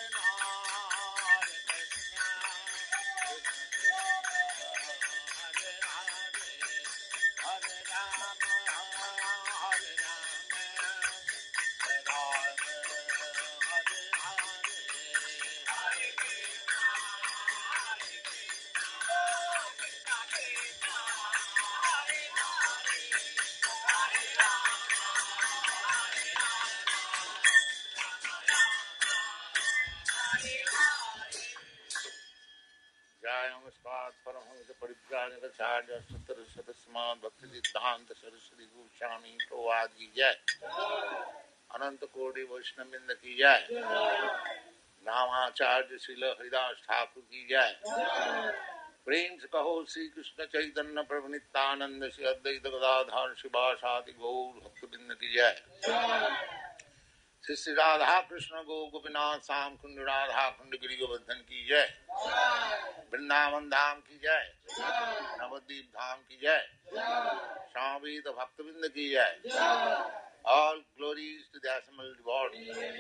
भक्ति सरस्वती गोस्वामी प्रभुपाद की जय। अनंत कोटि वैष्णववृंद की जय। रामाचार्य श्रील हरिदास ठाकुर की जय। प्रेम से कहो श्री कृष्ण चैतन्य प्रभु नित्यानंद श्री अद्वैत गदाधर शिवासादि गौर भक्तवृंद की जय। श्री श्री राधा कृष्ण गो गोपीनाथ श्याम कुंड राधा कुंड गिरि गोवर्धन की जय। वृंदावन धाम की जय। नवद्वीप धाम की जय। स्वामीत भक्तवृंद की जय। All glories to the assembled Lord.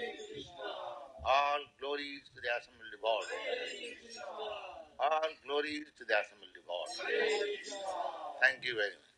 All glories to the assembled Lord. All glories to the assembled Lord. Thank you very much.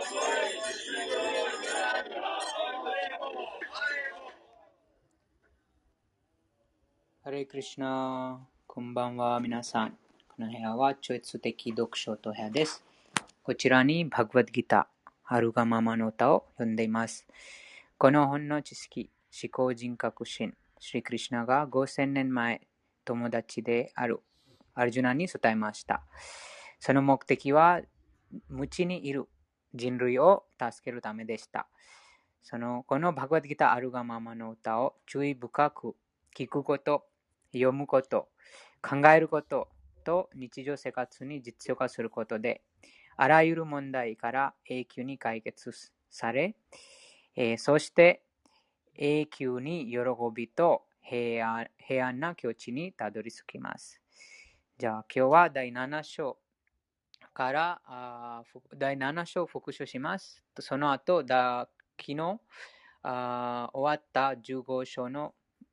Hare Krishna、こんばんは皆さん。この部屋は超越的読書と部屋です。こちらにバグワッドギター、あるがままの歌を読んでいます。この本の知識、思考人格心、シリクリシュナが5000年前、友達であるアルジュナに伝えました。その目的は、無知にいる人類を助けるためでした。このバグワッドギターあるがままの歌を注意深く聞くこと、読むこと、考えることと日常生活に実用化することで、あらゆる問題から永久に解決され、そして永久に喜びと平安な境地にたどり着きます。じゃあ今日は第7章から第7章を復習します。その後、昨日終わった15章の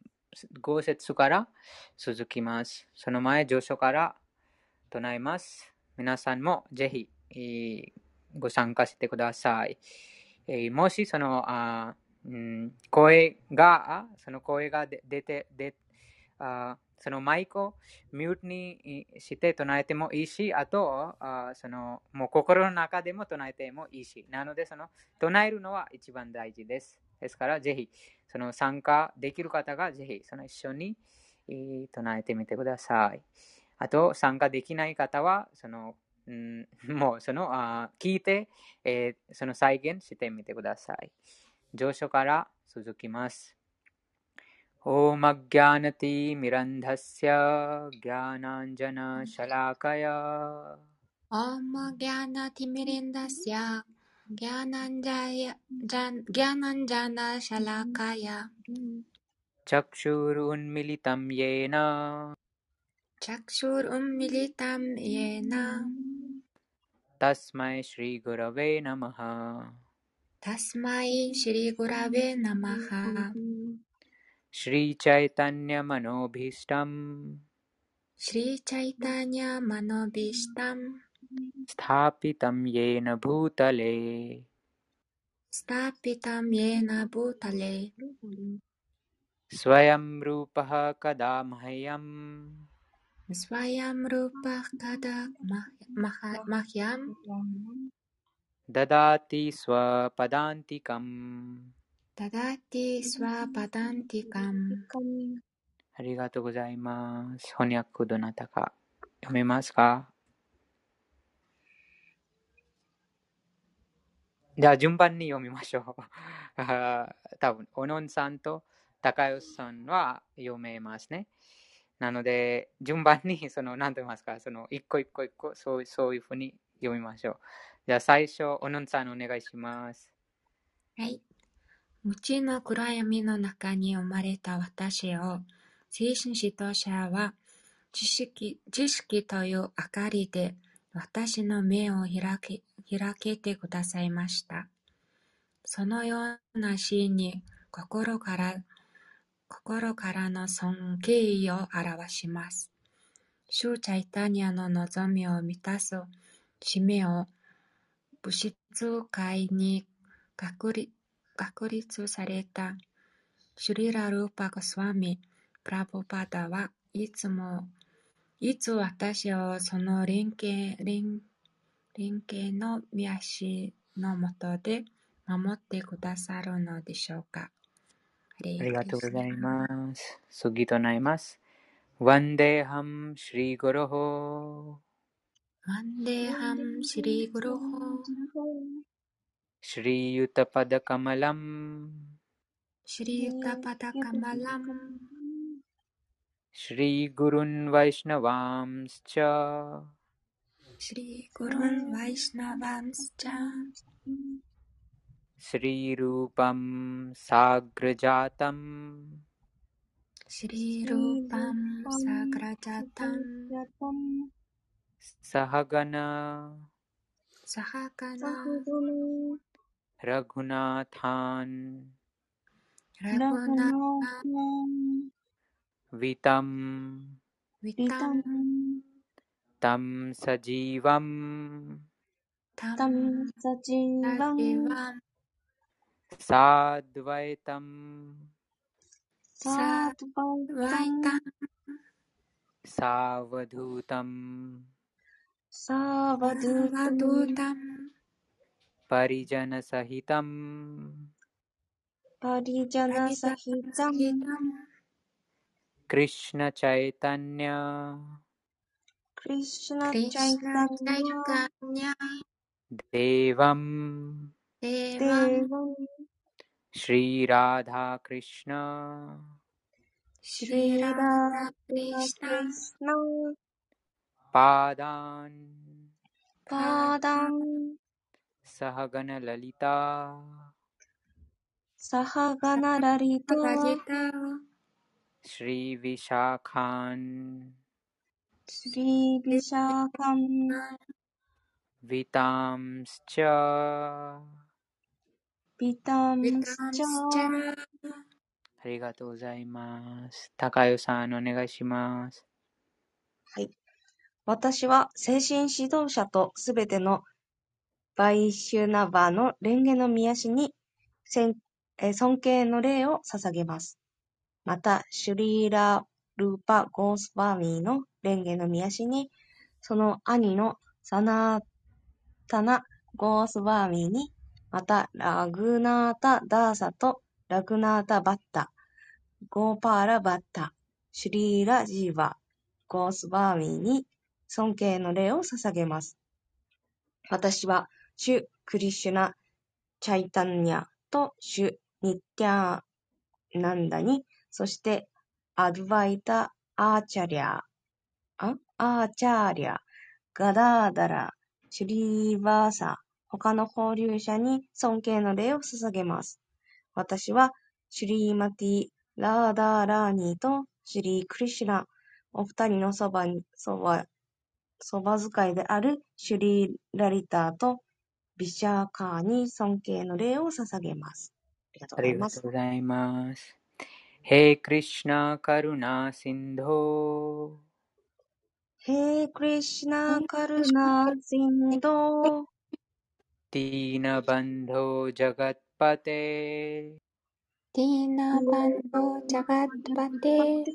5節から続きます。その前、上書から唱えます。皆さんもぜひ、ご参加してください。もしその声が出てそのマイクをミュートにして唱えてもいいし、あともう心の中でも唱えてもいいし、なので唱えるのは一番大事です。ですからぜひ参加できる方がぜひ一緒に唱えてみてください。あと参加できない方はもう聞いて、再現してみてください。上書から続きます。オマギャナティミランダスヤギャナンジャナシャラカヤオマギャナティミリンダスヤギャナンジャナシャラカヤチャクシュルウンミリタムイエナチャクシュルウンミリタムイエナタスマイシリグラヴェナマハタスマイシリグラヴェナマハシリチャイタニャマノビスタムシリチャイタニャマノビスタムスタピタムイエナブータレスタピタムイエナブータレスワヤムルーパハカダマハヤムスワヤムルーパカダマヒヤムダダティスワパダンティカムダダティスワパダンティカム。 ありがとうございます。翻訳どなたか読めますか？じゃあ順番に読みましょう。多分、おのんさんと高吉さんは読めますね。なので、順番に、何と言いますか、一個一個そういうふうに読みましょう。じゃあ最初、おのんさんお願いします。 はい。無知の暗闇の中に生まれた私を、精神指導者は、知識という明かりで私の目を開けてくださいました。そのようなシーンに心から心からの尊敬を表します。シュチャイタニアの望みを満たす使命を物質界に確立されたシュリラ・ルーパ・ゴスワミ・プラブパダはいつ私をその連携の見足のもとで守ってくださるのでしょうか。 ありがとうございます。次となります。ワンデーハムシリグロホワンデーハムシリグロホシリユタパダカマラムシリユタパダカマラムシリグルンワイシナワムスチャシリグルンワイシナワムスチャシリルーパムサグラジャタムシリルーパムサグラジャタムサハガナサハガナラグナタンラグナヴィタムタムサジーワムタムサジワムサドワイタムサワイタムサワドゥタムサワドゥタムパリジャナサヒタムパリジャナサヒタムクリシュナチャイタニャクリシュナチャイタニャデーワムシリラダクリシュナシリラダクリシュナパーダンサハガナラリタシリヴィシャカンヴィタムスチャありがとうございます。高代さんお願いします。 はい。私は精神指導者とすべてのバイシュナバの蓮華の御足に尊敬の礼を捧げます。また、シュリーラ・ルーパ・ゴースワミーの蓮華の御足に、その兄のサナータナ・ゴースワミーに、また、ラグナータ・ダーサとラグナータ・バッタ、ゴーパーラ・バッタ、シュリーラ・ジーバ、ゴースワミーに尊敬の礼を捧げます。私は、シュ・クリシュナ・チャイタンニャとシュ・ニッティャナンダに、そしてアドバイタ・アーチャリャ、ガダーダラ、シュリーバーサ、他の法流者に尊敬の礼を捧げます。私は、シュリーマティ・ラーダーラーニーとシュリー・クリシュナ、お二人のそば使いであるシュリー・ラリターとビシャーカーに尊敬の礼を捧げます。 ありがとうございます。Hey Krishna Karuna Sindho Hey Krishna Karuna Sindho Dina Bandho Jagatpate Dina Bandho Jagatpate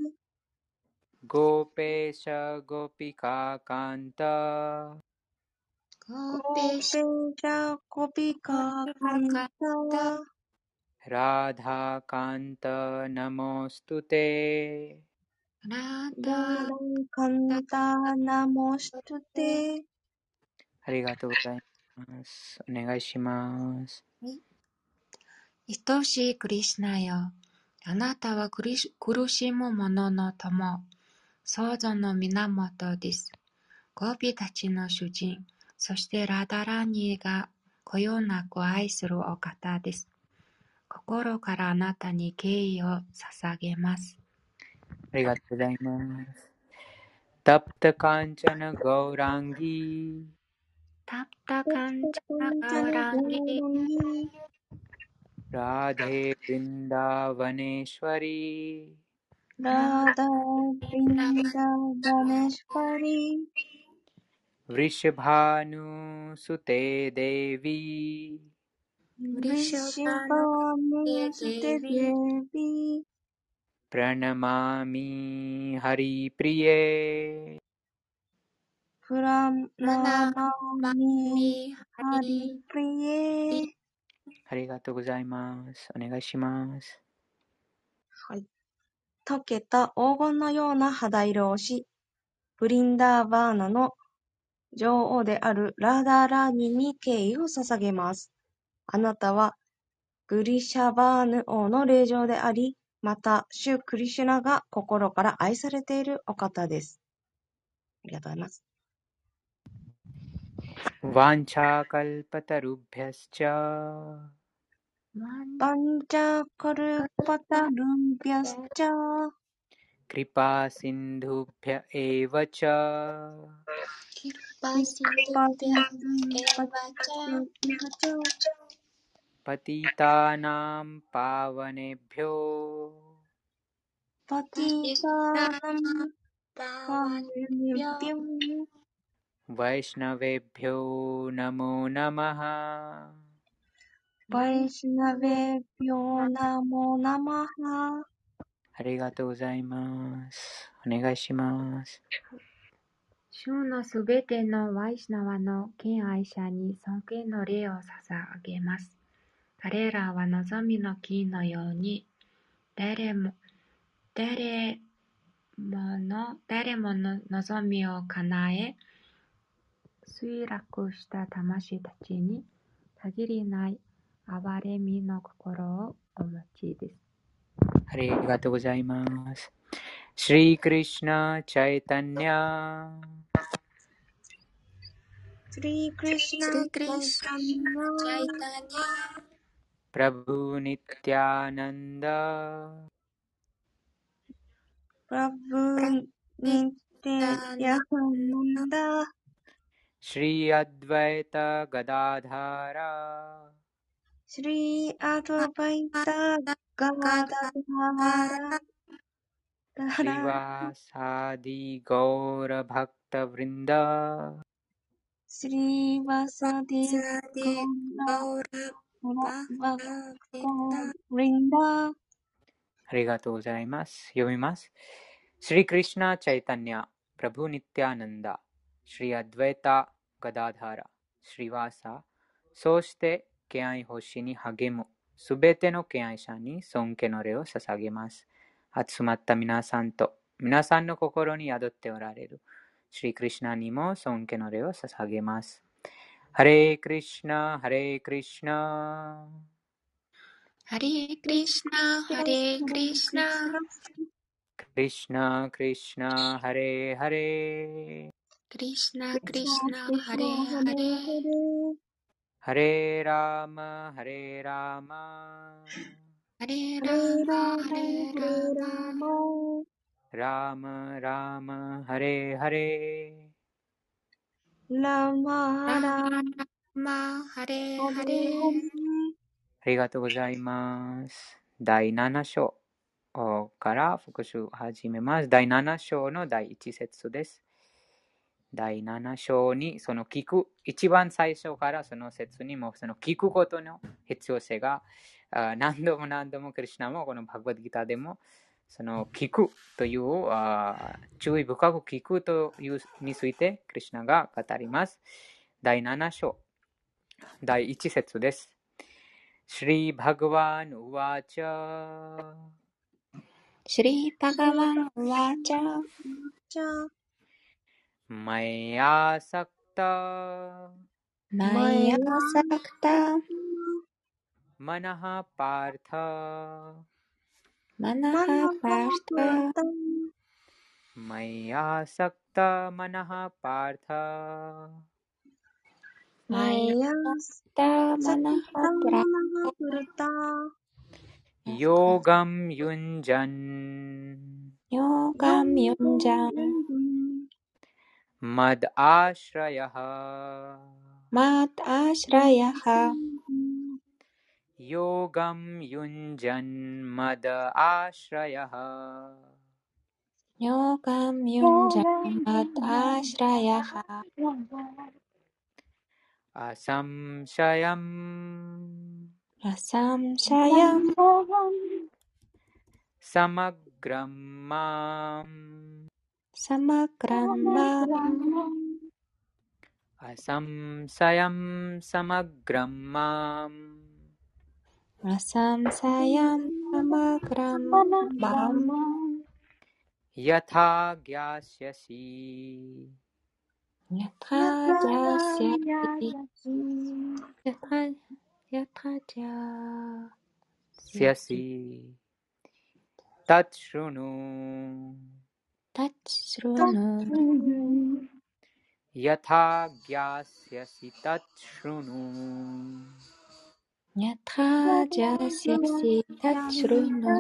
Gopesha Gopika Kanta Gopesha Gopika Kanta Radha Kanta Namostute Radha Kanta Namostute ありがとうございます。お願いします。 愛しいクリシュナよ、あなたは苦しむ者の友、創造の源です。ゴーピたちの主人、そしてラダラニーがこよなく愛するお方です。心からあなたに敬意を捧げます。 ありがとうございます。タプタカンチャナガウランギタプタカンチャナガウランギ राधे वृन्दावनेश्वरी राधा वृन्दावनेश्वरी वृषभानुसुते देवी वृषभानुसुते देवी प्रणमामि हरिप्रिये प्रणमामि हरिप्रिये ありがとうございます。お願いします。 はい。溶けた黄金のような肌色をし、ブリンダーバーナの女王であるラーダーラーニに敬意を捧げます。あなたはブリシャバーヌ王の霊場であり、また、シュクリシュナが心から愛されているお方です。ありがとうございます。 ワンチャカルパタルビャスチャバンチャカルパタルンビャスチャクリパシンドゥビャエヴァチャパティタナムパワネビョパティタナムパワネビョワイシナベビョナモナマハバイシナベビョナモナマハ。 ありがとうございます。お願いします。 主のすべてのワイシナワの敬愛者に尊敬の礼を捧げます。彼らは望みの木のように、誰もの望みを叶え、墜落した魂たちに限りない憐れみの心をお持ちです。 ありがとうございます。シリー・クリシュナ・チャイタニャシリー・クリシュナ・チャイタニャプラブ・ニティアナンダプラブ・ニティアナンダシリー・アドヴァイタ・ガダーダーラシリー・アドバイタ・ガダダラシリワサディ・ゴーラ・バクタ・ヴリンダシリワサディ・ゴーラ・バクタ・ヴリンダ。 ありがとうございます。読みます。シリクリシュナ・チャイタニャ、プラブ・ニティアナンダ、シリアドヴェタ・ガダーダラ、シリワーサ、そうして敬愛奉仕に励むすべての敬愛者に尊敬の礼を捧げます。集まった皆さんと皆さんの心に宿っておられるシリクリシュナにも尊敬の礼を捧げます。ハレークリシュナ、ハレークリシュナ。 ハレークリシュナ、ハレークリシュナ。 クリシュナ、クリシュナ、ハレーハレー。 クリシュナ、クリシュナ、ハレーハレー。 ハレーラーマ、ハレーラーマ。 ハレーラーマ、ハレーラーマ。 ラーマ、ラーマ、ハレーハレー。ラーマ、ラーマ、ハレーハレー。 ありがとうございます。第7章から復習を始めます。第7章の第1節です。第7章にその聞く、一番最初からその節にもその聞くことの必要性が何度もクリシュナもこのバグバッドギターでもその聞くという注意深く聞くというについてクリシュナが語ります。第7章第1節です。シリー・バガワン・ウワチャシリー・バガワン・ウワチャマイアサクタマイアサクタマナハパルタマナハパルタマイアサクタマナハパルタマイアサクタマナハパルタヨガムユンジャンヨガムユンジャンマダアシラヤハマダアシラヤハ योगं युञ्जन्मद आश्रयः योगं युञ्जन्मदाश्रयः असंशयम् असंशयं समग्रं माम् समग्रं माम् असंशयं समग्रं माम् असंशयं समग्रं माम् यथा ज्ञास्यसि यथा ज्ञास्यसि यथा स्यसि तत् शृणु तच्छृणु यथा ज्ञास्यसि तत् शृणु यथा ज्ञास्यसि तच्छृणु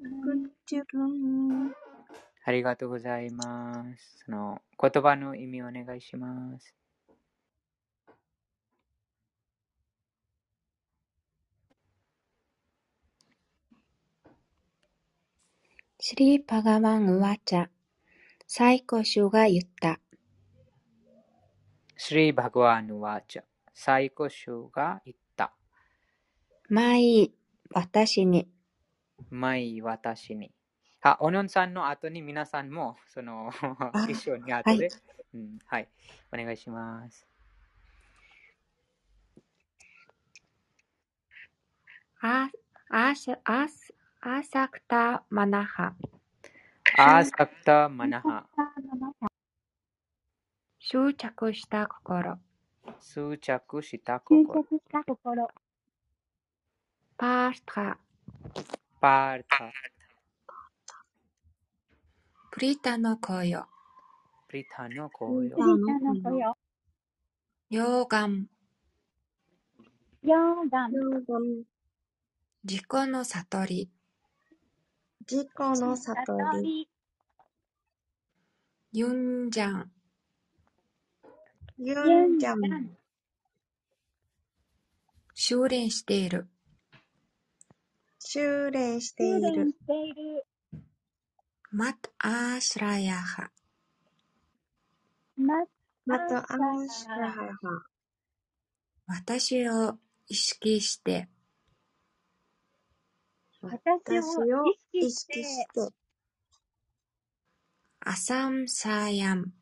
ありがとうございます。その言葉の意味をお願いします。 シリーパガワン・ウワチャ、最古主が言った。 シリーバガワン・ウワチャ、最古主が言った。 まい、私に。 まい、私に。あ、おのんさんの後に皆さんもその一緒に後で、はい、お願いします。 アサクタマナハ。 アサクタマナハ。 執着した心。 執着した心。 パータ。 パータ。 プリタの子よ。 プリタの子よ。 ヨーガン。自己の悟り。 自己の悟り。 ユンジャン。 ユンジャン。 修練している。 修練している。 マトアーシュラヤハ。 マトアーシュラヤハ。 私を意識して。 私を意識して。 アサムサヤム。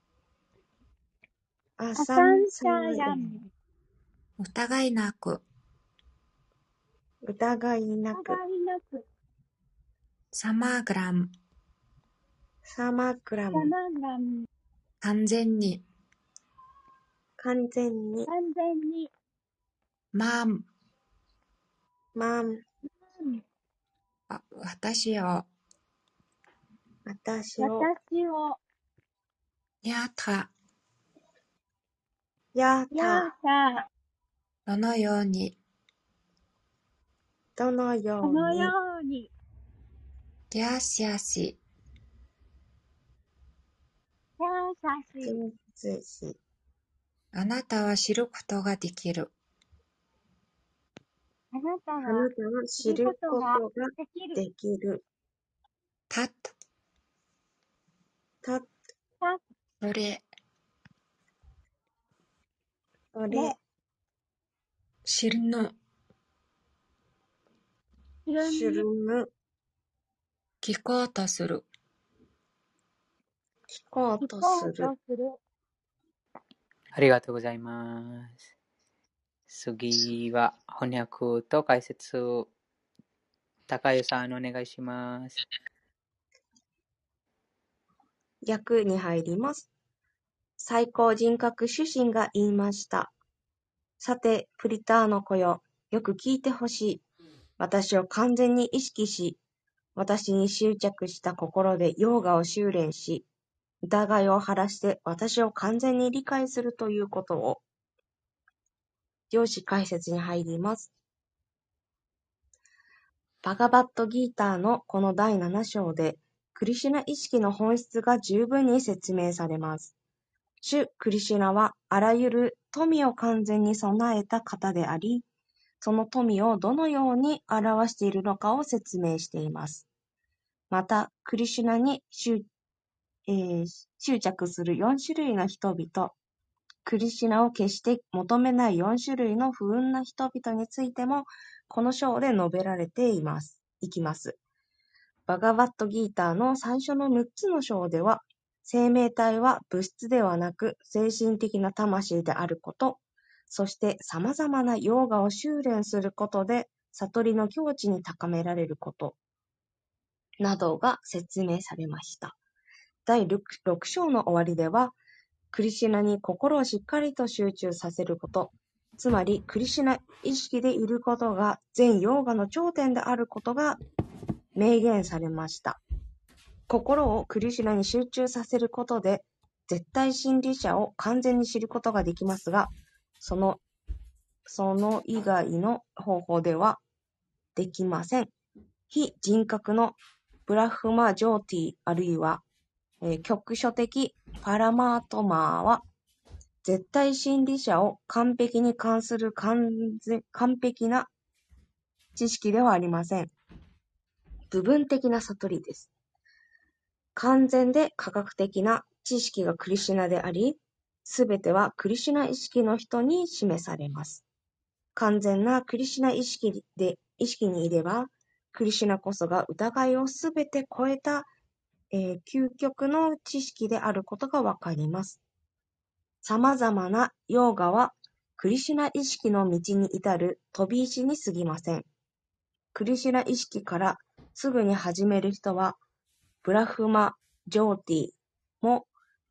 アサムサヤム。 疑いなく。 疑いなく。 サマグラム。 サマグラム。 完全に。 完全に。 マン。 マン。 私を。やた。 やた。 どのように。 どのように。 ギャシャシ。あなたは知ることができる。 あなたは知ることができる。 たっ。 たっ。 それ。 それ。 知るぬ。 知るぬ。 聞こうとする。 聞こうとする。 ありがとうございます。次は翻訳と解説、高代さんお願いします。 訳に入ります。最高人格主神が言いました。さて、プリターの子よ、よく聞いてほしい。私を完全に意識し、私に執着した心でヨーガを修練し、疑いを晴らして私を完全に理解するということを。上司解説に入ります。バガバットギーターのこの第7章で、クリシュナ意識の本質が十分に説明されます。主クリシュナはあらゆる富を完全に備えた方であり、 その富をどのように表しているのかを説明しています。また、クリシュナに執着する4種類の人々、クリシュナを決して求めない4種類の不運な人々についても、この章で述べられていきます。バガバットギーターの最初の6つの章では、生命体は物質ではなく精神的な魂であること、そして様々なヨーガを修練することで悟りの境地に高められることなどが説明されました。第 6章の終わりでは、クリシュナに心をしっかりと集中させること、つまりクリシュナ意識でいることが全ヨーガの頂点であることが明言されました。心をクリシュナに集中させることで絶対真理者を完全に知ることができますが、その以外の方法ではできません。非人格のブラフマ・ジョーティあるいは局所的パラマートマーは絶対真理者を完璧に関する完璧な知識ではありません。部分的な悟りです。完全で科学的な知識がクリシュナであり、すべてはクリシュナ意識の人に示されます。完全なクリシュナ意識にいれば、クリシュナこそが疑いをすべて超えた、究極の知識であることがわかります。様々なヨーガはクリシュナ意識の道に至る飛び石に過ぎません。クリシュナ意識からすぐに始める人は、ブラフマ・ジョーティも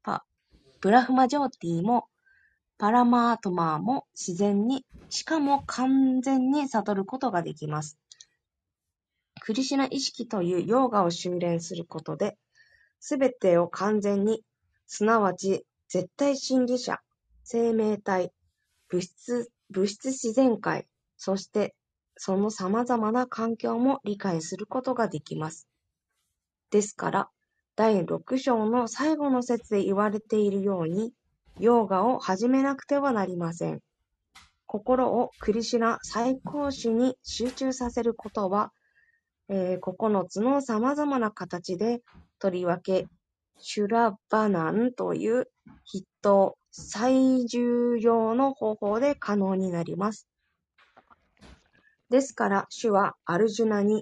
パラマートマーも自然に、しかも完全に悟ることができます。クリシュナ意識というヨーガを修練することで、すべてを完全に、すなわち絶対真理者、生命体、物質自然界、そしてその様々な環境も理解することができます。ですから、第6章の最後の節で言われているように、ヨーガを始めなくてはなりません。心をクリシュナ最高種に集中させることは、9つの様々な形で、とりわけ、シュラバナンという筆頭最重要の方法で可能になります。ですから、主はアルジュナに、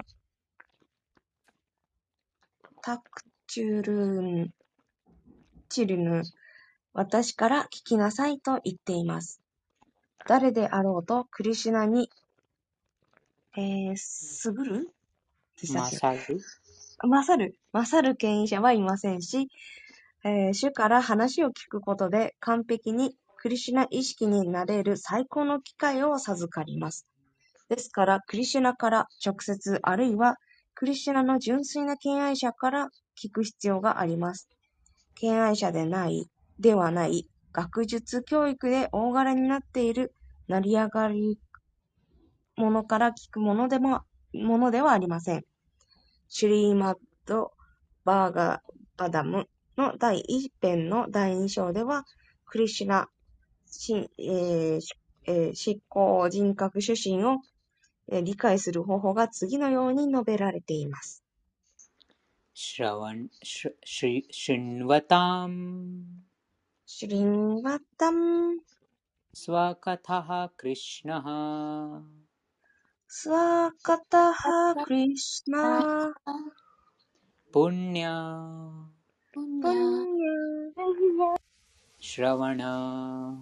タクチュルヌ、私から聞きなさいと言っています。誰であろうとクリシュナに、勝る権威者はいませんし、主から話を聞くことで完璧にクリシュナ意識になれる最高の機会を授かります。ですから、クリシュナから直接あるいはクリシュナの純粋な敬愛者から聞く必要があります。敬愛者ではない学術教育で大柄になっている成り上がり者から聞くものではありません。シュリーマッド・バーガバダムの第1編の第2章では、クリシュナ、執行人格主神を理解する方法が次のように述べられています。 シュンワタムスワカタハクリシュナハスワカタハクリシュナプンニャシュラワナ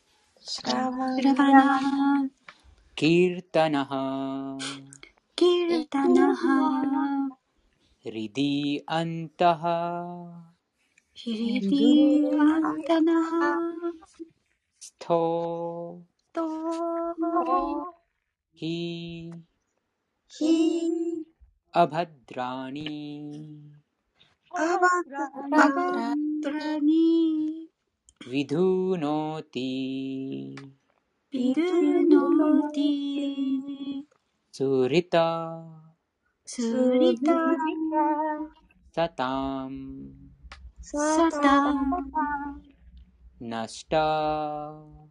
キルタナハリディアンタハストヒアバドラニヴィドゥノティスリタサタムナシタ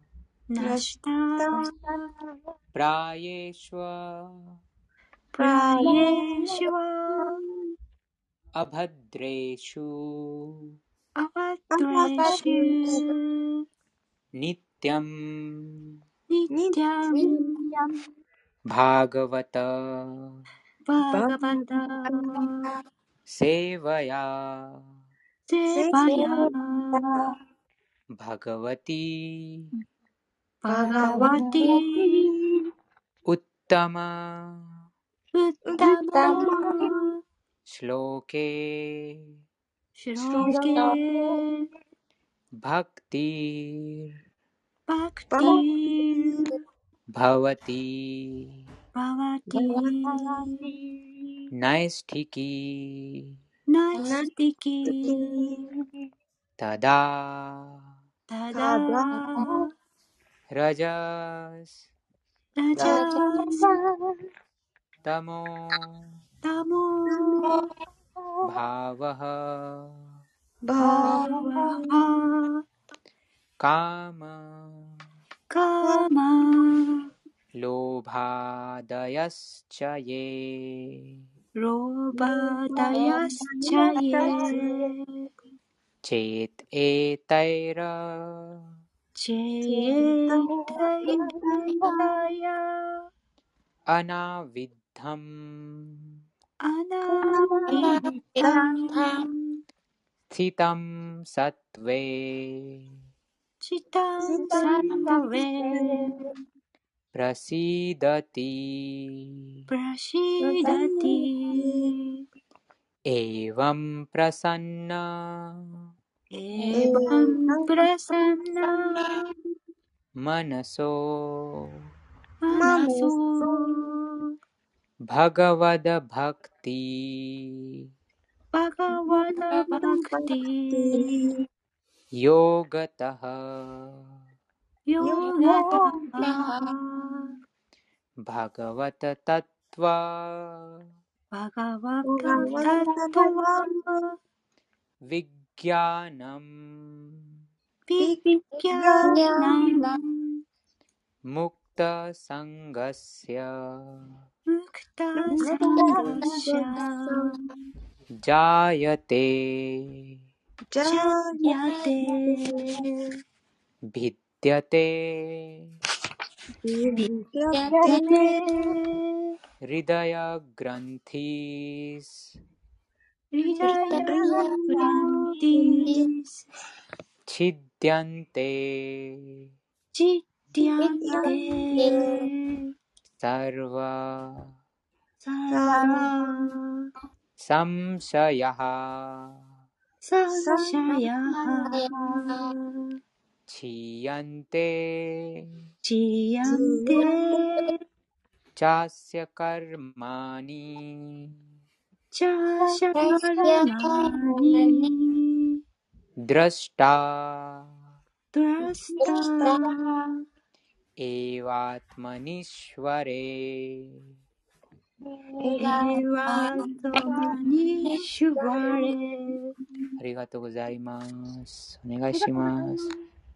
ナシタプライエシュワプライエシュワアバドレシュアバドレシュニティャンニティャンバーガバタバーガバタセーバヤセバヤバガワティバガワティウッタマウッタマシュローケシュロケバクティバクティバワティバワティナイスティキナイスティキタダタダラジャスラジャスタモタモバワハバワハカマカマロバダヤスチャイロバダヤスチャイエチェッエタイラチェタイタヤアナヴィッダムアナビタンスティタムサトヴェチタンサタヴェプラシダティプラシダティエヴァンプラサンナエヴァンプラサンナマナソマナソバガワダバクティバガワダバクティヨガタハヨガタハバガワタタトワバガワタタトワヴィギャナムビッギャナムムクタサンガスヤムクタサンガシャジャヤテジャヤテビッディャテビッヤテリダヤグランティスリダヤグランティスチッディャンテチッディアンテサルワサラサムシャヤハサシャヤハチヤンテチヤンテチャスヤカルマニチャシャカルマニドラシタドラスタエヴァトマニシュワレエワトマニシュワレありがとうございます。お願いします。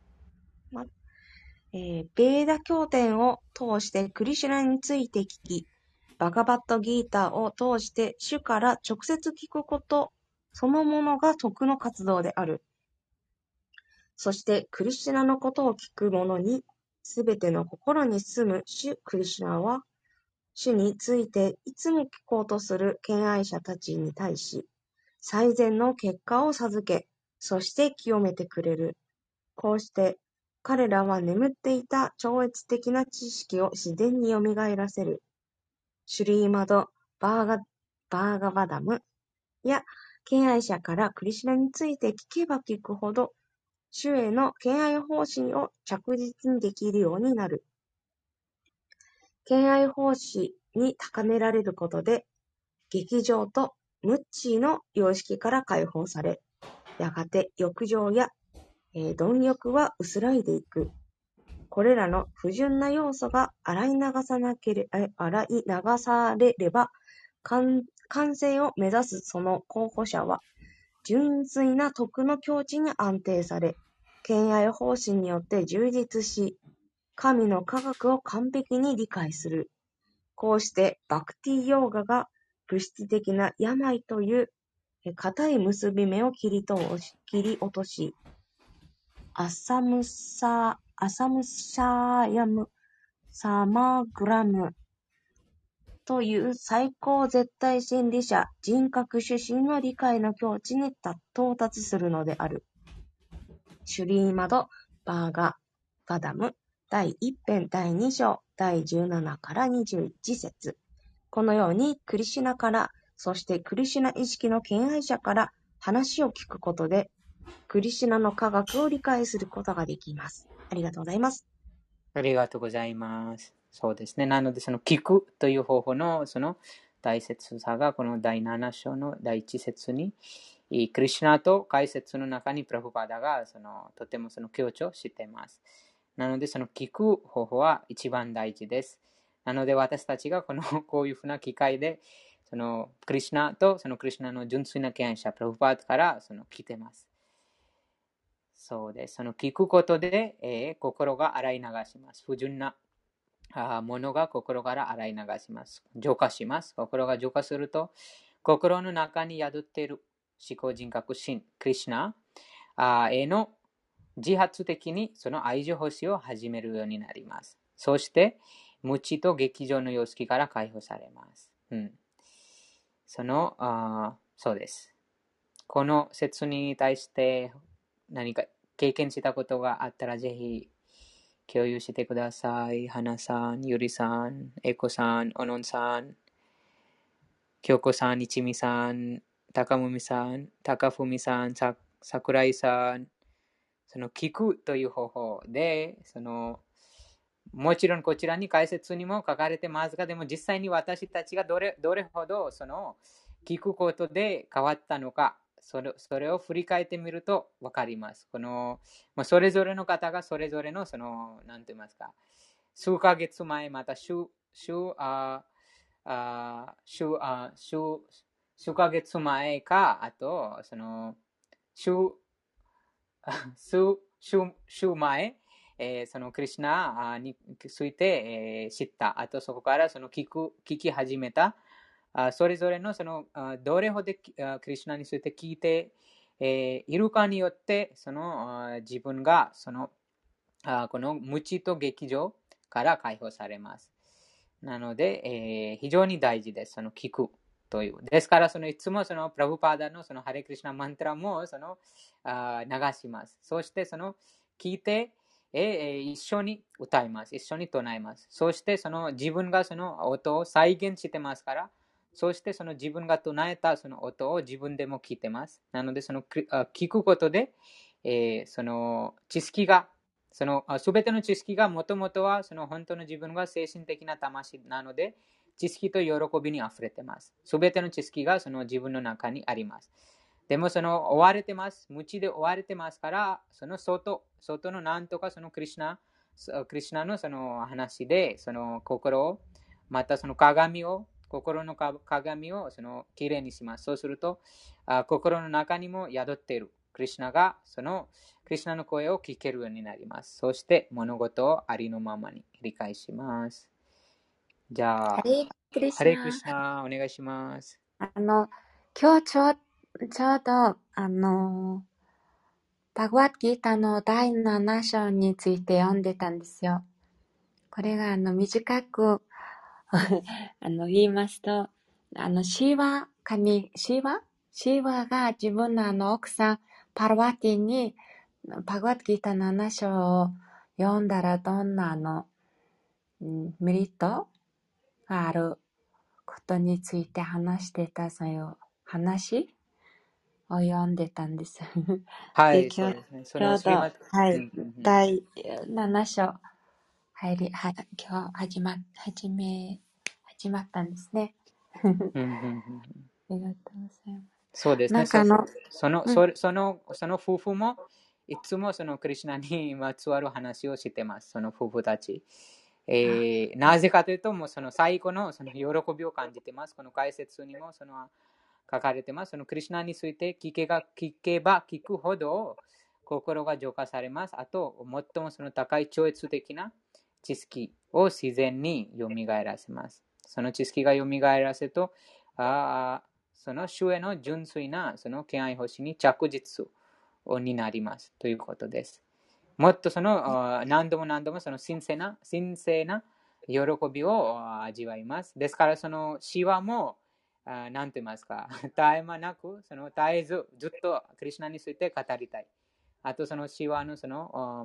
ベーダ経典を通してクリシュナについて聞き、バガバットギーターを通して主から直接聞くことそのものが徳の活動である。そしてクリシュナのことを聞く者に、すべての心に住む主クリシュナは、主についていつも聞こうとする敬愛者たちに対し、最善の結果を授け、そして清めてくれる。こうして、彼らは眠っていた超越的な知識を自然に蘇らせる。シュリーマド・バーガバダムや敬愛者からクリシュナについて聞けば聞くほど、主への敬愛方針を着実にできるようになる。敬愛方針に高められることで、劇場とムッチーの様式から解放され、やがて欲情や貪欲は薄らいでいく。これらの不純な要素が洗い流されれば、完成を目指すその候補者は、純粋な徳の境地に安定され、敬愛方針によって充実し、 神の科学を完璧に理解する。こうしてバクティヨーガが物質的な病という固い結び目を切り落とし、アサムシャーヤムサマグラムという最高絶対真理者、人格主神の理解の境地に到達するのである。シュリーマド・バーガ・ガダム第1編第2章第17から21節。このようにクリシュナから、そしてクリシュナ意識の敬愛者から話を聞くことで、クリシュナの科学を理解することができます。ありがとうございます。 ありがとうございます。そうですね。なので、その聞くという方法のその大切さが、この第7章の第1節に、クリシュナと解説の中にプラブパダがとても強調しています。なので、その聞く方法は一番大事です。なので、私たちがこういうふうな機会で、クリシュナとクリシュナの純粋な敬愛者、プラブパダから聞いています。そうです。聞くことで、心が洗い流します。不純なものが心から洗い流します。浄化します。心が浄化すると、心の中に宿っている思考人格心、クリシュナへの自発的にその愛情奉仕を始めるようになります。そして、無知と劇場の様式から解放されます。そうです。この説に対して何か経験したことがあったらぜひ共有してください。花さん、ゆりさん、えこさん、おのんさん、きょうこさん、いちみさん、たかむみさん、たかふみさん、さくらいさん、聞くという方法で、もちろんこちらに解説にも書かれてますが、でも実際に私たちがどれほど聞くことで変わったのか、それを振り返ってみると分かります。それぞれの方がそれぞれのなんて言いますか、数ヶ月前、また数ヶ月前か、あと週前、クリシュナについて、知った。あとそこから聞き始めた。それぞれのどれほどクリシュナについて聞いて、いるかによって自分がこの無知と劇場から解放されます。なので、非常に大事です。聞くという。ですから、いつもプラブパーダのハレクリシュナマントラも流します。そして聞いて、一緒に歌います。一緒に唱えます。そして自分が音を再現してますから、そして自分が唱えた音を自分でも聞いてます。なので聞くことで、知識がすべての知識がもともとは本当の自分が精神的な魂なので、知識と喜びにあふれています。すべての知識が自分の中にあります。でも追われてます。無知で追われてますから、外のなんとかクリシュナの話で心を、また心の鏡をきれいにします。そうすると、心の中にも宿っているクリシュナがクリシュナの声を聞けるようになります。そして物事をありのままに理解します。じゃあ、 ハレクリハレクリシシナお願いします。 今日ちょうどバグワッドギータの第7章について読んでたんですよ。これが短く言いますと、シーワが自分の奥さんパルワティにバグワッドギータ7章を読んだらどんなメリットがあることについて話してたそういう話を読んでたんです。 はい、 で、今日そうですね。 ちょうど、はい、第7章今日始まったんですね。ありがとうございます。 そうですね。その夫婦もいつもクリシュナにまつわる話をしてます。その夫婦たち。なぜかというと、もう最後の喜びを感じてます。この解説にも書かれてます。クリシュナについて聞けば聞くほど心が浄化されます。あと、最も高い超越的な知識を自然に蘇らせます。その知識が蘇らせると、その主への純粋なその敬愛欲しに着実になりますということです。もっとその何度も何度もその神聖な喜びを味わいます。ですからそのシワも何と言いますか、絶え間なく、その絶えずずっとクリシュナについて語りたい。あとそのシワのその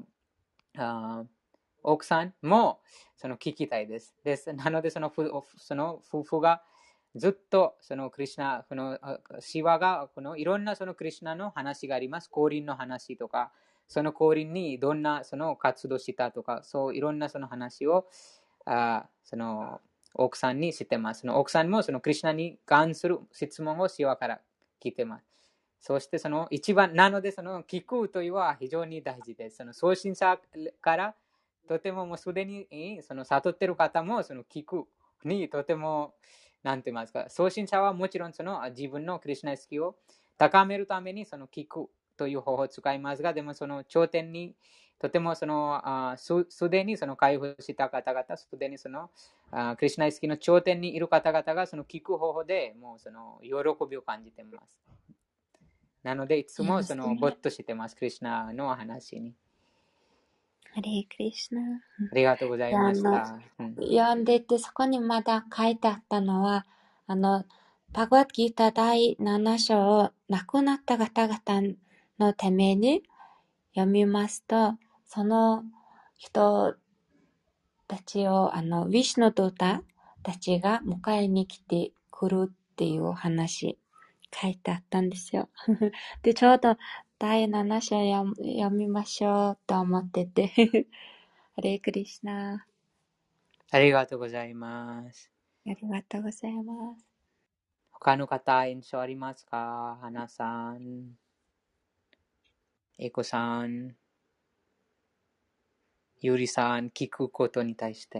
奥さんもその聞きたいです。なのでその夫婦がずっとそのクリシュナ、このシワがこのいろんなそのクリシュナの話があります。降臨の話とか、その降臨にどんなその活動したとか、そういろんなその話をその奥さんにしてます。その奥さんもそのクリシュナに関する質問をシワから聞いてます。そしてその一番なのでその聞くというのは非常に大事です。その送信者からとてももうすでにその悟っている方もその聞くにとても何て言いますか、送信者はもちろんその自分のクリシュナ意識を高めるためにその聞くという方法を使いますが、でもその頂点にとてもそのすでにその回復した方々、すでにそのクリシュナ意識の頂点にいる方々がその聞く方法でもうその喜びを感じています。なのでいつもそのぼっとしてます、クリシュナの話に。 ハレークリシュナ。 ありがとうございました。 読んでて、そこにまだ書いてあったのは、バガバッドギータ第7章を亡くなった方々のために読みますと、その人たちを、ウィシュのドータたちが迎えに来てくるっていう話、書いてあったんですよ。で、ちょうど第7章読みましょうと思ってて。ハレークリシュナ。 ありがとうございます。 ありがとうございます。 他の方、印象ありますか？花さん、エコさん、ユリさん、聞くことに対して。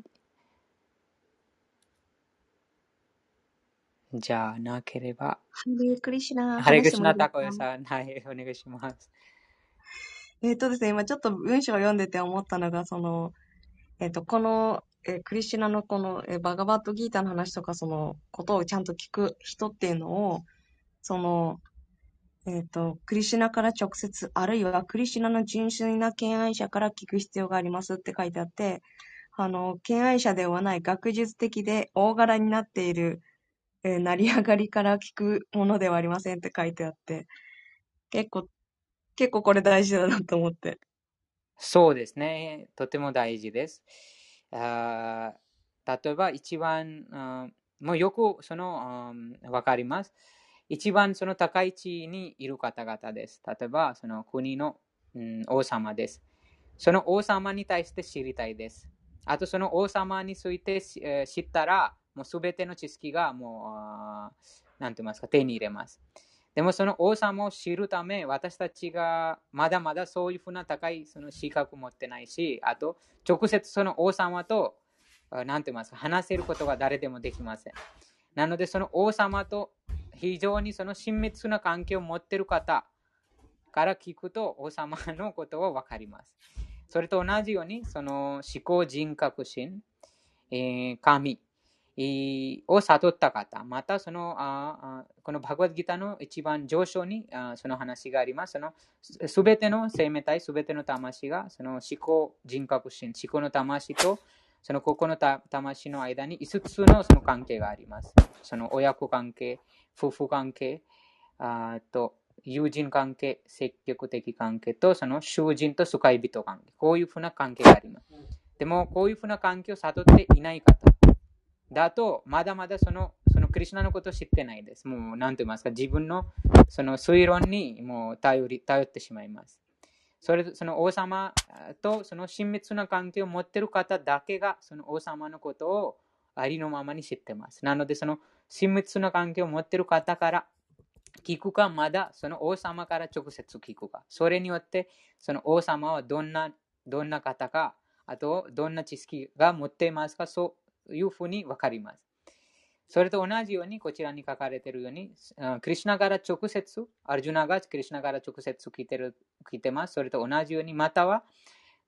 じゃあ、なければ。 ハレークリシュナ。 ハレークリシュナ、タコヤさん、はい、お願いします。 ですね、今ちょっと文章を読んでて思ったのが、この、クリシュナのこの、バガバットギータの話とか、そのことをちゃんと聞く人っていうのを、その、クリシュナから直接、あるいはクリシュナの純粋な敬愛者から聞く必要がありますって書いてあって、敬愛者ではない学術的で大柄になっている、成り上がりから聞くものではありませんって書いてあって、結構これ大事だなと思って。 そうですね。とても大事です。例えば、一番、もうよくわかります。一番その高い地位にいる方々です。例えば、その国の、王様です。その王様に対して知りたいです。あと、その王様について知ったら、もうすべての知識がもう、なんて言いますか、手に入れます。でもその王様を知るため、私たちがまだまだそういうふうな高いその資格を持ってないし、あと、直接その王様と、なんて言いますか、話せることが誰でもできません。なので、その王様と非常にその親密な関係を持っている方から聞くと、王様のことを分かります。それと同じように、その思考人格心、神を悟った方、またそのこのバガバッドギータの一番上昇にその話があります。そのすべての生命体、すべての魂がその思考人格心、思考の魂とそのここの魂の間に5つのその関係があります。その親子関係、夫婦関係、友人関係、積極的関係とその囚人と使い人関係、こういうふうな関係があります。でもこういうふうな関係を悟っていない方だと、まだまだそのクリシュナのことを知ってないです。もう何と言いますか、自分のその推論にもう頼ってしまいます。その王様とその親密な関係を持っている方だけがその王様のことをありのままに知っています。なのでその親密な関係を持っている方から聞くか、まだその王様から直接聞くか、それによってその王様はどんな方か、あとどんな知識が持っていますか、そういうふうに分かります。それと同じように、こちらに書かれているように、クリシュナから直接、アルジュナがクリシュナから直接聞いてます。それと同じように、または、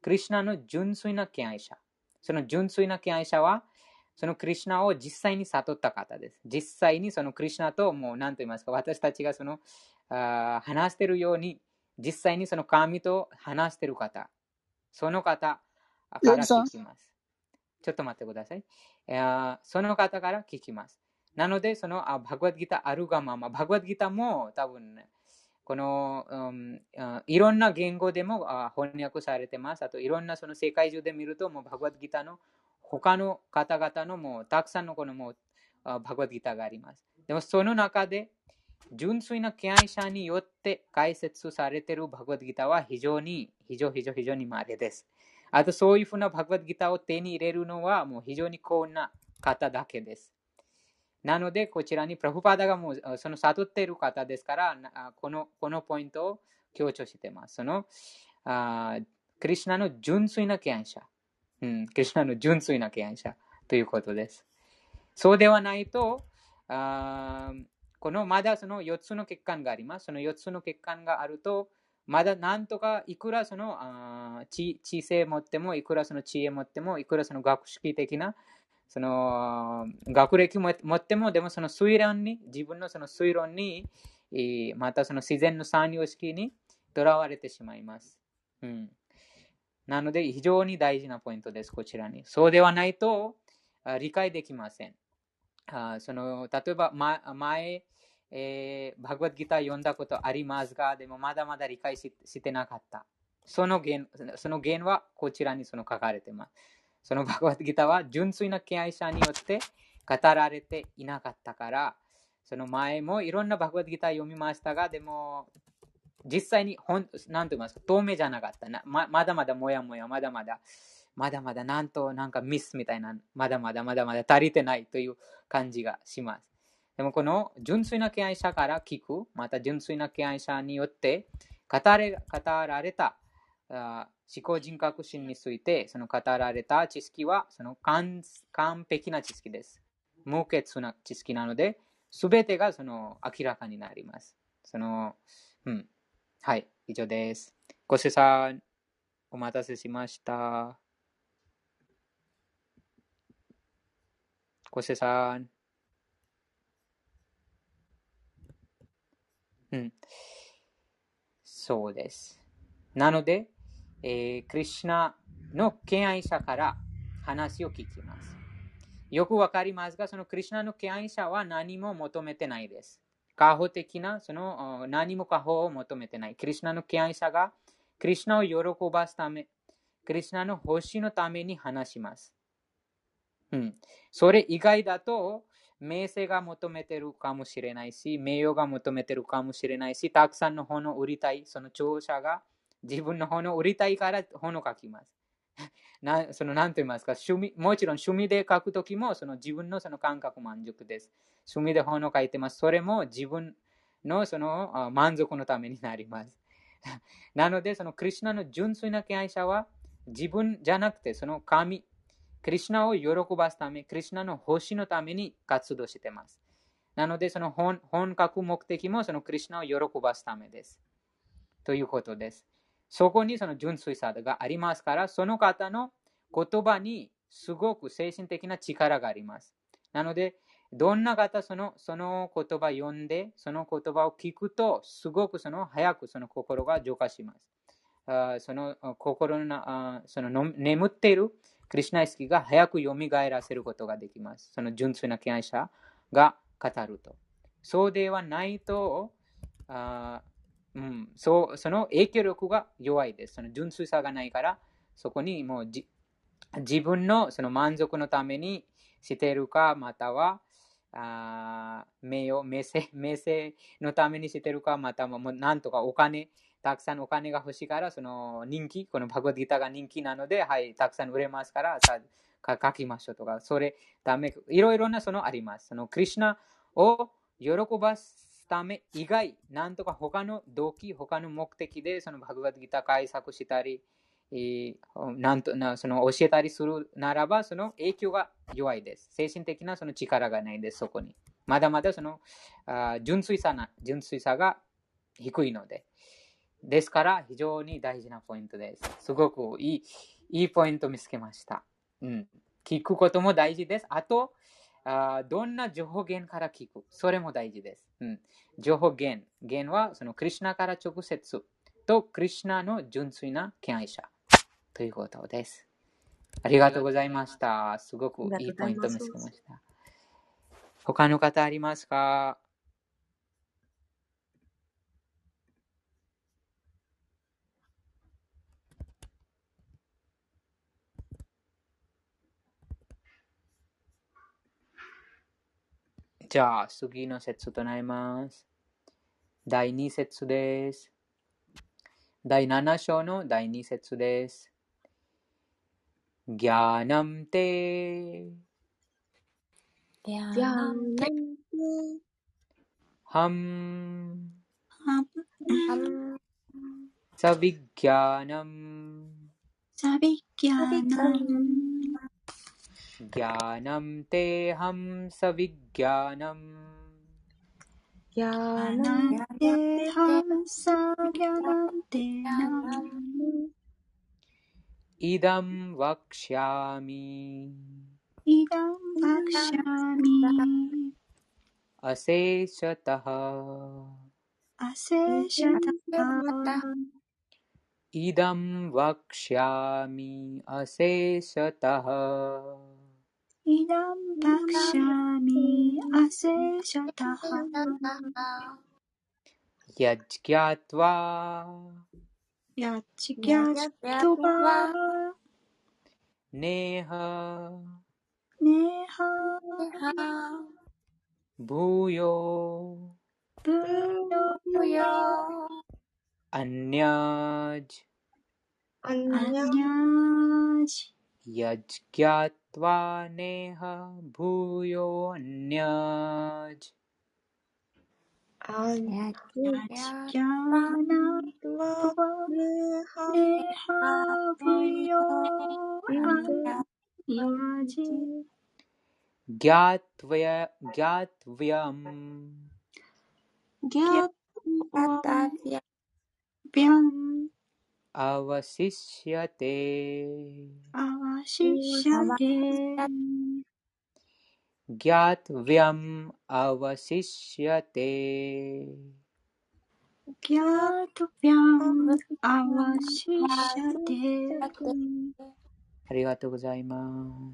クリシュナの純粋な敬愛者。その純粋な敬愛者は、そのクリシュナを実際に悟った方です。実際にそのクリシュナともう何と言いますか、私たちがその話しているように、実際にその神と話している方、その方から聞きます。ちょっと待ってください。その方から聞きます。なので、そのバグワッドギターあるがまま、バグワッドギターも多分、ね、この、いろんな言語でも翻訳されてます。あと、いろんなその世界中で見ると、もうバグワッドギターの他の方々のもうたくさんのこのもうバグワッドギターがあります。でも、その中で、純粋な敬愛者によって解説されているバグワッドギターは非常に稀です。あと、そういうふうなバグワッドギターを手に入れるのはもう非常に幸運な方だけです。なので、こちらにプラフパダがもうその悟っている方ですから、このポイントを強調しています。そのクリシュナの純粋な敬愛者、クリシュナの純粋な敬愛者ということです。そうではないと、このまだその4つの欠陥があります。その4つの欠陥があると、まだなんとかいくらその知性持っても、いくらその知恵持っても、いくらその学識的なその学歴持っても、でもその推論に、自分のその推論に、またその自然の三様式にとらわれてしまいます。なので非常に大事なポイントです、こちらに。そうではないと理解できません。その例えば前、バグワッドギター読んだことありますが、でもまだまだ理解してなかった。その原はこちらにその書かれています。そのバグワッドギターは純粋な敬愛者によって語られていなかったから、その前もいろんなバグワッドギター読みましたが、でも実際に何と言いますか、透明じゃなかったな。まだまだもやもや、まだまだなんかミスみたいな、まだまだ足りてないという感じがします。でもこの純粋な敬愛者から聞く、また純粋な敬愛者によって語られた思考人格心についてその語られた知識はその完璧な知識です。無欠な知識なので、すべてがその明らかになります。はい、以上です。ごせさん、お待たせしました。ごせさん。そうです。なので、クリシュナの敬愛者から話を聞きます。よくわかりますが、そのクリシュナの敬愛者は何も求めてないです。過保的な、その何も過保を求めてない。クリシュナの敬愛者がクリシュナを喜ばすため、クリシュナの星のために話します。それ以外だと、名声が求めてるかもしれないし、名誉が求めてるかもしれないし、たくさんの本を売りたい、その著者が自分の本を売りたいから本を書きます。何と言いますか、もちろん趣味で書くときもその自分のその感覚満足です。趣味で本を書いてます。それも自分のその満足のためになります。なので、そのクリシュナの純粋な敬愛者は自分じゃなくて、その神、クリシュナを喜ばすため、クリシュナの星のために活動しています。なので、その本格目的もそのクリシュナを喜ばすためです。ということです。そこにその純粋さがありますから、その方の言葉にすごく精神的な力があります。なので、どんな方その言葉を読んで、その言葉を聞くと、すごく早くその心が浄化します。その心の眠っているクリシュナ意識が早く蘇らせることができます。その純粋な敬愛者が語ると。そうではないと、その影響力が弱いです。その純粋さがないから、そこにもう自分のその満足のためにしているか、または名声のためにしているか、またはもうなんとかたくさんお金が欲しいから、その人気、このバグワッドギターが人気なので、はい、たくさん売れますから、書きましょうとか、それダメ、いろいろなあります。そのクリシュナを喜ばすため以外、なんとか他の動機、他の目的でそのバグワッドギター解釈したり、その教えたりするならば、その影響が弱いです。精神的なその力がないです、そこに。まだまだその純粋さが低いので。 ですから非常に大事なポイントです。すごくいいポイント見つけました。聞くことも大事です。あと、どんな情報源から聞く、それも大事です。情報源はそのクリシュナから直接とクリシュナの純粋な敬愛者ということです。ありがとうございました。すごくいいポイント見つけました。他の方ありますか？じゃあ次の節となります。第2節です。第7章の第2節です。ギャナムテハムサビギャナムギャナムテハムサビギャナムイダムワクシャミアセシャタハイダムワクシャミアセシャタハヤジギャトワネハブーヨアンニャジヤジギャトワネハブーヨアンニャジギャトヴヤムアワシシャテギャトヴヤムアワシシャテありがとうございます。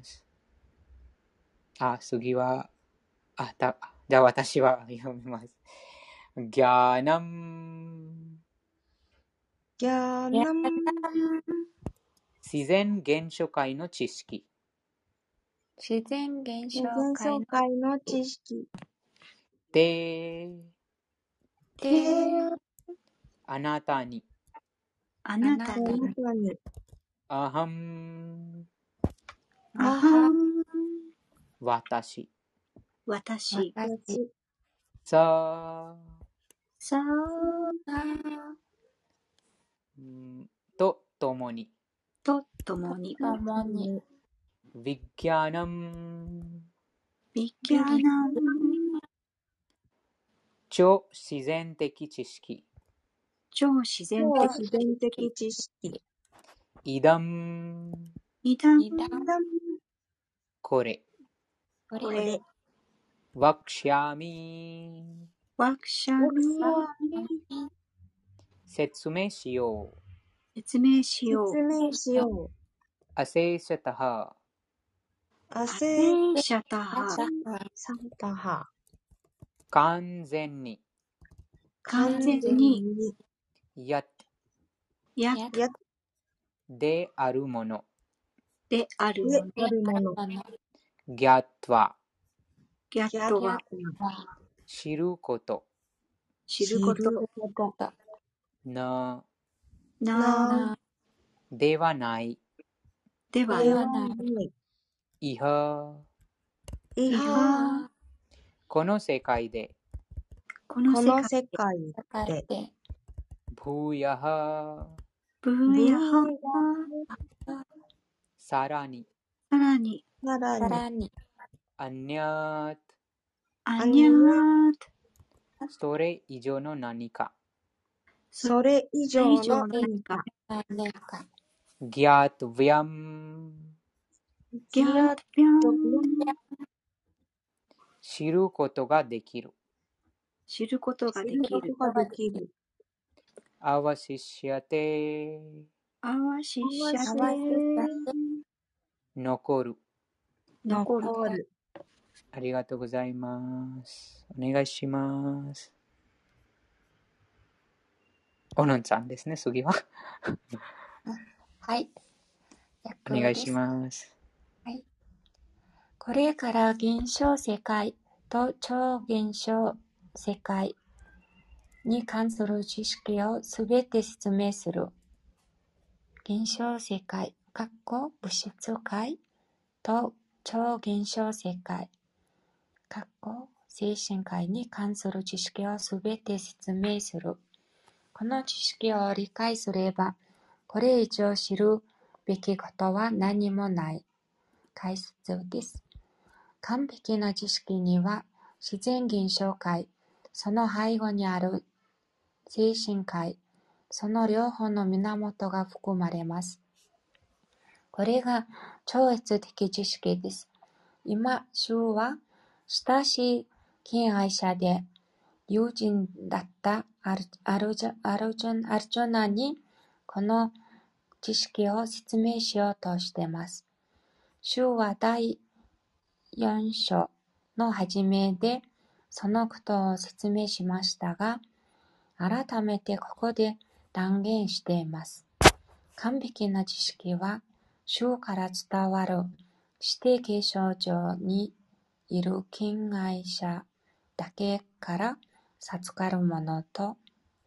次はじゃあ私は読みます。ギャナム自然現象界の知識であなたにアハム私さと共にヴィギャナム超自然的知識イダムこれワクシャミ説明しようアセーシャタハ完全にやであるものギャットワ知ることなではないイハこの世界でブーヤハさらにアニャートそれ以上の何かそれ以上の何か。 何か。 ギャートヴィアム。 ギャッと知ることができる。 知ることができる。 アワシシャテ。 あわししゃて。 残る。 残る。 ありがとうございます。お願いします。おのんちゃんですね、次は。 はい。 お願いします。 はい。これから現象世界と超現象世界に関する知識をすべて説明する。現象世界、物質界と超現象世界、精神界に関する知識をすべて説明する。この知識を理解すれば、これ以上知るべきことは何もない。解説です。完璧な知識には自然現象界、その背後にある精神界、その両方の源が含まれます。これが超越的知識です。今、主は親しい敬愛者で友人だったアルジョナにこの知識を説明しようとしています。主は第4章の初めでそのことを説明しましたが、改めてここで断言しています。完璧な知識は、主から伝わる指定継承上にいる敬愛者だけから授かるものと。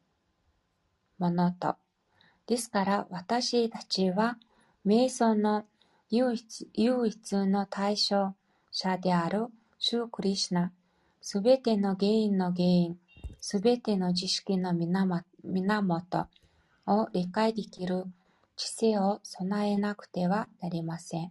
ですから私たちは、瞑想の唯一の対象者である主クリシュナ、すべての原因の原因、すべての知識の源を理解できる知性を備えなくてはなりません。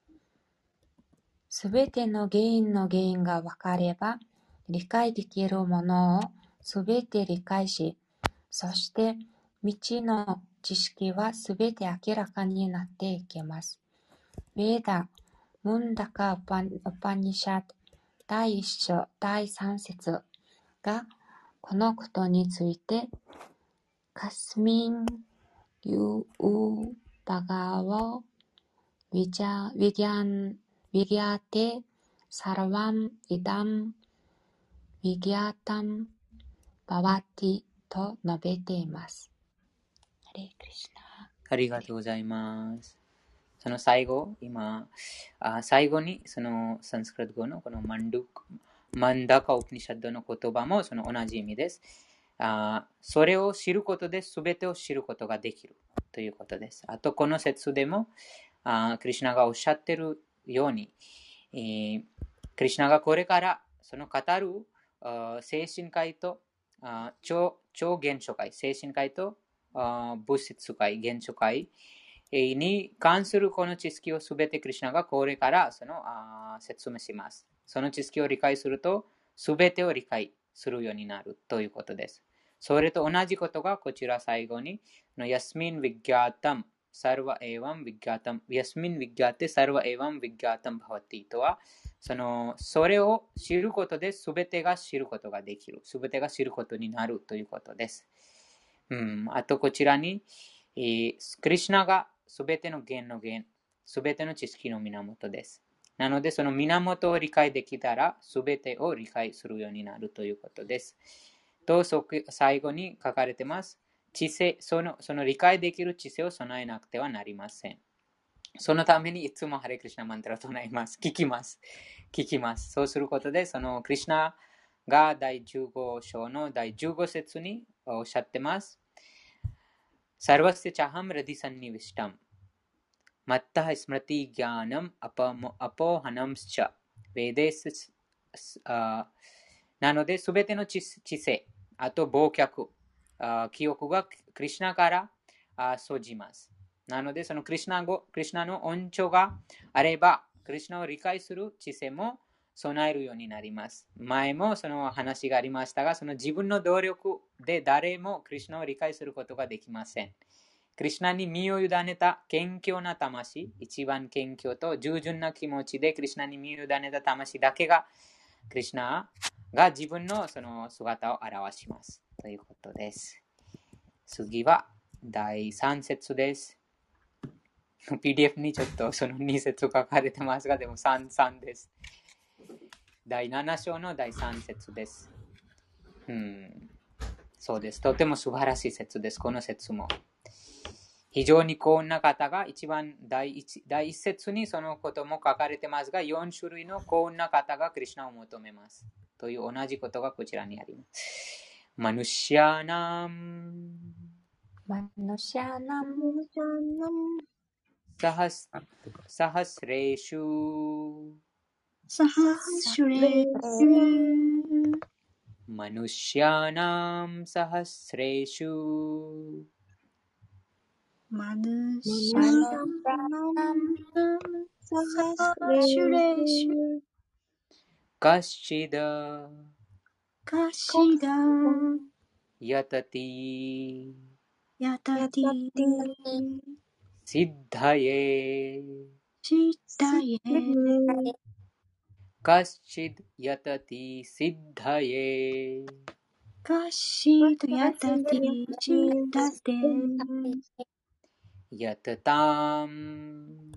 すべての原因の原因がわかれば、理解できるものをすべて理解し、そして未知の知識はすべて明らかになっていきます。ヴェーダ、ムンダカ・ウパニシャド第1章第3節がこのことについて、カスミン・ユウ・バガワ・ヴィギャテ・サラワン・イダン・ヴィギャタン・バワティと述べています。ハレクリシュナ。 ありがとうございます。その最後、最後にそのサンスクリット語のこのマンダカウプニシャッドの言葉もその同じ意味です。それを知ることで全てを知ることができるということです。あとこの説でもクリシュナがおっしゃっているように、クリシュナがこれからその語る精神界と超現象界、精神界と物質界、現象界に関するこの知識をすべてクリシュナがこれからその説明します。その知識を理解すると、すべてを理解するようになるということです。それと同じことがこちら最後に、ヤスミン・ヴィギャータム、サルヴァ・エヴァン・ヴィギャータム、ヤスミン・ヴィギャーテ・サルヴァ・エヴァン・ヴィギャータム・バワティとは、それを知ることで全てが知ることができる。全てが知ることになるということです。あとこちらに、クリシュナが全ての源の源、全ての知識の源です。なので、その源を理解できたら、全てを理解するようになるということです。と、最後に書かれています。知性、その理解できる知性を備えなくてはなりません。そのためにいつもハレクリシュナマントラを唱えます。聞きます。そうすることで、そのクリシュナが第15章の第15節におっしゃってます。サルバステチャハムラディサンニヴィシタム。マッタハスムラティギャーナムアポハナムスチャ。ベデス、なので、すべての知性、あと忘却、記憶がクリシュナから生じます。なので、そのクリシュナの恩寵があれば、クリシュナを理解する知性も備えるようになります。前もその話がありましたが、その自分の努力で誰もクリシュナを理解することができません。クリシュナに身を委ねた謙虚な魂、一番謙虚と従順な気持ちでクリシュナに身を委ねた魂だけがクリシュナが自分のその姿を表しますということです。次は第3節です。PDF にちょっとその2節書かれてますが、でも3です。第7章の第3節です。そうです。とても素晴らしい節です。この節も。非常に幸運な方が一番第一節にそのことも書かれてますが、4種類の幸運な方がクリシュナを求めます。という同じことがこちらにあります。マヌシャナムサハスレーシュマヌシャナムサハスレーシュカシダヤタティシッダエカシドヤタティシッダエヤタタム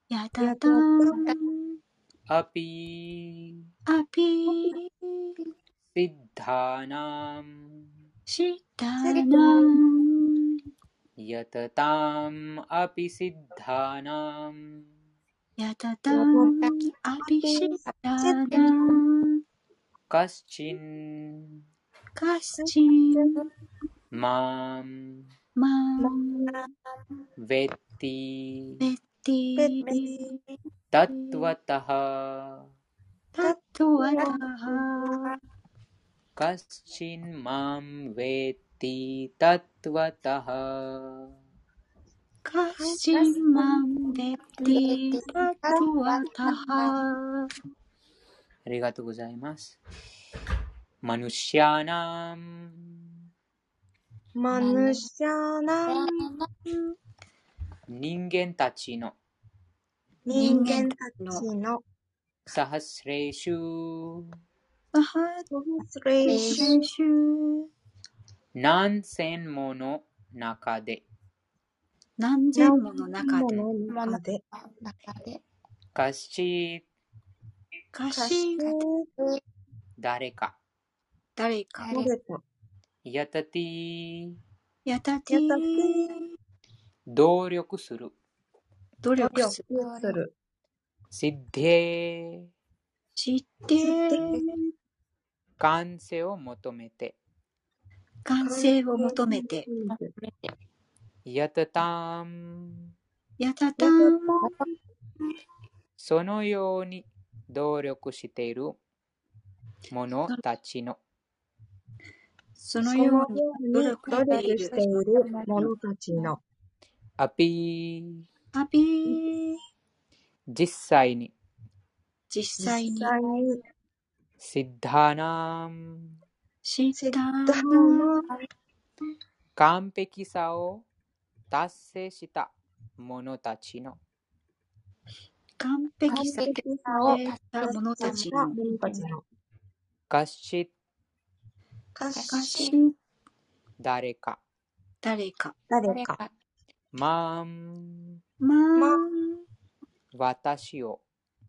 アピシッダナムヤタタムアピシッダナムカスチンマンベッティタットワタハカスチンマンベッティタットワタハありがとうございます。マヌシャナム人間たちのサハスレーシュ何千もの中でカシ誰かヤタティ努力するシッデ完成を求めてヤタタンそのように努力している者たちのアピー実際にシッダーナム完璧さを達成した者たちのカシ誰かマン私を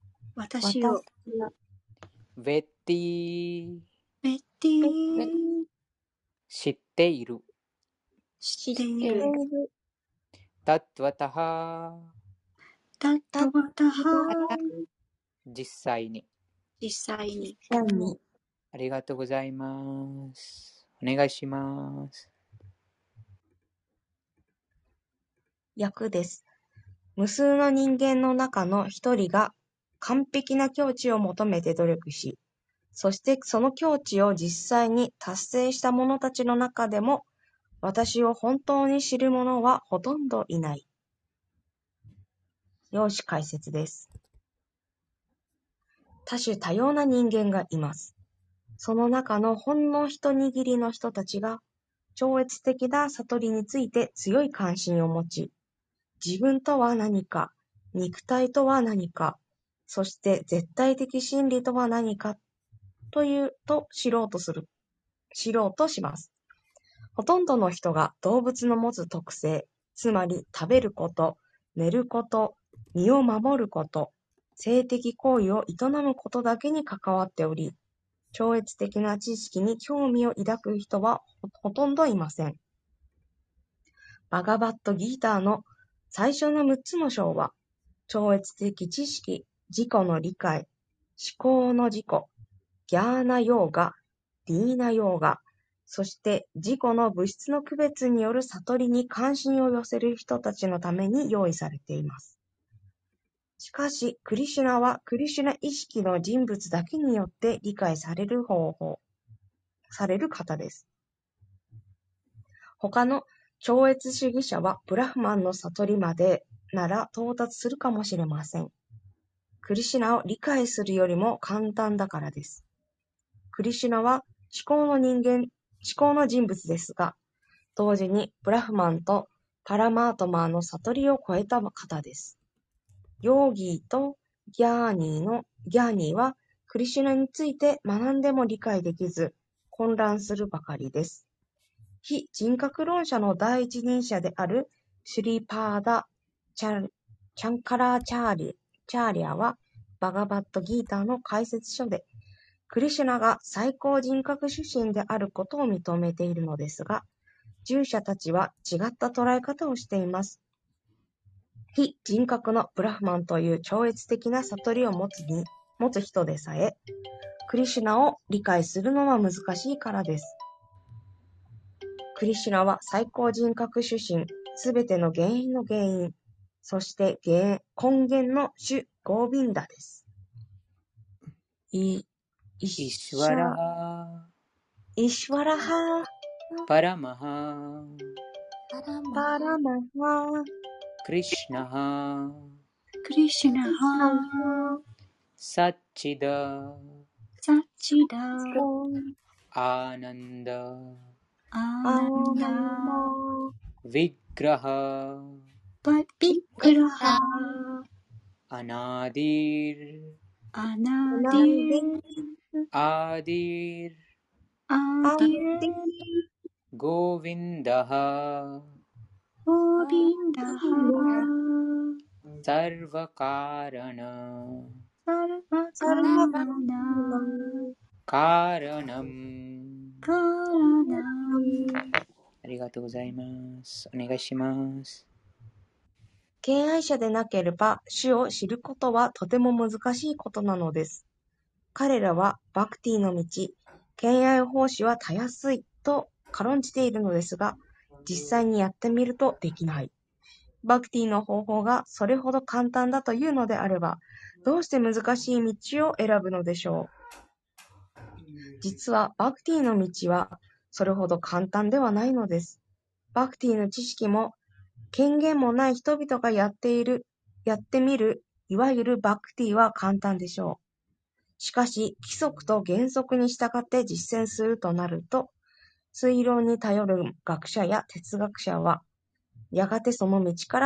ベッティ知っているタットワタハ実際にありがとうございます。お願いします。 訳です。無数の人間の中の一人が完璧な境地を求めて努力し、そしてその境地を実際に達成した者たちの中でも、私を本当に知る者はほとんどいない。用紙解説です。 多種多様な人間がいます。その中のほんの一握りの人たちが、超越的な悟りについて強い関心を持ち、自分とは何か、肉体とは何か、そして絶対的真理とは何かと知ろうとします。ほとんどの人が動物の持つ特性、つまり食べること、寝ること、身を守ること、性的行為を営むことだけに関わっており、超越的な知識に興味を抱く人はほとんどいません。バガバットギーターの最初の6つの章は、超越的知識、自己の理解、思考の自己、ギャーナヨーガ、ディーナヨーガ、そして自己の物質の区別による悟りに関心を寄せる人たちのために用意されています。しかし、クリシュナはクリシュナ意識の人物だけによって理解される方です。他の超越主義者はブラフマンの悟りまでなら到達するかもしれません。クリシュナを理解するよりも簡単だからです。クリシュナは思考の人物ですが、同時にブラフマンとパラマートマーの悟りを超えた方です。ヨーギーとギャーニーはクリシュナについて学んでも理解できず混乱するばかりです。非人格論者の第一人者であるシュリパーダ・チャンカラーチャーリアはバガバットギーターの解説書でクリシュナが最高人格主神であることを認めているのですが、従者たちは違った捉え方をしています。非人格のブラフマンという超越的な悟りを持つ人でさえ、クリシュナを理解するのは難しいからです。クリシュナは最高人格主神、すべての原因の原因、そして根源の主ゴービンダです。イシュワラハパラマハパラマハクリシュナハクリシュナハサッチダサッチダアーナンダアナンダヴィグラハビクラハアナディールアナディアーディールアディゴーヴィンダハゴビンダハサルヴァカラナサルバカラナカラナムカラナありがとうございます。お願いします。 敬愛者でなければ主を知ることはとても難しいことなのです。彼らはバクティの道、敬愛奉仕はたやすいと軽んじているのですが、実際にやってみるとできない。バクティの方法がそれほど簡単だというのであれば、どうして難しい道を選ぶのでしょう。実はバクティの道はそれほど簡単ではないのです。バクティの知識も権限もない人々がやってみる、いわゆるバクティは簡単でしょう。しかし、規則と原則に従って実践するとなると、推論に頼る学者や哲学者は、やがてその道から、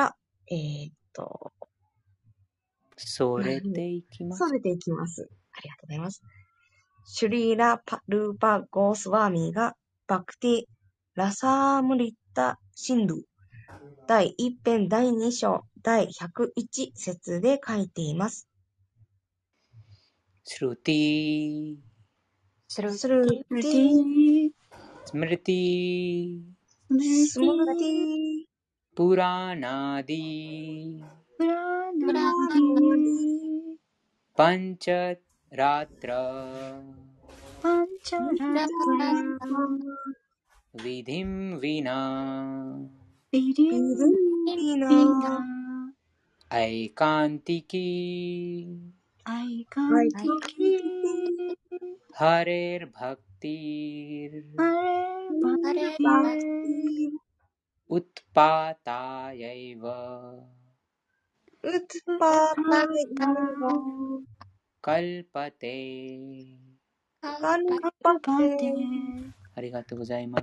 それていきます。 それていきます。ありがとうございます。シュリーラ・ルーパ・ゴースワーミーが、バクティ・ラサームリッタ・シンドゥ、第1編第2章第101節で書いています。 スルティスルティスムルティスムルティプラナディプラナディパンチャラトラパンチャラトラヴィディムヴィナビリンナアイカンティキアイカンティキハレルバクティルハレバクティウッパタヤイヴァウッパタヤイヴァカルパテ。 カルカパルパテ。 テ。 ありがとうございます。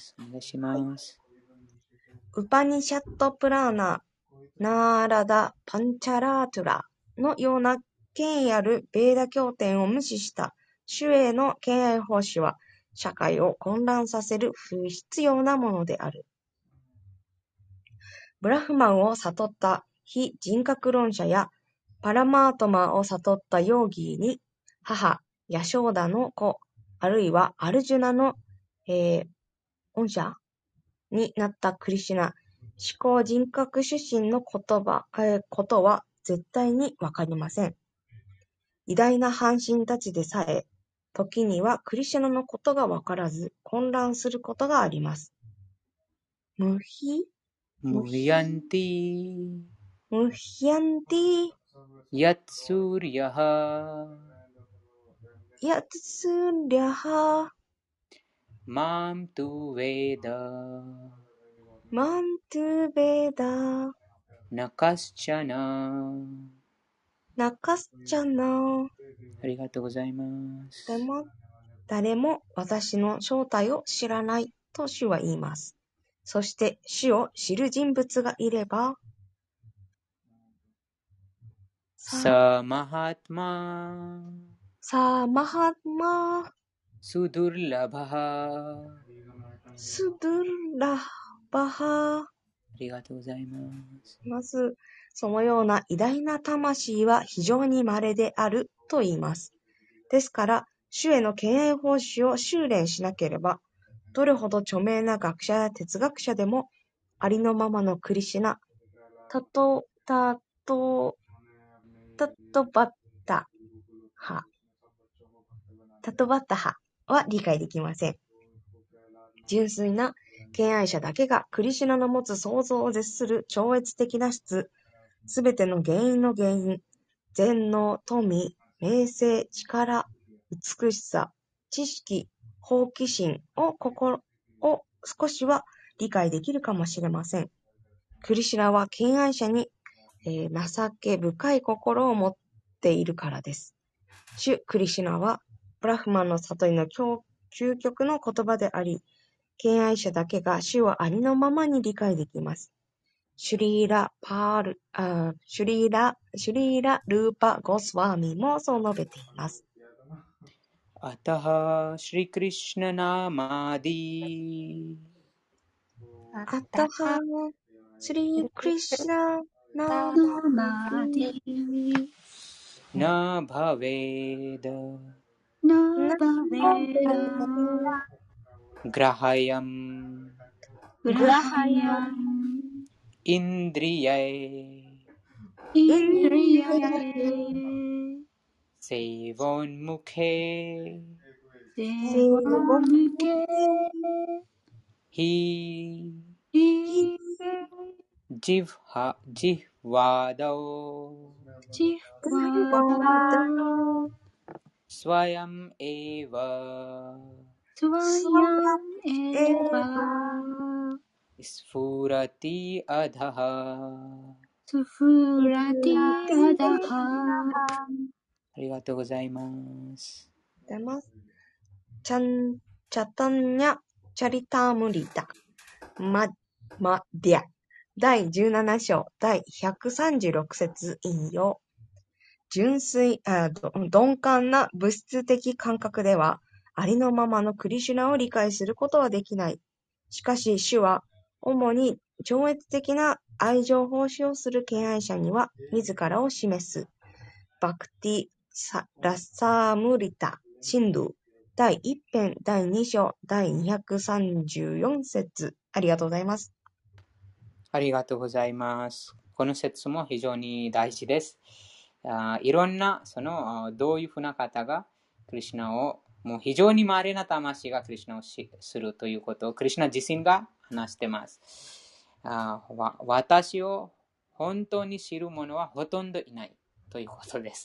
お願いします。 ウパニシャットプラーナ、ナーラダ・パンチャラートゥラのような権威あるベーダ経典を無視した主への敬愛奉仕は、社会を混乱させる不必要なものである。ブラフマンを悟った非人格論者やパラマートマを悟ったヨーギーに、母、ヤショーダの子、あるいはアルジュナの、恩者になったクリシュナ、思考人格出身のことは絶対にわかりません。偉大な半身たちでさえ、時にはクリシュナのことがわからず混乱することがあります。ムヒヤンティヤッツーリヤハヤツリャハマントゥヴェダマントゥベダナカスチャナ。 ナカスチャナ。 ありがとうございます。 誰も私の正体を知らないと主は言います。そして主を知る人物がいれば、 サマハトママハトマスドゥルラバハ。 スドゥラバハ。 ありがとうございます。 まず、そのような偉大な魂は非常に稀であると言います。ですから、主への敬愛奉仕を修練しなければ、どれほど著名な学者や哲学者でも、ありのままのクリシュナ、タトバッタハは理解できません。純粋な敬愛者だけがクリシュナの持つ想像を絶する超越的な質、すべての原因の原因、全能、富、名声、力、美しさ、知識、好奇心を少しは理解できるかもしれません。クリシュナは敬愛者に、情け深い心を持っているからです。主クリシュナはブラフマンの悟りの究極の言葉であり、敬愛者だけが主をありのままに理解できます。シュリーラ・ルーパ・ゴスワーミもそう述べています。 アタハ・シリクリシュナ・ナマディアタハ・シリクリシュナ・ナマディナバヴェダナバヴェダグラハヤムグラハヤムインドリヤエインドリヤエセイボンムケセボムケヒジヴワダオジワダスワヤムエヴァスワヤンエヴァスフラティアダハスフラティアダハ。 ありがとうございます。 チャタンニャ・チャリタームリタマディア第17章第136節引用。鈍感な物質的感覚ではありのままのクリシュナを理解することはできない。しかし主は主に超越的な愛情奉仕をする敬愛者には自らを示す。バクティ・ラッサームリタ・シンドゥ第1編第2章第234節。ありがとうございます。 ありがとうございます。この説も非常に大事です。いろんなどういうふうな方がクリシュナをもう非常に稀な魂がクリシュナをするということをクリシュナ自身が話しています。私を本当に知る者はほとんどいないということです。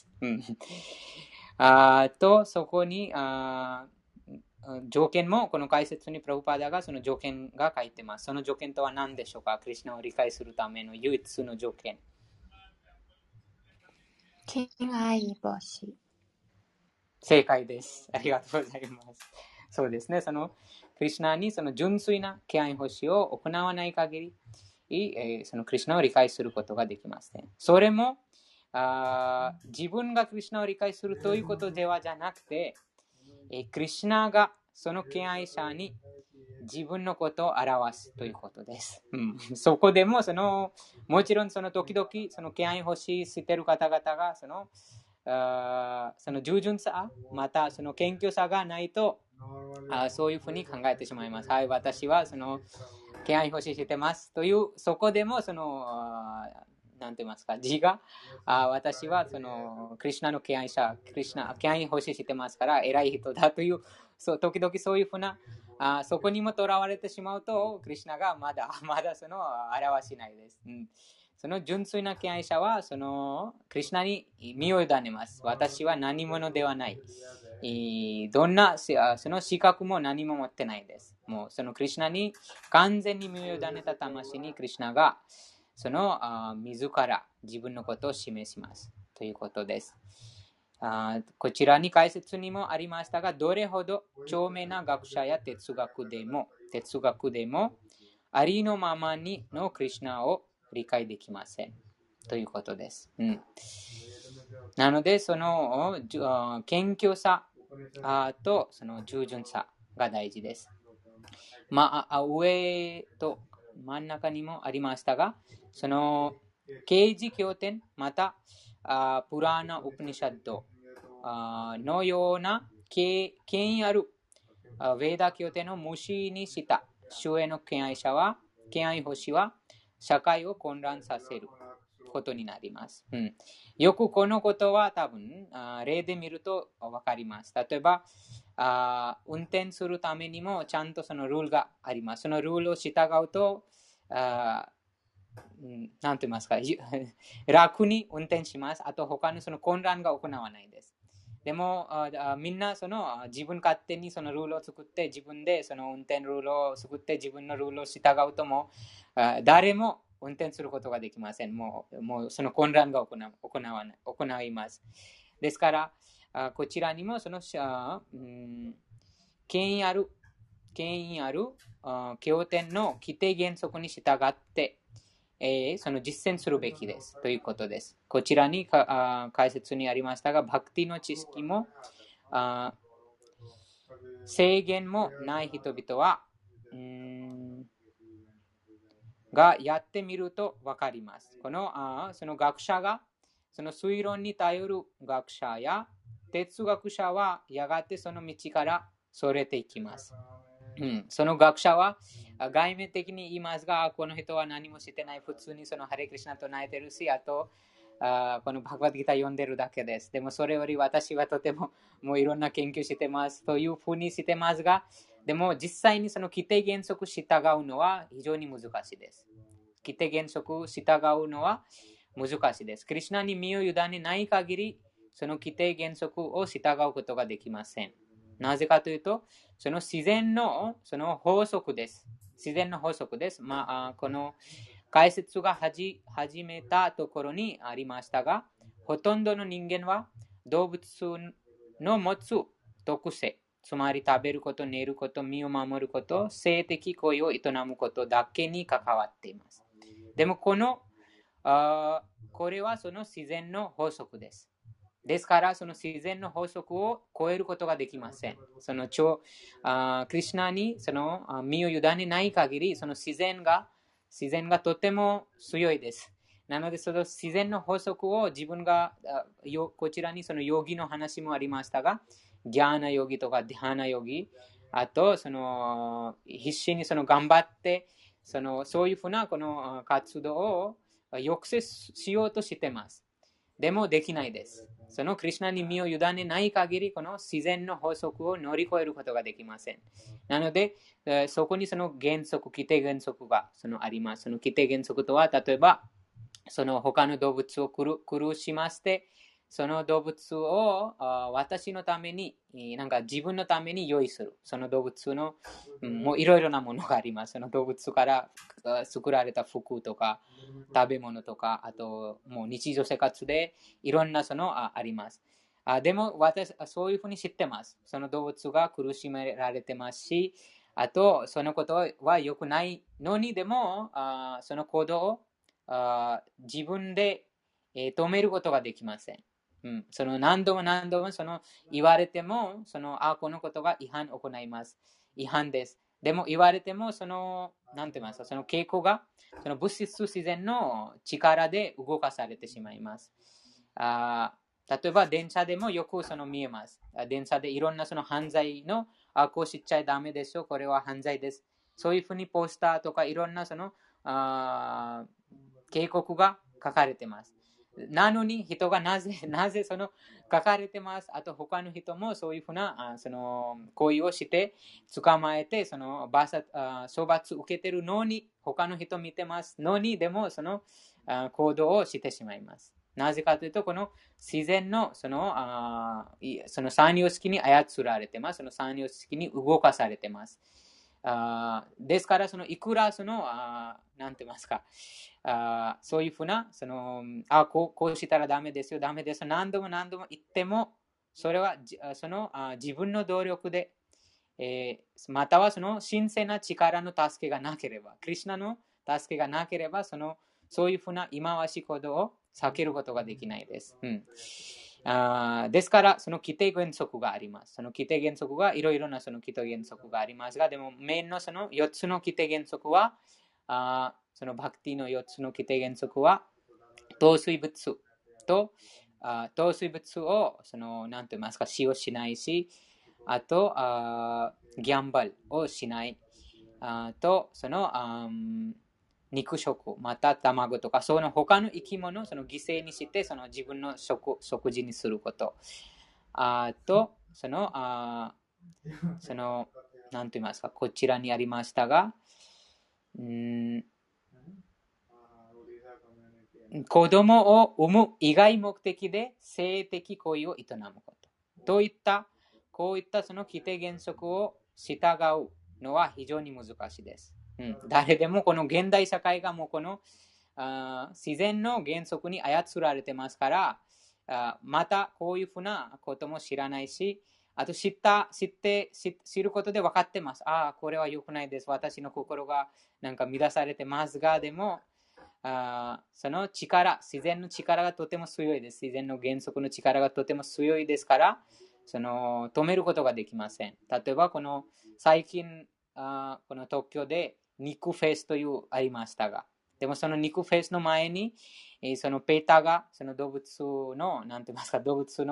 そこに条件もこの解説にプラブパーダがその条件が書いてます。その条件とは何でしょうか？クリシュナを理解するための唯一の条件。 敬愛星。 正解です。ありがとうございます。そうですね。そのクリシュナにその純粋な敬愛星を行わない限り、そのクリシュナを理解することができません。それも自分がクリシュナを理解するということではじゃなくて、クリシュナがその敬愛者に自分のことを表すということです。そこでももちろんその時々その敬愛星している方々がその従順さまたその謙虚さがないとそういうふうに考えてしまいます。はい、私はその敬愛星してますというそこでもなんて言いますか、自我私はそのクリシュナの敬愛者、敬愛星してますから偉い人だという時々そういうふうなそこにもとらわれてしまうとクリシュナがまだその表しないです。その純粋な敬愛者はそのクリシュナに身を委ねます。私は何者ではない。どんなその資格も何も持ってないです。もうそのクリシュナに完全に身を委ねた魂にクリシュナがその自ら自分のことを示しますということです。こちらに解説にもありましたが、どれほど著名な学者や哲学でもありのままにのクリシュナを理解できませんということです。なのでその謙虚さとその従順さが大事です。上と真ん中にもありましたが、その啓示経典またプラーナ・ウプニシャッドのような権威あるヴェーダ経典の無視にした主への敬愛星は社会を混乱させることになります。よくこのことは多分例で見ると分かります。例えば運転するためにもちゃんとそのルールがあります。そのルールを従うとなんて言いますか楽に運転します。あと他のその混乱が行わないです。でもみんなその自分勝手にそのルールを作って自分でその運転ルールを作って自分のルールを従うとも誰も運転することができません。もうその混乱が行います。ですからこちらにもその権威ある経典の規定原則に従ってその実践するべきですということです。こちらに解説にありましたが、バクティの知識も制限もない人々はがやってみると分かります。その学者がその推論に頼る学者や哲学者はやがてその道からそれていきます。その学者は外面的に言いますが、この人は何もしてない、普通にそのハレクリシナと唱えてるし、あとこのバグワッドギター読んでるだけです。でもそれより私はとてももういろんな研究してますというふうにしてますが、でも実際にその規定原則従うのは非常に難しいです。規定原則従うのは難しいです。クリシュナに身を委ねない限り、その規定原則を従うことができません。なぜかというと、その自然のその法則です。自然の法則です。この解説が始めたところにありましたが、ほとんどの人間は動物の持つ特性、つまり食べること、寝ること、身を守ること、性的行為を営むことだけに関わっています。でもこれはその自然の法則です。ですからその自然の法則を超えることができません。そのクリシュナにその身を委ねない限り、その自然がとても強いです。なのでその自然の法則を自分がこちらにそのヨギの話もありましたが、ギャーナヨギとかディハナヨギ、あとその必死にその頑張ってそういうふうなこの活動を抑制しようとしています。でもできないです。そのクリシュナに身を委ねない限り、この自然の法則を乗り越えることができません。なので、そこにその原則、規定原則があります。その規定原則とは、例えば、その他の動物を苦しませて、 その動物を私のために、なんか自分のために用意する。その動物の、もういろいろなものがあります。その動物から作られた服とか、食べ物とか、あと、もう日常生活でいろんなあります。でも私、そういうふうに知ってます。その動物が苦しめられてますし、あと、そのことは良くないのにでも、その行動を自分で、止めることができません。その何度も言われても、このことが違反を行います。違反です。でも言われても、なんて言いますか、その傾向が、その物質自然の力で動かされてしまいます。例えば電車でもよく見えます。電車でいろんな犯罪のこうしちゃダメですよ、これは犯罪です。そういうふうにポスターとかいろんな警告が書かれています。なのに人がなぜ書かれてます。あと他の人もそういうふうな行為をして捕まえて処罰受けてるのに、他の人見てますのに、でも行動をしてしまいます。なぜかというと、この自然の三様式に操られてます。その三様式に動かされてます。ですから、いくらなんて言いますか、そういうふうなこうしたらダメですよ、ダメです。何度も言っても、それは自分の努力で、または神聖な力の助けがなければ、クリシュナの助けがなければ、そういうふうな忌まわしいことを避けることができないです。ですから、規定原則があります。その規定原則がいろいろな規定原則がありますが、でもメインの4つの規定原則は、そのバクティの4つの規定原則は、糖水物と、糖水物を何と言いますか、使用しないし、あと、ギャンブルをしない、と、肉食、また卵とか、その他の生き物を犠牲にして、自分の食事にすること。と、なんと言いますか、こちらにありましたが、子供を産む以外目的で性的行為を営むこと。こういった規定原則を従うのは非常に難しいです。誰でもこの現代社会がもうこの自然の原則に操られてますから、またこういうふうなことも知らないし、あと知ることで分かってます。これは良くないです。私の心がなんか乱されてますが、でもその力、自然の力がとても強いです。自然の原則の力がとても強いですから、止めることができません。例えば最近この東京で肉フェスというありましたが、でもその肉フェスの前にペーターが動物のなんて言いますか、動物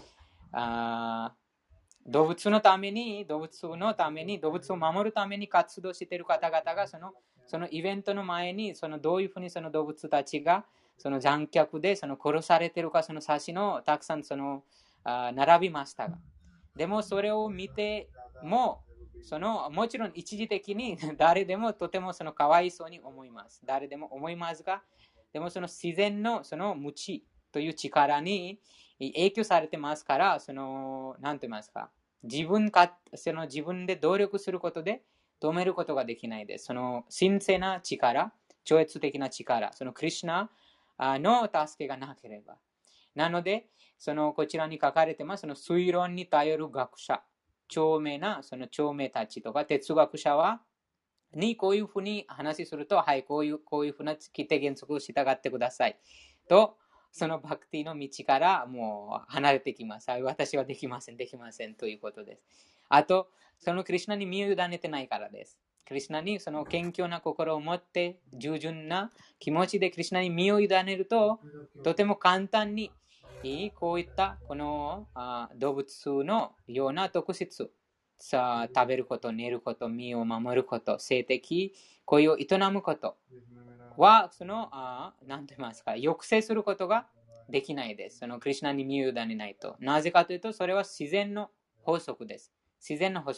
のために動物を守るために活動している方々がそのイベントの前にどういうふうに動物たちが残虐で殺されているか写真をたくさん並びましたが、でもそれを見てももちろん一時的に誰でもとてもかわいそうに思います。誰でも思いますが、でも自然の無知という力に影響されてますから、なんて言いますか、自分で努力することで止めることができないです。神聖な力、超越的な力、クリシュナの助けがなければ。なので、こちらに書かれてます、推論に頼る学者、長命たちとか哲学者にこういうふうに話すると、はい、こういうふうな規定原則を従ってくださいと、バクティの道からもう離れてきます。私はできませんということです。あと、クリシュナに身を委ねてないからです。クリシュナに謙虚な心を持って従順な気持ちでクリシュナに身を委ねると、とても簡単にこういったこの動物のような特質、食べること、寝ること、身を守ること、性的行為を営むことは何と言いますか、抑制することができないです。クリシュナに身を委ねないと。なぜかというと、それは自然の法則です。そ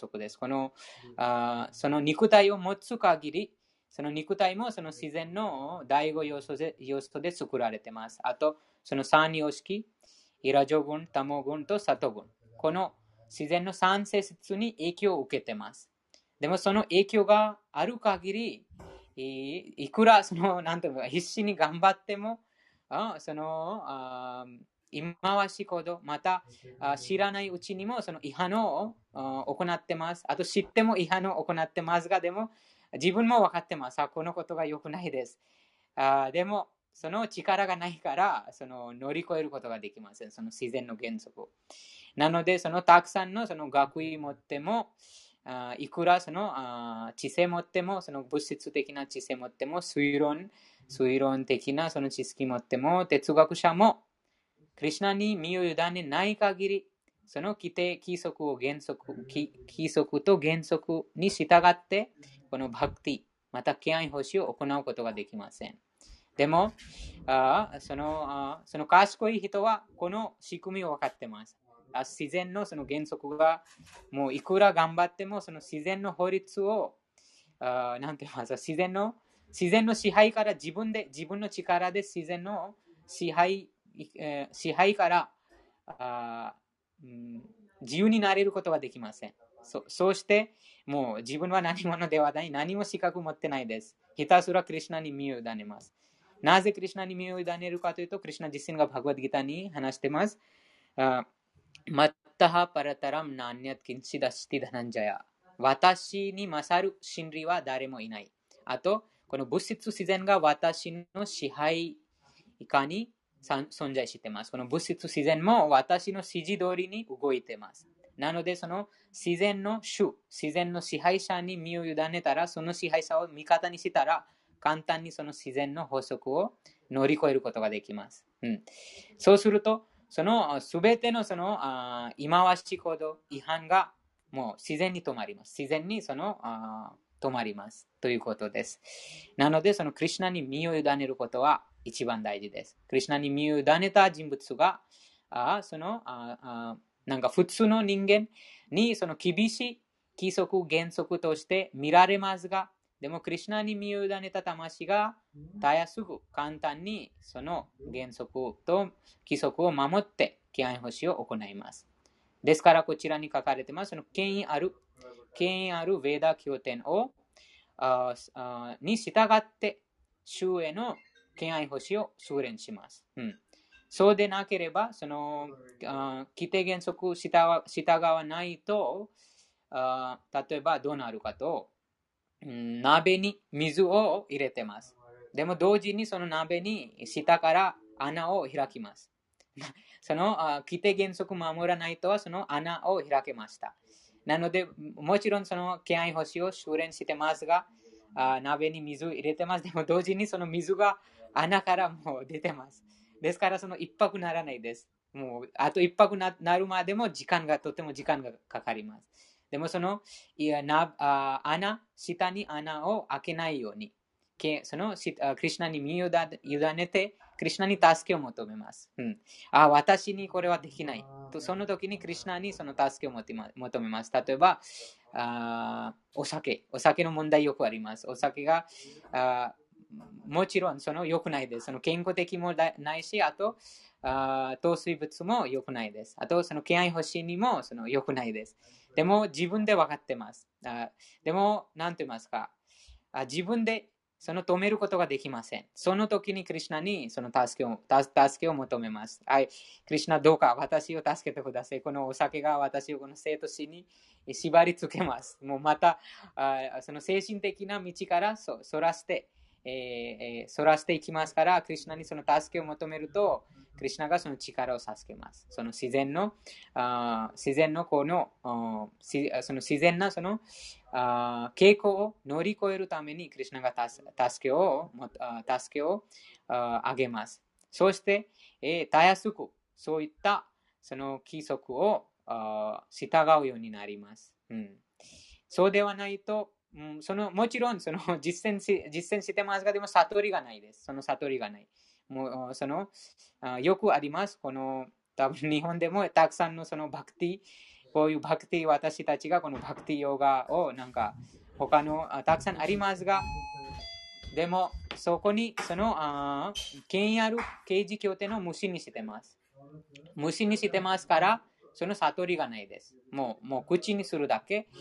の肉体を持つ限り、その肉体も自然の第5要素で作られています。あと、三様式、 ラジョグン、タモグンとサトグン。この自然の3性質に影響を受けています。でもその影響がある限り、いくらなんていうか必死に頑張っても、忌まわしいこと、また知らないうちにもその違反を行ってます。あと知っても違反を行ってますが、でも自分も分かってます。このことが良くないです。でもその力がないから乗り越えることができません。その自然の原則。なので、たくさんの学位持っても、いくら知性持っても、物質的な知性持っても、推論的な知識持っても、哲学者も、クリシュナに身を委ねない限り、その規則と原則に従って、このバクティ、また敬愛奉仕を行うことができません。でも、その賢い人は、この仕組みを分かっています。自然の原則が、もういくら頑張っても、自然の法律を、なんて言いますか、自然の支配から自分の力で自然の支配から自由になれることができません。そうして、もう自分は何者ではない、何も資格持ってないです。ひたすらクリシュナに身を委ねます。なぜクリシュナに身を委ねるかというと、クリシュナ自身がバグワッドギターに話しています。マッタハパラタラムナーニャッキンシダシティダナンジャヤ。私に勝る真理は誰もいない。あと、この物質自然が私の支配下に存在しています。この物質自然も私の指示通りに動いています。なので、自然の自然の支配者に身を委ねたら、その支配者を味方にしたら、簡単に自然の法則を乗り越えることができます。そうすると、すべての忌まわしい行動、違反がもう自然に止まります。自然に止まりますということです。なので、クリシュナに身を委ねることは一番大事です。クリシュナに身を委ねた人物が、なんか普通の人間に厳しい規則原則として見られますが、でもクリシュナに身を委ねた魂がたやすぐ簡単にその原則と規則を守って敬愛奉仕を行います。ですからこちらに書かれています。権威あるヴェーダ経典をに従って主への敬愛奉仕を修練します。そうでなければ、規定原則従わないと、例えばどうなるかと、鍋に水を入れてます。でも同時にその鍋に下から穴を開きます。規定原則守らないとその穴を開けました。なので、もちろん敬愛奉仕を修練してますが、鍋に水を入れてます。でも同時にその水が穴からもう出てます。ですから一泊ならないです。もうあと一泊なるまでもとても時間がかかります。でも下に穴を開けないように、クリシュナに身を委ねて、クリシュナに助けを求めます。私にこれはできない。とその時にクリシュナにその助けを求めます。例えば、お酒の問題よくあります。お酒がもちろん良くないです。健康的もないし、あと糖水物も良くないです。あと敬愛奉仕にも良くないです。でも自分で分かってます。でも何て言いますか、自分で止めることができません。その時にクリシュナに助けを求めます。クリシュナどうか私を助けてください。このお酒が私をこの生と死に縛り付けます。もうまた精神的な道からそらしていきますから、クリシュナに助けを求めると、クリシュナが力を授けます。自然のこの自然な傾向を乗り越えるためにクリシュナが助けをあげます。そしてたやすくそういった規則を従うようになります。そうではないと、もちろん実践してますが、でも悟りがないです。悟りがない。もうよくあります。多分日本でもたくさんのバクティ、こういうバクティ、私たちがこのバクティヨガをなんか他のたくさんありますが、でもそこに権威ある啓示経典を無視にしてます。 無視にしてますから、その悟りがないです。もう口にするだけ、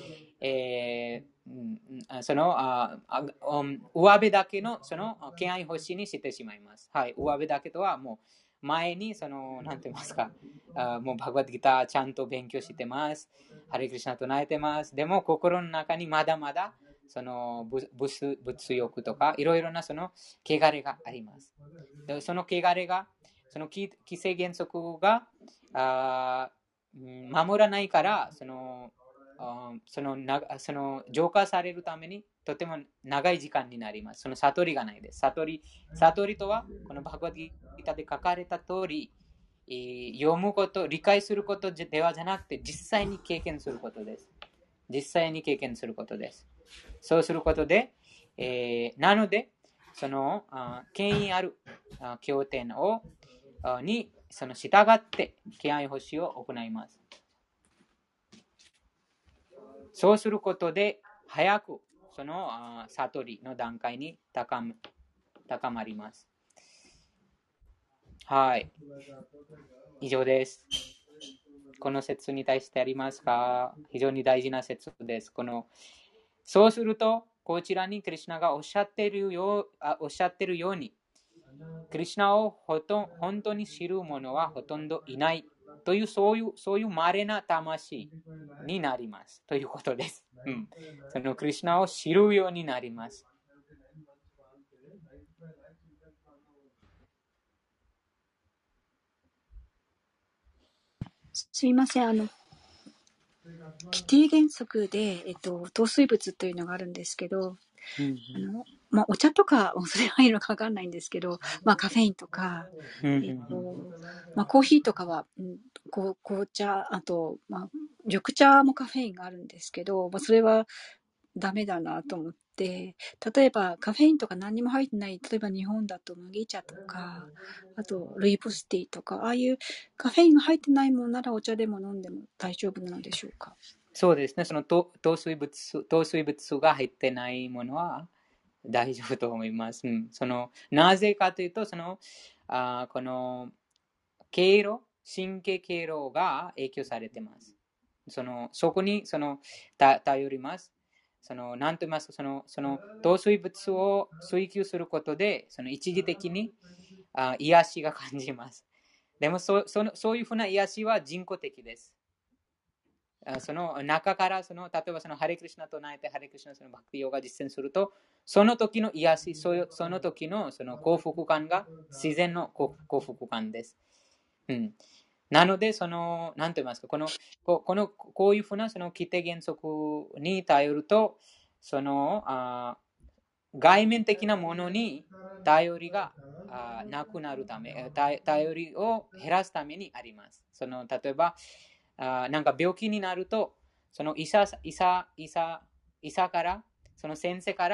その上辺だけのその敬愛欲しにしてしまいます。はい、上辺だけとはもう前にそのなんて言いますか、もうバグワッドギターちゃんと勉強してます。ハレクリシナ唱えてます。でも心の中にまだまだその物欲とかいろいろなその汚れがあります。でその汚れがその規制原則が守らないから、その浄化されるためにとても長い時間になります。その悟りがないです。悟りとは、このバグワッドギターで書かれた通り、読むこと、理解することではじゃなくて、実際に経験することです。実際に経験することです。そうすることで、なので、その権威ある経典にその従って敬愛欲しを行います。そうすることで早くその悟りの段階に高まります。はい。以上です。この説に対してありますか？非常に大事な説です。そうすると、こちらにクリシュナがおっしゃっているように、クリシュナを本当に知る者はほとんどいないという、そういう稀な魂になりますということです。そのクリシュナを知るようになります。 すいません。規定原則で、糖水物というのがあるんですけど、お茶とか、それはいいのかわかんないんですけど、カフェインとか、コーヒーとかは、紅茶、あと、緑茶もカフェインがあるんですけど、それはダメだなと思って、例えばカフェインとか何にも入ってない、例えば日本だと麦茶とか、あとルイボスティーとか、ああいうカフェインが入ってないものならお茶でも飲んでも大丈夫なのでしょうか？ そうですね。その糖水物が入ってないものは大丈夫と思います。なぜかというと、この神経経路が影響されています。そこに頼ります。何と言いますか、その糖水物を追求することで、一時的に癒しが感じます。でもそういうふうな癒しは人工的です。その中から例えばハレクリシュナと唱えてハレクリシュナバクティヨガ実践すると、その時の癒し、その時の幸福感が自然の幸福感です。なので、何と言いますか、こういうふうな規定原則に頼ると、外面的なものに頼りがなくなるため、頼りを減らすためにあります。例えば、なんか病気になると、医者から、先生から、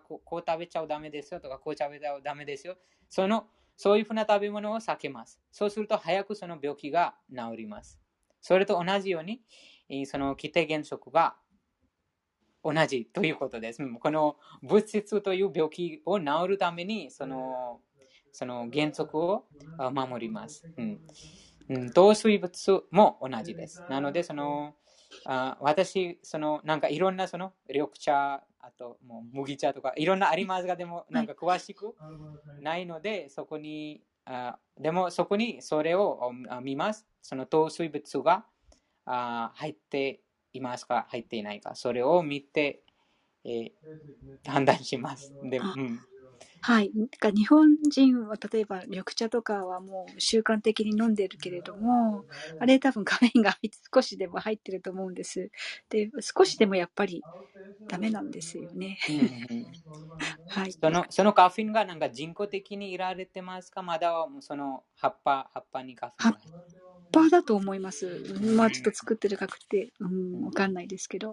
こう食べちゃダメですよとか、こう食べちゃダメですよ。そういうふうな食べ物を避けます。そうすると、早くその病気が治ります。それと同じように、規定原則が同じということです。この物質という病気を治るために、その原則を守ります。糖水物も同じです。なので、私、なんかいろんな緑茶、あともう麦茶とかいろんなありますが、でもなんか詳しくないので、でもそこにそれを見ます。糖水物が入っていますか、入っていないか、それを見て、判断します。 はい。日本人は例えば緑茶とかはもう習慣的に飲んでるけれども、あれ多分カフェインが少しでも入ってると思うんです。で、少しでもやっぱりダメなんですよね。 はい。そのカフェインがなんか人工的にいられてますか？まだ葉っぱにカフェインが。 葉っぱだと思います。ちょっと作ってるかくて、わかんないですけど。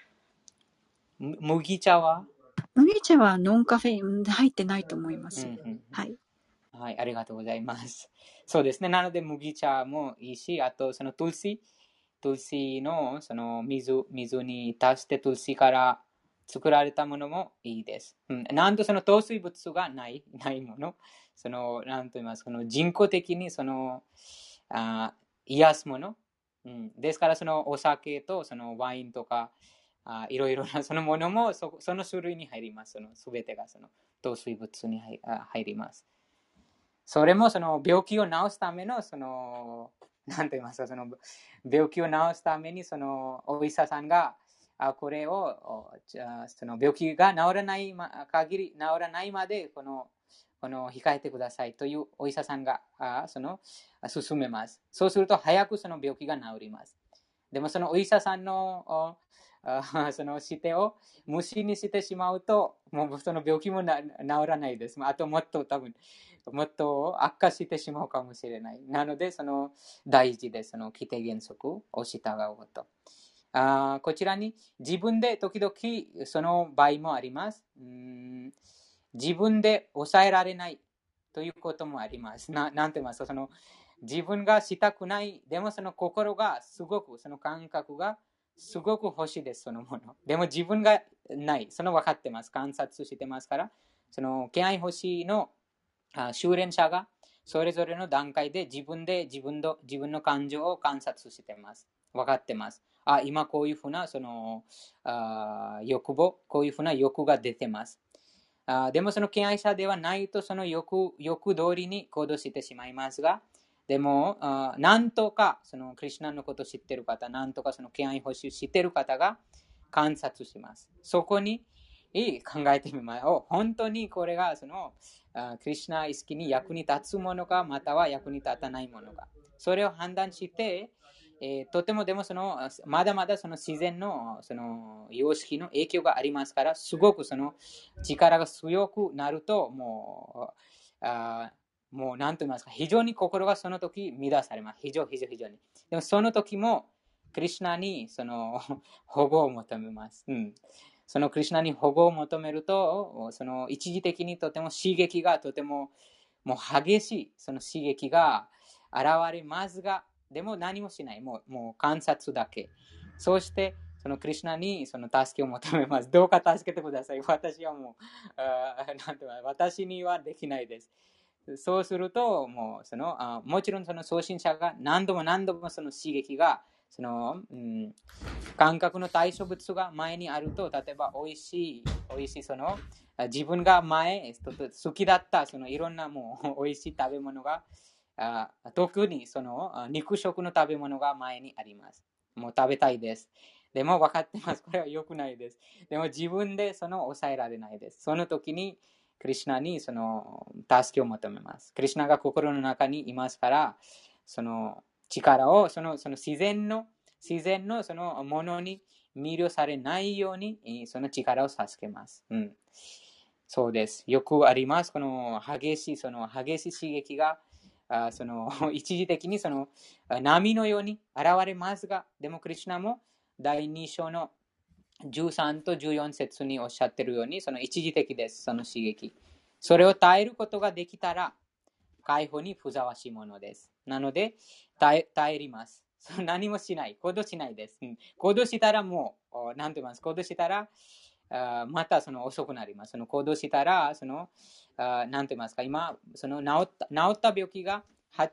麦茶はノンカフェイン入ってないと思います。はい。 はい、ありがとうございます。そうですね。なので麦茶もいいし、あとトゥルシーの水に足してトゥルシーから作られたものもいいです。なんと糖水物がないもの、なんと言いますか、人工的に癒すもの、ですからそのお酒とそのワインとかいろいろなそのものもその種類に入ります。その全てがその糖水物に入ります。それもその病気を治すためのそのなんて言いますか、その病気を治すためにそのお医者さんがこれをその病気が治らない限り治らないまでこの控えてくださいというお医者さんがその勧めます。そうすると早くその病気が治ります。でもそのお医者さんのその指定を無視にしてしまうと、もうその病気も治らないです。あともっと悪化してしまうかもしれない。なので、その大事です。その規定原則を従うこと。こちらに自分で時々その場合もあります。自分で抑えられないということもあります。なんて言いますか、その自分がしたくない、でもその心がすごく、その感覚がすごく欲しいです、そのもの。でも自分がない、その分かってます。観察してますから、その敬愛欲しいの修練者がそれぞれの段階で自分の感情を観察してます。分かってます。今こういうふうなその欲望、こういうふうな欲が出てます。でもその敬愛者ではないとその欲通りに行動してしまいますが、でもなんとかそのクリシュナのことを知っている方、なんとかその敬愛欲しい知っている方が観察します。そこに考えてみます。本当にこれがそのクリシュナ意識に役に立つものか、または役に立たないものか、それを判断して、とてもでもそのまだまだその自然のその様式の影響がありますから、すごくその力が強くなるともう何と言いますか、非常に心がその時乱されます。非常に。でもその時もクリシュナにその保護を求めます。そのクリシュナに保護を求めると、その一時的にとても刺激がとてももう激しいその刺激が現れますが、でも何もしない。もう観察だけ。そしてそのクリシュナにその助けを求めます。どうか助けてください。私はもう私にはできないです。そうするともうもちろんその送信者が何度もその刺激がその、感覚の対象物が前にあると、例えば美味しいその自分が前好きだったそのいろんなもう美味しい食べ物が特にその肉食の食べ物が前にあります。もう食べたいです。でも分かってます。これは良くないです。でも自分でその抑えられないです。その時にクリシュナにその助けを求めます。クリシュナが心の中にいますから、その力をその自然のそのものに魅了されないようにその力を授けます。そうです。よくあります。この激しい刺激がその一時的にその波のように現れますが、でもクリシュナも第2章の13と14節におっしゃっているように、その一時的です。その刺激。それを耐えることができたら解放にふさわしいものです。なので耐えます。何もしない。行動しないです。行動したらもう、なんて言います。行動したらまたその遅くなります。その行動したらなんて言いますか、今その治った病気が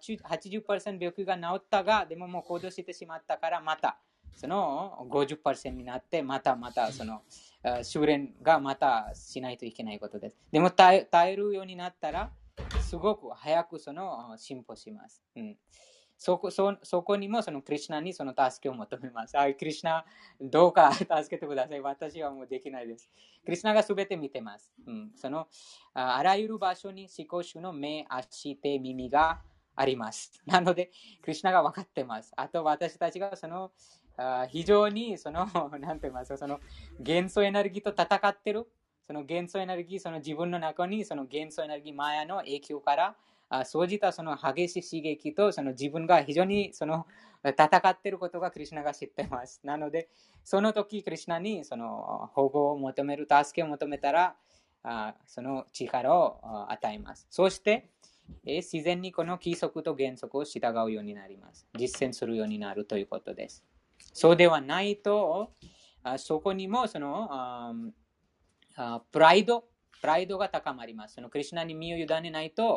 80% 病気が治ったが、でももう行動してしまったから、またその 50% になって、またその修練がまたしないといけないことです。でも耐えるようになったら、すごく早くその進歩します。そこにもそのクリシュナにその助けを求めます。クリシュナ、どうか助けてください。私はもうできないです。クリシュナがすべて見てます。そのあらゆる場所に思考主の目、足、手、耳があります。なので、クリシュナが分かってます。あと私たちがその非常にそのなんて言いますか、その元素エネルギーと戦ってる。その元素エネルギー、その自分の中にその元素エネルギーマヤの影響から生じたその激しい刺激とその自分が非常にその戦っていることがクリシュナが知っています。なのでその時クリシュナにその保護を求める、助けを求めたらその力を与えます。そして自然にこの規則と原則を従うようになります。実践するようになるということです。そうではないとそこにもそのプライドが高まります。そのクリシュナに身を委ねないと、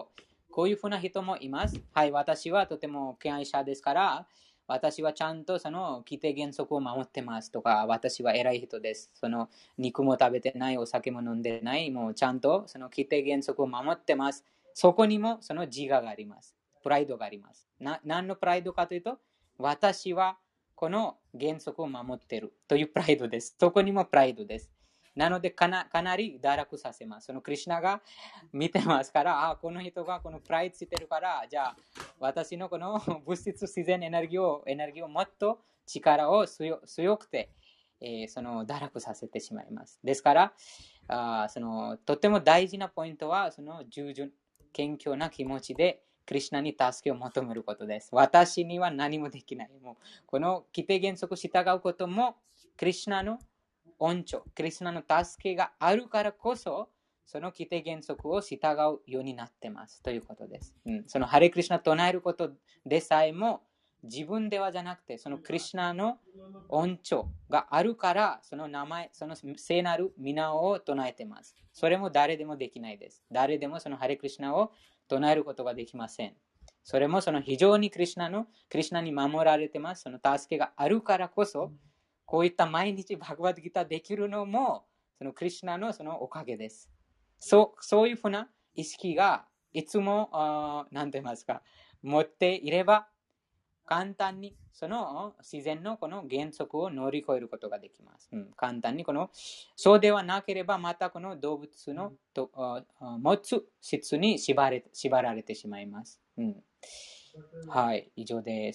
こういうふうな人もいます。はい、私はとても敬愛者ですから、私はちゃんとその規定原則を守ってますとか、私は偉い人です。その肉も食べてない、お酒も飲んでない、もうちゃんとその規定原則を守ってます。そこにもその自我があります。プライドがあります。何のプライドかというと、私はこの原則を守っているというプライドです。そこにもプライドです。なのでかなり堕落させます。そのクリシュナが見てますから、この人がこのプライドしてるから、じゃあ私のこの物質自然エネルギーをもっと力を強くて、その堕落させてしまいます。ですからそのとても大事なポイントはその従順、謙虚な気持ちでクリシュナに助けを求めることです。私には何もできない。もうこの規定原則を従うこともクリシュナの恩寵、クリスナの助けがあるからこそ、その規定原則を従うようになってますということです。そのハレクリシナ唱えることでさえも、自分ではじゃなくて、そのクリシナの恩寵があるから、その名前、その聖なる皆を唱えてます。それも誰でもできないです。誰でもそのハレクリシナを唱えることができません。それもその非常にクリシナに守られてます。その助けがあるからこそ、こういった毎日バグワッドギターできるのも、そのクリシュナのそのおかげです。そういうふうな意識がいつも、何と言いますか、持っていれば、簡単にその自然のこの原則を乗り越えることができます。簡単にそうではなければ、またこの動物の持つ質に縛られてしまいます。はい、以上です。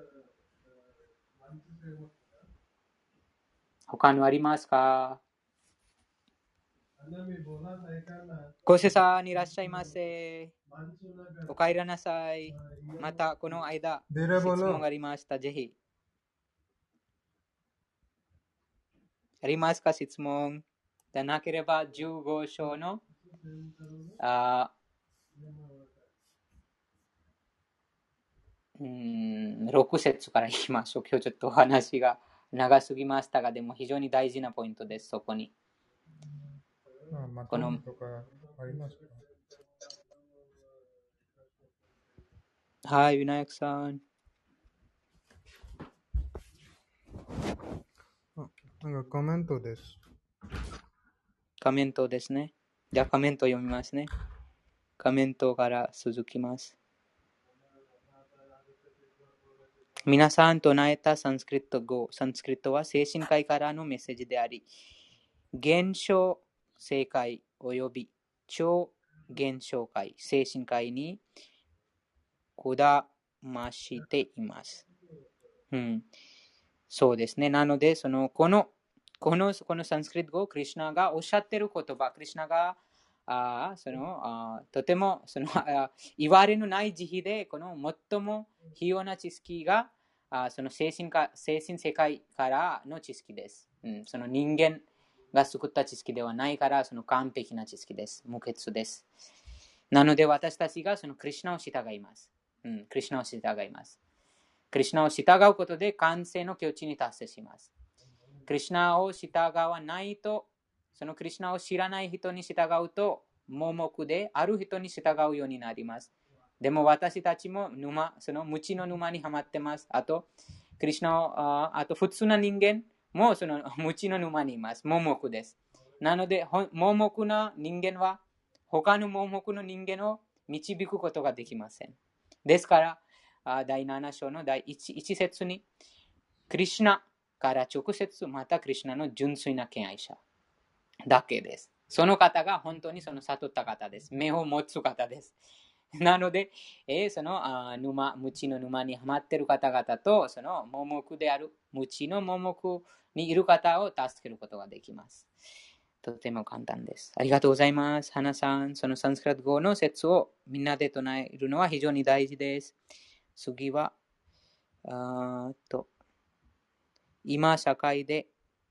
他のありますか？ごせさんいらっしゃいませ。お帰りなさい。またこの間質問がありました。ぜひ。ありますか質問？でなければ15章の6節からいきましょう。今日ちょっとお話が長すぎましたが、でも非常に大事なポイントです。そこに。このはい、ウィナヤクさん。 なんかコメントです。 コメントですね。じゃあコメント読みますね。コメントから続きます。皆さん唱えたサンスクリット語。サンスクリットは精神界からのメッセージであり、現象世界および超現象界、精神界にこだましています。そうですね。なので、このサンスクリット語、クリシュナがおっしゃっている言葉、クリシュナがとても言われのない慈悲で、この最も必要な知識がその精神世界からの知識です。その人間が作った知識ではないから、その完璧な知識です。無欠です。なので私たちがそのクリシュナを従います。クリシュナを従います。クリシュナを従うことで完成の境地に達成します。クリシュナを従わないと、そのクリシュナを知らない人に従うと、盲目である人に従うようになります。でも私たちもその無知の沼にはまってます。あと、クリシュナあと普通な人間もその無知の沼にいます。盲目です。なので、盲目な人間は他の盲目の人間を導くことができません。ですから、第7章の第 1節に、クリシュナから直接またクリシュナの純粋な敬愛者だけです。その方が本当にその悟った方です。目を持つ方です。なので、その無知の沼にはまっている方々と、その盲目である無知の盲目にいる方を助けることができます。とても簡単です。ありがとうございます。花さん、そのサンスクリット語の説をみんなで唱えるのは非常に大事です。次は、今社会で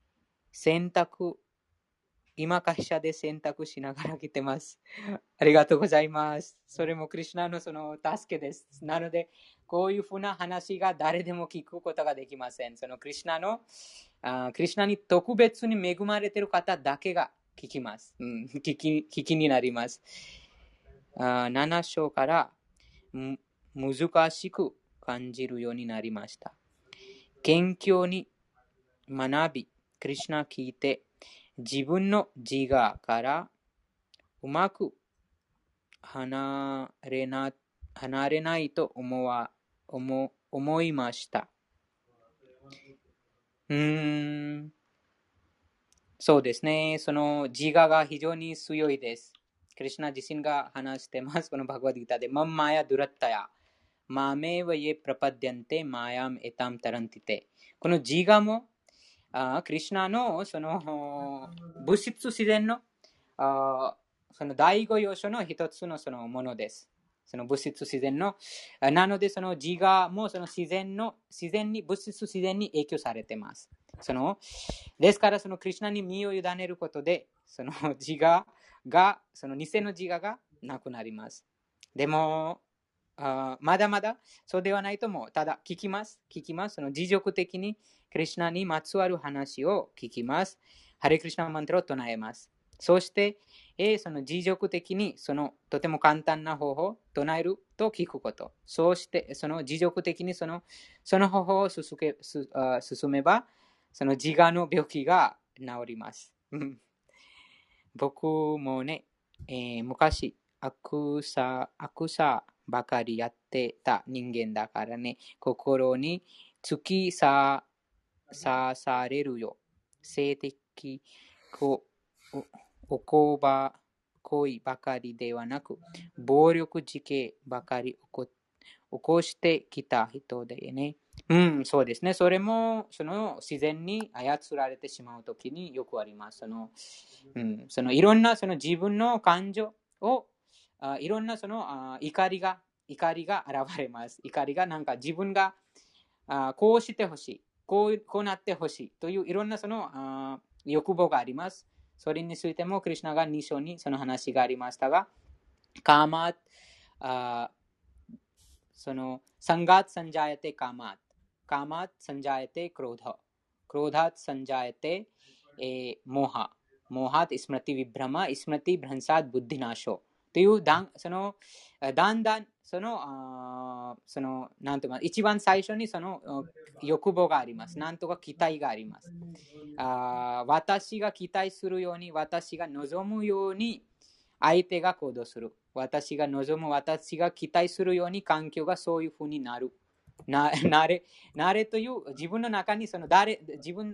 今会社で選択しながら来てます。ありがとうございます。それもクリシュナのその助けです。なので、こういうふうな話が誰でも聞くことができません。そのクリシュナに特別に恵まれている方だけが聞きます。聞きになります。 7章から難しく感じるようになりました。謙虚に学び、クリシュナ聞いて、自分の自我からうまく離れないと思いました。そうですね。その自我が非常に強いです。クリシュナ自身が話してます。このバグワッドギターで。マンマヤドゥラッタヤ。マメワイエプラパディアンテマヤムエタムタランティテ。この自我もクリシュナのその物質自然のその第5要素の一つのそのものです。その物質自然のなのでその自我もその物質自然に影響されています。ですからそのクリシュナに身を委ねることでその自我がその偽の自我がなくなります。でもまだまだそうではないともただ聞きます。その持続的にクリシュナにまつわる話を聞きます。ハレクリシュナマントラを唱えます。そしてその持続的にそのとても簡単な方法を唱えると聞くこと。そしてその持続的にその方法を進めばその自我の病気が治ります。僕もね、昔悪さばかりやってた人間だからね、心に突き刺されるよ。性的おこば行為ばかりではなく、暴力事件ばかり起こしてきた人でね。そうですね。それもその自然に操られてしまうときによくあります。そのいろんなその自分の感情をいろんなその怒りが現れます。怒りがなんか自分がこうしてほしい、こうなってほしいといういろんなその欲望があります。それについてもクリシュナが2章にその話がありましたが、カーマーそのサンガーツサンジャヤテカーマーツサンジャヤテクローダーツサンジャヤテモハースムラティビブラマスムラティブランサーブッディナショというそのだんだんそのなんとか一番最初にその欲望があります。なんとか期待があります。私が期待するように、私が望むように相手が行動する。私が期待するように環境がそういうふうになる。なれという自分の中にその誰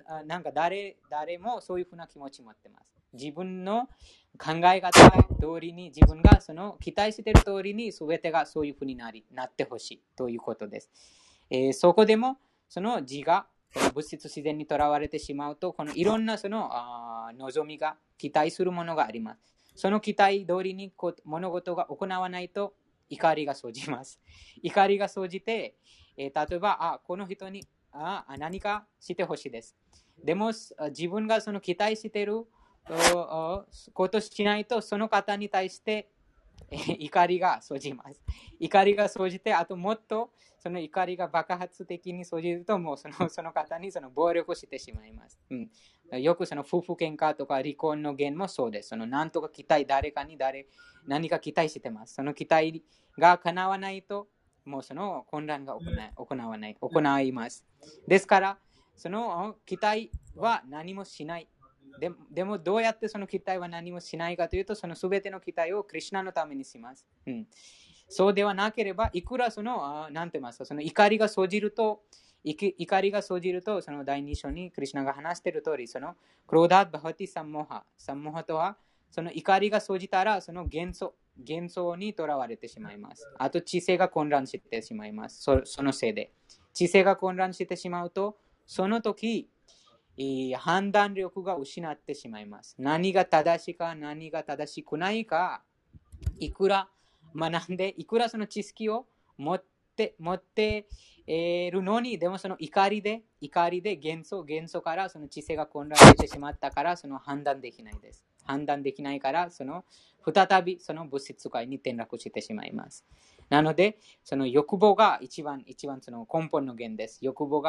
もそういうふうな気持ちを持っています。自分の考え方通りに自分がその期待している通りに全てがそういうふうになってほしいということです。そこでもその自我、物質自然にとらわれてしまうと、このいろんなその望みが期待するものがあります。その期待通りに物事が行わないと怒りが生じます。怒りが生じて、例えばこの人に何かしてほしいです。でも自分がその期待していることしないとその方に対して怒りが生じます。怒りが生じて、あともっとその怒りが爆発的に生じるともうその方にその暴力してしまいます。よくその夫婦喧嘩とか離婚の原因もそうです。その何とか期待、誰かに何か期待してます。その期待が叶わないともうその混乱が行います。ですからその期待は何もしない。でもどうやってその期待は何もしないかというと、そのすべての期待をクリシュナのためにします。そうではなければ、いくらそのなんて言いますか、その怒りが生じると、その第2章にクリシュナが話している通り、そのクローダーバハティサンモハとは、その怒りが生じたら、その幻想にとらわれてしまいます。あと知性が混乱してしまいます。そのせいで。知性が混乱してしまうと、その時、判断力が失ってしまいます。何が正しいか何が正しくないか、いくら学んで、いくらその知識を持っているのに、でもその怒りで元素からその知性が混乱してしまったから、その判断できないです。判断できないから、再びその物質界に転落してしまいます。なので、その欲望が一番その根本の源です。欲望が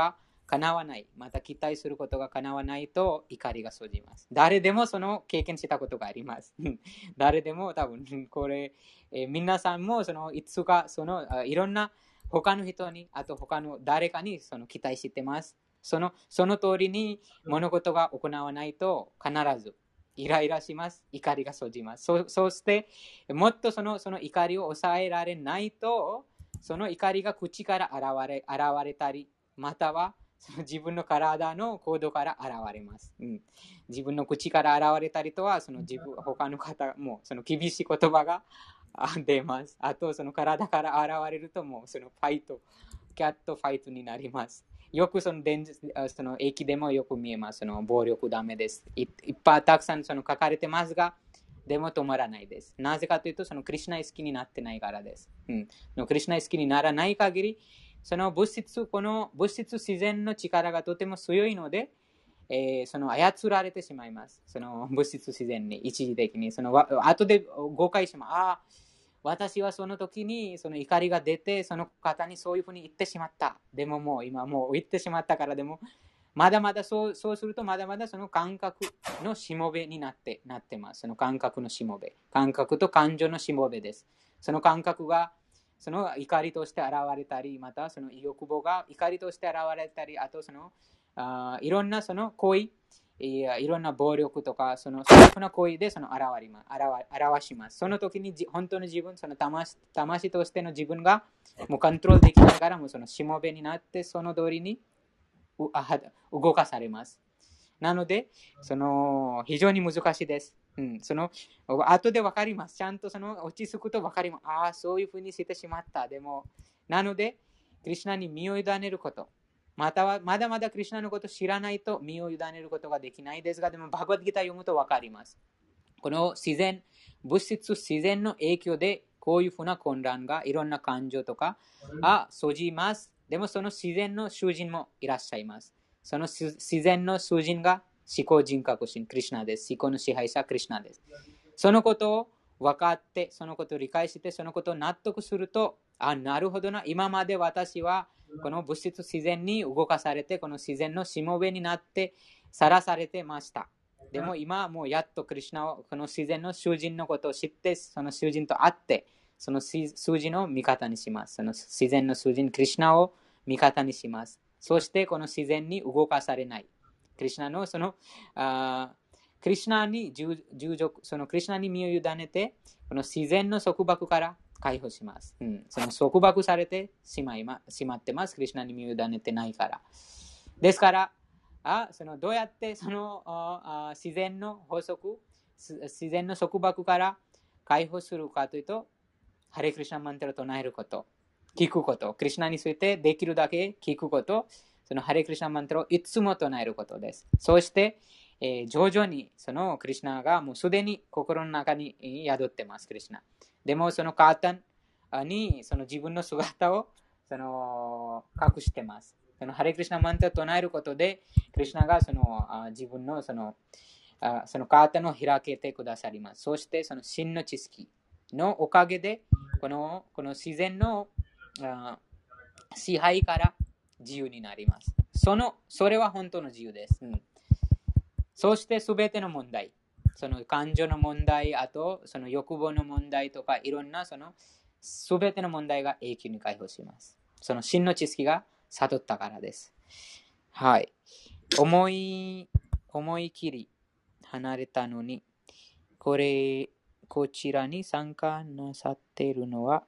叶わない。また期待することが叶わないと怒りが生じます。誰でもその経験したことがあります。誰でも多分これ、皆さんもいつかいろんな他の人に、あと他の誰かに期待してます。その通りに物事が行わないと必ずイライラします。怒りが生じます。そしてもっとその怒りを抑えられないと、その怒りが口から現れたり、またはその自分の体の行動から現れます。自分の口から現れたりとは、他の方も厳しい言葉が出ます。あと体から現れるともうファイト、キャットファイトになります。よく駅でもよく見えます。暴力ダメです。いっぱいたくさん書かれてますが、でも止まらないです。なぜかというと、クリシュナ好きになってないからです。クリシュナ好きにならない限り、この物質自然の力がとても強いので、操られてしまいます。物質自然に一時的に。後で誤解します。私はその時に怒りが出て、その方にそういうふうに言ってしまった。でももう今もう言ってしまったから、でもまだまだそうするとまだまだ感覚のしもべになってます。感覚のしもべ。感覚と感情のしもべです。その感覚が怒りとして現れたり、また意欲望が怒りとして現れたり、あといろんな行為、いろんな暴力とかそういうふうな行為で表します。その時に本当の自分、魂としての自分がもうコントロールできないから、もうしもべになってその通りに動かされます。なので非常に難しいです。後で分かります。ちゃんと落ち着くと分かります。そういうふうにしてしまった。でもなのでクリシュナに身を委ねること、またはまだまだクリシュナのことを知らないと身を委ねることができないですが、でもバガバッドギター読むと分かります。この物質自然の影響でこういうふうな混乱が、いろんな感情とか生じます。でもその自然の囚人もいらっしゃいます。その自然の囚人が思考人格心クリシュナです。思考の支配者クリシュナです。そのことを分かって、そのことを理解して、そのことを納得すると、なるほどな、今まで私はこの物質自然に動かされて、この自然のしもべになってさらされてました。でも今もうやっとクリシュナをこの自然の囚人のことを知って、その囚人と会って、その囚人を味方にします。その自然の囚人クリシュナを味方にします。そしてこの自然に動かされないクリシュナのクリシュナに従属、クリシュナに身を委ねて、この自然の束縛から解放します。束縛されてしまってます。クリシュナに身を委ねてないから。ですから、どうやって自然の法則、自然の束縛から解放するかというと、ハレクリシュナマントラを唱えること、聞くこと、クリシュナについてできるだけ聞くこと、ハレクリシュナマントラをいつも唱えることです。そして、徐々にクリシュナがもうすでに心の中に宿ってます、クリシュナ。でもカータンに自分の姿を隠してます。ハレクリシュナマントラを唱えることで、クリシュナが自分のカータンを開けてくださります。そして真の知識のおかげでこの自然の支配から自由になります。それは本当の自由です。そしてすべての問題、感情の問題、あと欲望の問題とか、いろんなすべての問題が永久に解放します。真の知識が悟ったからです。はい。思い切り離れたのに、こちらに参加なさっているのは、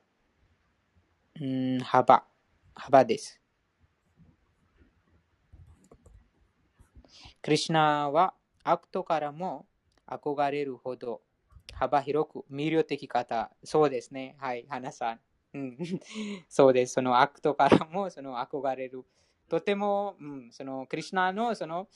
幅です。クリシュナは悪党からも憧れるほど幅広く魅力的方。そうですね。はい、花さん。そうです。悪党からも憧れる。とても、クリシュナの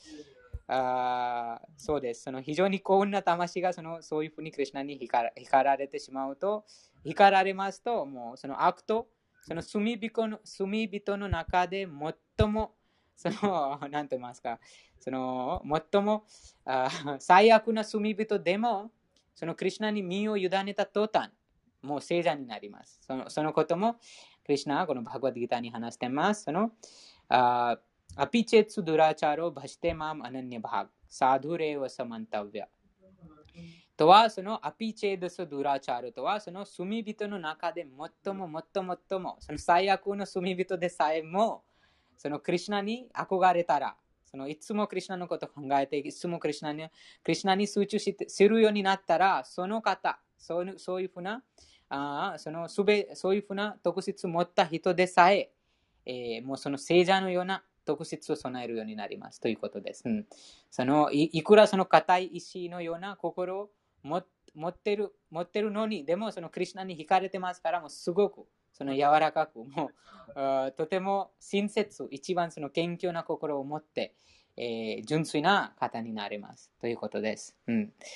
そうです。非常に幸運な魂がそういうふうにクリシュナに光られてしまうと、光られますと、もう悪党、罪人の中で最も何と言いますか、最も最悪な罪人でもクリシュナに身を委ねた途端、もう聖者になります。そのこともクリシュナはこのバガバッドギターに話しています。 アピチェツドゥラチャロバシテマムアナニャバグサドゥレワサマンタヴィアとは、そのアピチェドスドゥラチャロとは、その罪人の中で最も、その最悪の罪人でさえも、そのクリシュナに憧れたら、そのいつもクリシュナのことを考えて、いつもクリシュナに集中するようになったら、その方、そういうふうな、そういうふうな特質を持った人でさえ、もうその聖者のような特質を備えるようになりますということです。いくらその固い意志のような心を持ってるのに、でもそのクリシュナに惹かれてますから、もうすごくその柔らかく、もうとても親切、一番その謙虚な心を持って、純粋な方になれますということです。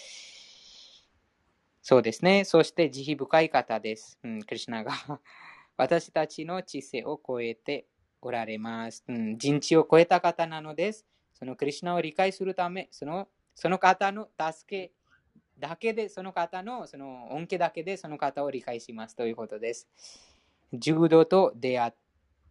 そうですね。そして慈悲深い方です。クリシュナが私たちの知性を超えておられます。人知を超えた方なのです。そのクリシュナを理解するため、その方の助けだけで、その方のその恩恵だけでその方を理解しますということです。柔道と出会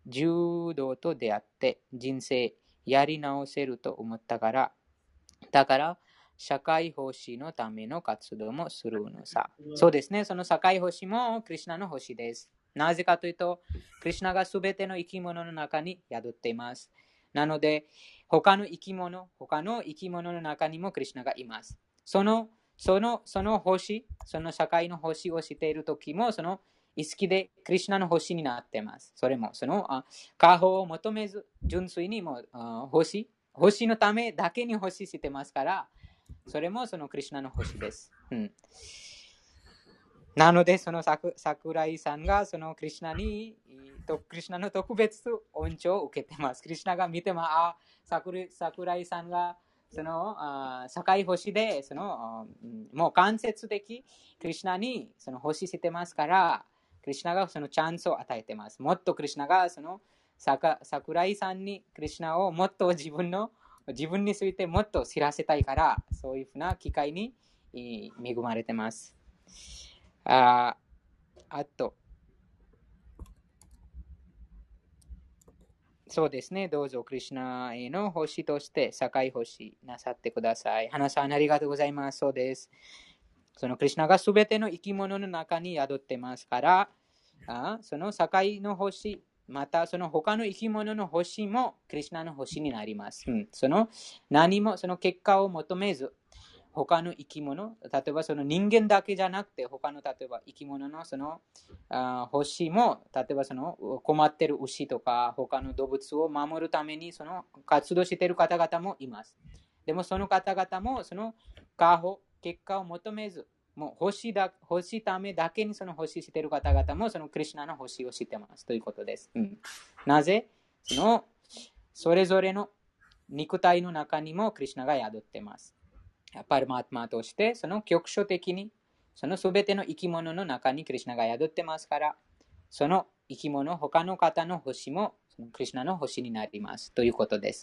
って人生やり直せると思ったから、だから社会奉仕のための活動もするのさ。そうですね。その社会奉仕もクリシュナの奉仕です。なぜかというと、クリシュナがすべての生き物の中に宿っています。なので、他の生き物の中にもクリシュナがいます。その奉仕、その社会の奉仕をしているときも、その意識でクリシュナの奉仕になっています。それも、その過保を求めず、純粋にも奉仕のためだけに奉仕してますから、それもそのクリシュナの奉仕です。なので、その桜井さんがそのクリシュナの特別恩寵を受けてます。クリシュナが見ても、桜井さんがその社会奉仕でもう間接的クリシュナにその奉仕してますから、クリシュナがそのチャンスを与えてます。もっとクリシュナがその桜井さんにクリシュナをもっと自分についてもっと知らせたいから、そういうふうな機会に恵まれてます。あと、そうですね。どうぞクリシュナへの奉仕として社会奉仕なさってください。花さんありがとうございます。そうです。そのクリシュナがすべての生き物の中に宿ってますから、その社会の奉仕、またその他の生き物の奉仕もクリシュナの奉仕になります。その何もその結果を求めず、他の生き物、例えばその人間だけじゃなくて、他の例えば生き物のその奉仕も、例えばその困っている牛とか他の動物を守るためにその活動している方々もいます。でもその方々もその結果を求めず、もう欲しいためだけにその奉仕している方々もそのクリシュナの奉仕をしていますということです。なぜそれぞれの肉体の中にもクリシュナが宿っています。パルマートマとしてその局所的にそのすべての生き物の中にクリシュナが宿ってますから、その生き物他の方の星もそのクリシュナの星になりますということです。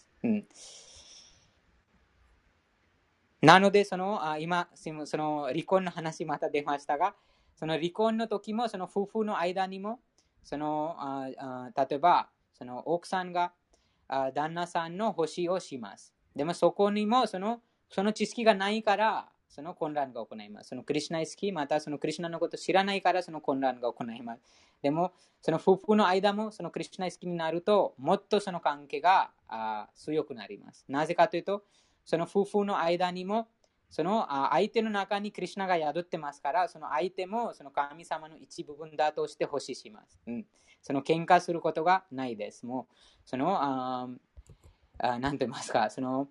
なので今その離婚の話また出ましたが、その離婚の時もその夫婦の間にも例えばその奥さんが旦那さんの星をします。でもそこにもその知識がないからその混乱が行います。そのクリシュナ意識、またそのクリシュナのことを知らないからその混乱が行います。でもその夫婦の間もそのクリシュナ意識になるともっとその関係が強くなります。なぜかというと、その夫婦の間にもその相手の中にクリシュナが宿ってますから、その相手もその神様の一部分だとして奉仕します。その喧嘩することがないです。もうその何と言いますか、その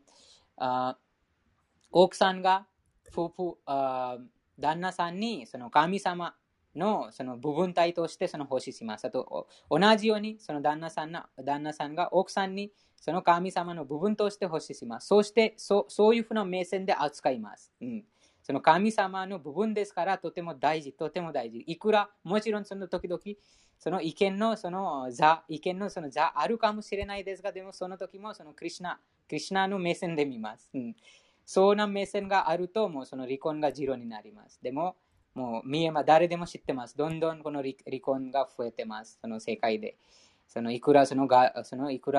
奥さんが旦那さんにその神様のその部分体としてその奉仕します。あと同じようにその旦那さんが奥さんにその神様の部分として奉仕します。そしてそういうふうな目線で扱います。その神様の部分ですからとても大事。いくらもちろんその時々その意見のその座あるかもしれないですが、でもその時もそのクリシュナの目線で見ます。そんな目線があるともうその離婚がゼロになります。でももう誰でも知ってます。どんどんこの離婚が増えてます。その世界で。いくら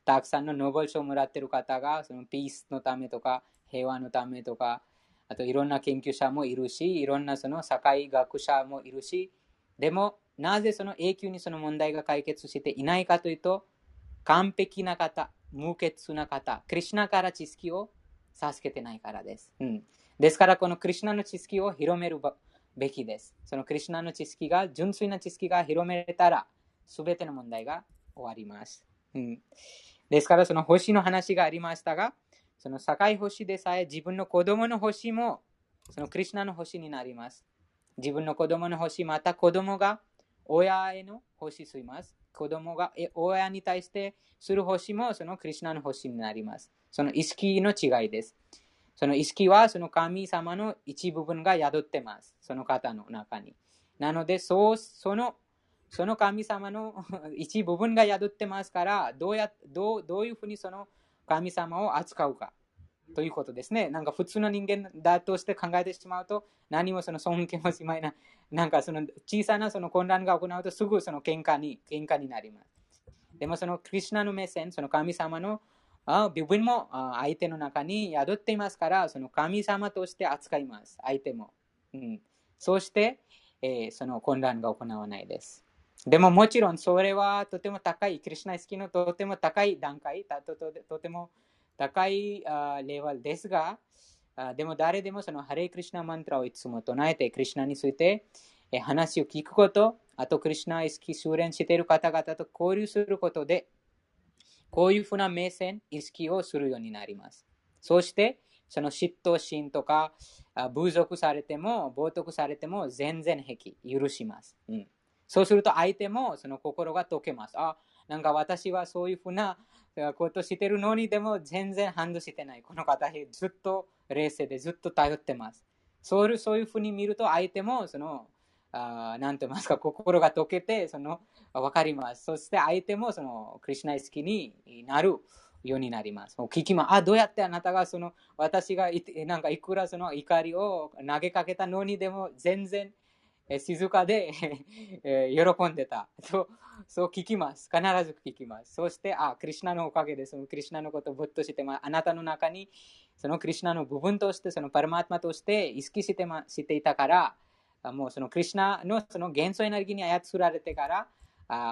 たくさんのノーベル賞をもらっている方が、そのピースのためとか、平和のためとか、あといろんな研究者もいるし、いろんなその社会学者もいるし、でも、なぜその永久にその問題が解決していないかというと、完璧な方、無欠な方、クリシュナから知識を授けてないからです。ですから、このクリシュナの知識を広めるべきです。そのクリシュナの知識が、純粋な知識が広めれたら、すべての問題が終わります。ですから、その星の話がありましたが、その境星でさえ自分の子供の星も、そのクリシュナの星になります。自分の子供の星、また子供が親への星します。子供が親に対してする星もそのクリシュナの星になります。その意識の違いです。その意識はその神様の一部分が宿ってます。その方の中に。なので、その神様の一部分が宿ってますから、どういうふうにその神様を扱うかということですね。なんか普通の人間だとして考えてしまうと、何もその尊敬もしまいな、なんかその小さなその混乱が行うとすぐその喧嘩になります。でもそのクリシュナの目線、その神様の部分も相手の中に宿っていますから、その神様として扱います、相手も。そして、その混乱が行わないです。でももちろんそれはとても高い、クリシュナ意識のとても高い段階、とても高いレベルですが、でも誰でもそのハレイクリシュナマントラをいつも唱えて、クリシュナについて話を聞くこと、あとクリシュナ意識修練している方々と交流することで、こういうふうな目線、意識をするようになります。そして、その嫉妬心とか、侮辱されても、冒涜されても、全然平気、許します。そうすると、相手もその心が解けます。なんか私はそういうふうなことしてるのに、でも全然反応してない。この方、ずっと冷静でずっと頼ってます。そういうふうに見ると、相手もその、なんて言いますか、心が解けて、わかります。そして相手もそのクリシュナ意識になるようになります。聞きます。どうやってあなたが私がなんかいくらその怒りを投げかけたのにでも全然静かで喜んでた。そう聞きます。必ず聞きます。そして、クリシュナのおかげでそのクリシュナのことをぶっとして、あなたの中にそのクリシュナの部分として、そのパラマートマとして意識していたから、もうそのクリシュナのその元素エネルギーに操られてから、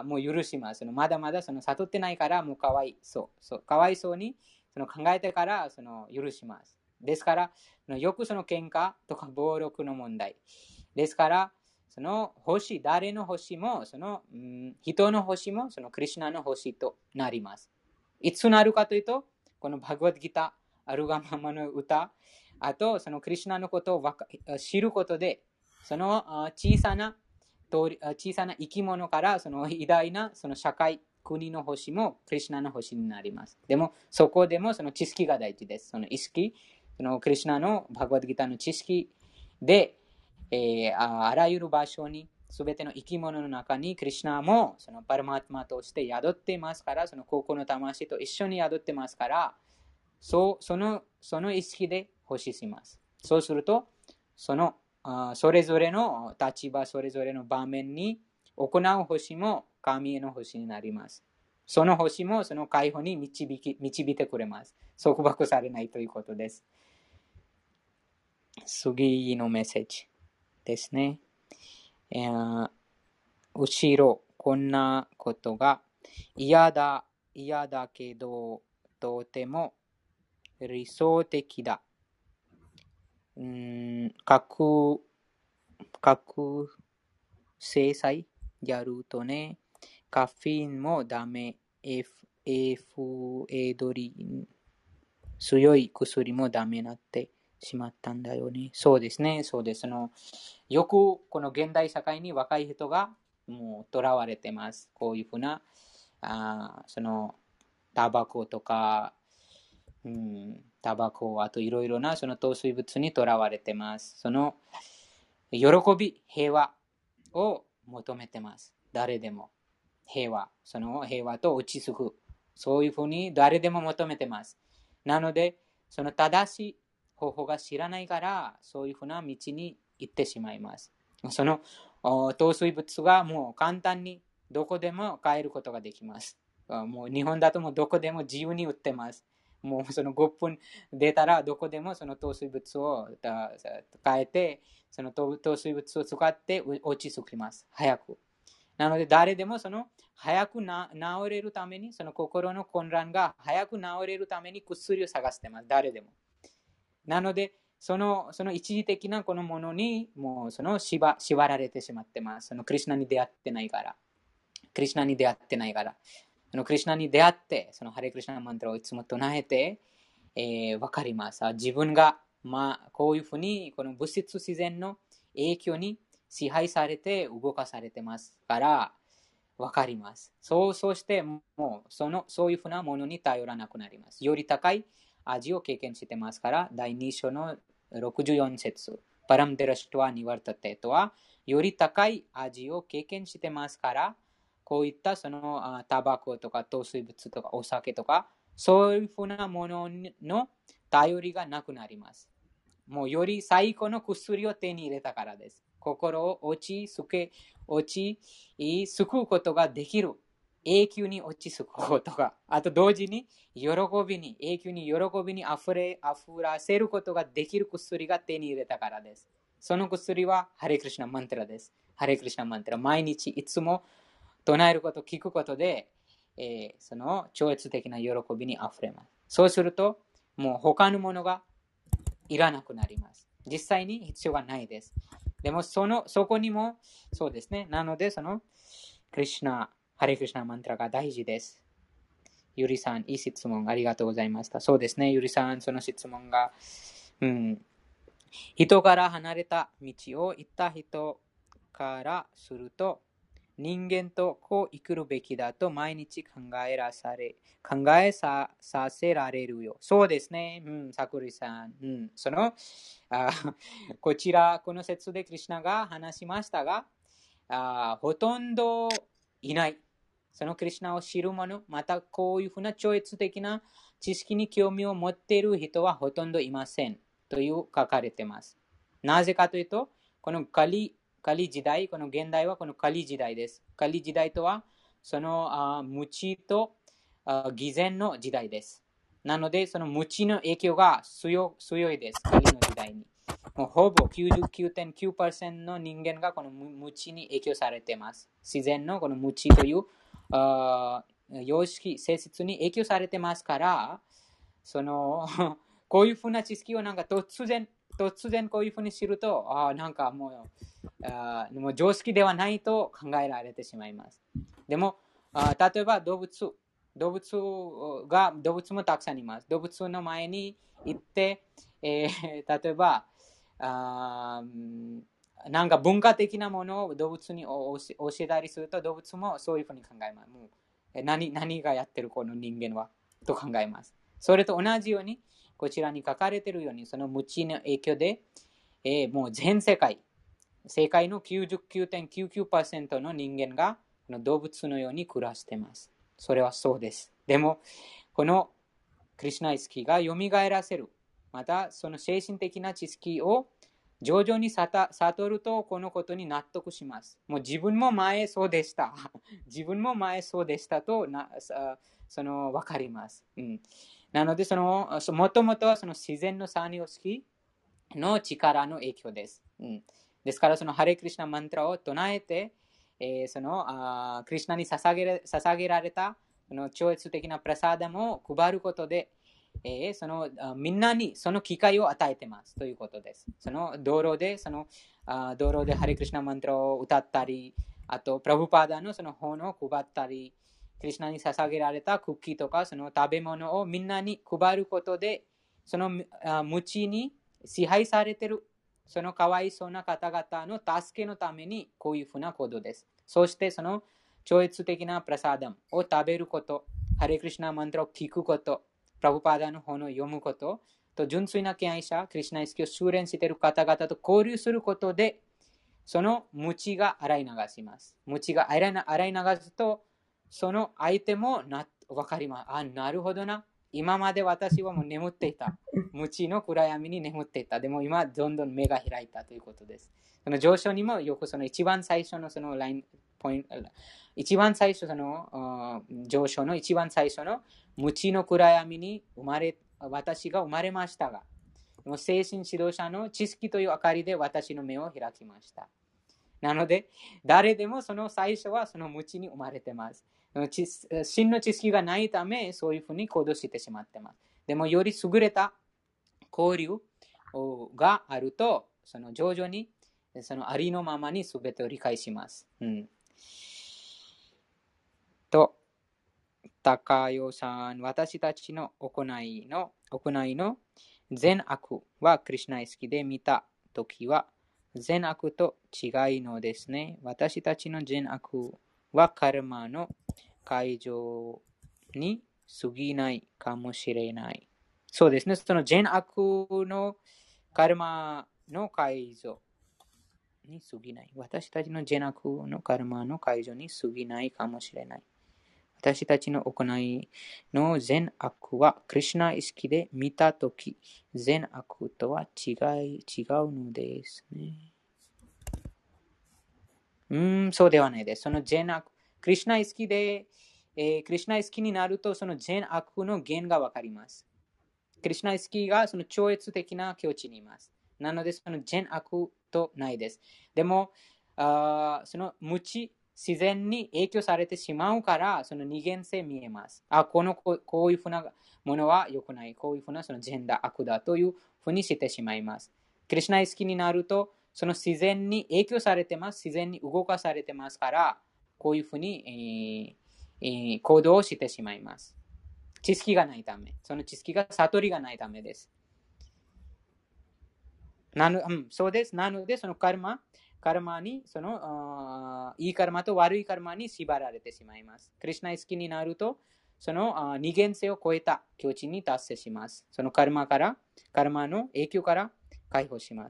もう許します。まだまだその悟ってないから、もうかわいそうにその考えてからその許します。ですから、よくその喧嘩とか暴力の問題。ですから、その星、誰の星も、人の星も、そのクリシュナの星となります。いつなるかというと、このバグワッドギター、アルガママの歌、あと、そのクリシュナのことを知ることで、その小さな生き物からその偉大なその社会、国の星もクリシュナの星になります。でもそこでもその知識が大事です。その意識、そのクリシュナのバグワッドギターの知識で、あらゆる場所に、すべての生き物の中にクリシュナもそのパラマートマとして宿っていますから、その高校の魂と一緒に宿ってますから、その意識で星します。そうすると、それぞれの立場、それぞれの場面に行う星も神への星になります。その星もその解放に導いてくれます。束縛されないということです。次のメッセージですね。後ろ、こんなことが嫌だけど、とても理想的だ。核制裁やるとね、カフェインもダメ、エドリン、強い薬もダメになってしまったんだよね。そうですね、そうです。よくこの現代社会に若い人がもう囚われてます。こういうふうな、タバコとか、あといろいろなその糖水物にとらわれてます。喜び、平和を求めてます。誰でも平和と落ち着く、そういうふうに誰でも求めてます。なので、その正しい方法が知らないから、そういうふうな道に行ってしまいます。糖水物がもう簡単にどこでも買えることができます。 もう日本だともうどこでも自由に売ってます。もうその5分出たらどこでもその糖水物を変えて、その糖水物を使って落ち着きます。早く。なので誰でもその早く治れるために、その心の混乱が早く治れるために薬を探してます。誰でも。なのでその一時的なこのものにもうその縛られてしまってます。そのクリシュナに出会ってないから。クリシュナに出会ってないから。クリシュナに出会って、そのハレクリシュナマントラをいつも唱えて、わかります。自分が、こういうふうに、この物質自然の影響に支配されて動かされてますから、わかります。そうして、もうそういうふうなものに頼らなくなります。より高い味を経験してますから、第2章の64節、パラムデラシトワニワルタテとは、より高い味を経験してますから、こういったそのタバコとか糖水物とかお酒とかそういうふうなものの頼りがなくなります。もうより最高の薬を手に入れたからです。心を落ち着くことができる。永久に落ち着くことが、あと同時に永久に喜びにあふらせることができる薬が手に入れたからです。その薬はハレクリシュナマントラです。ハレクリシュナマントラ、毎日いつも唱えること、聞くことで、その超越的な喜びにあふれます。そうすると、もう他のものがいらなくなります。実際に必要がないです。でもそこにもそうですね。なので、そのクリシュナ、ハレクリシュナマントラが大事です。ゆりさん、いい質問ありがとうございました。そうですね、ゆりさん、その質問が、人から離れた道を行った人からすると、人間とこう生きるべきだと毎日考えさせられるよ。そうですね。サクリさん。この説でクリシュナが話しましたが、ほとんどいない。そのクリシュナを知る者、またこういうふうな超越的な知識に興味を持っている人はほとんどいません。という書かれています。なぜかというと、このカリ時代、この現代はこのカリ時代です。カリ時代とは、その無知と偽善の時代です。なので、その無知の影響が強いです。カリの時代に。もうほぼ 99.9% の人間がこの無知に影響されています。自然のこの無知という様式、性質に影響されてますから、こういうふうな知識をなんか突然こういうふうに知ると、なんかもう常識ではないと考えられてしまいます。でも、例えば動物もたくさんいます。動物の前に行って、例えばなんか文化的なものを動物に教えたりすると、動物もそういうふうに考えます。もう何がやってるこの人間はと考えます。それと同じように、こちらに書かれているように、その無知の影響で、もう全世界の 99.99% の人間がこの動物のように暮らしています。それはそうです。でも、このクリシュナ意識が蘇らせる、またその精神的な知識を徐々に悟ると、このことに納得します。もう自分も前そうでした。と分かります。なので、もともとはその自然の三様式の力の影響です。ですから、そのハレクリシュナマントラを唱えて、クリシュナに捧げられたその超越的なプラサダムを配ることで、みんなにその機会を与えてますということです。その道路でハレクリシュナマントラを歌ったり、あとプラブパーダのその本を配ったり、クリシュナに捧げられたクッキーとかその食べ物をみんなに配ることで、その無知に支配されているそのかわいそうな方々の助けのためにこういうふうなことです。そしてその超越的なプラサダムを食べること、ハレクリシュナマントラを聞くこと、プラブパーダの本を読むことと、純粋な敬愛者、クリシュナ意識を修練している方々と交流することで、その無知が洗い流します。無知が洗い流すと、その相手も分かります。なるほどな。今まで私はもう眠っていた。無知の暗闇に眠っていた。でも今、どんどん目が開いたということです。その上昇にもよくその一番最初のその一番最初の上昇の一番最初の無知の暗闇に私が生まれましたが、精神指導者の知識という明かりで私の目を開きました。なので、誰でもその最初はその無知に生まれています。真の知識がないため、そういうふうに行動してしまっています。でも、より優れた交流があると、その徐々にそのありのままに全てを理解します。と、高代さん、私たちの行いの善悪はクリシュナ意識で見たときは、善悪と違いのですね。私たちの善悪はカルマの解除に過ぎないかもしれない。そうですね。その善悪のカルマの解除に過ぎない。私たちの善悪のカルマの解除に過ぎないかもしれない。私たちの行いの善悪はクリシュナ意識で見たとき、善悪とは違うのですね。そうではないです。その善悪、クリシュナ意識で、クリシュナ意識になると、その善悪の源がわかります。クリシュナ意識がその超越的な境地にいます。なので、その善悪とないです。でも、その無知、自然に影響されてしまうから、その二元性見えます。こういうふうなものは良くない。こういうふうなその善だ、悪だというふうにしてしまいます。クリシュナ意識になると、その自然に影響されてます。自然に動かされてますから、こういうふうに、行動をしてしまいます。知識がないため。その知識が悟りがないためです。そうです。なので、そのカルマに、そのいいカルマと悪いカルマに縛られてしまいます。クリシュナ意識になると、その二元性を超えた境地に達成します。そのカルマの影響から解放します。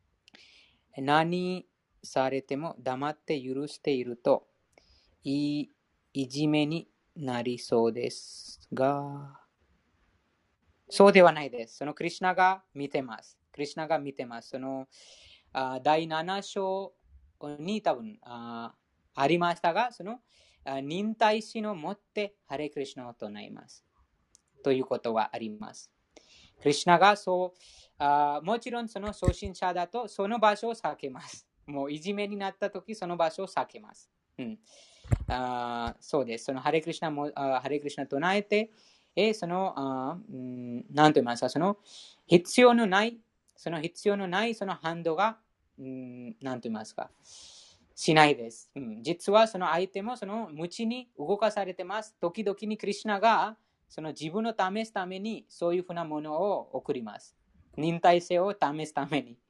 何されても黙って許していると、いじめになりそうですが、そうではないです。そのクリシュナが見てます。その第7章に多分ありましたが、その忍耐心を持ってハレクリシュナを唱えます。ということはあります。クリシュナがもちろんその初心者だとその場所を避けます。もういじめになったときその場所を避けます。そうです。そのハレクリシュナ唱えて、その何と言いますか、その必要のないその反動が何と言いますか、しないです。実はその相手もその無知に動かされてます。時々にクリシュナがその自分を試すためにそういうふうなものを送ります。忍耐性を試すために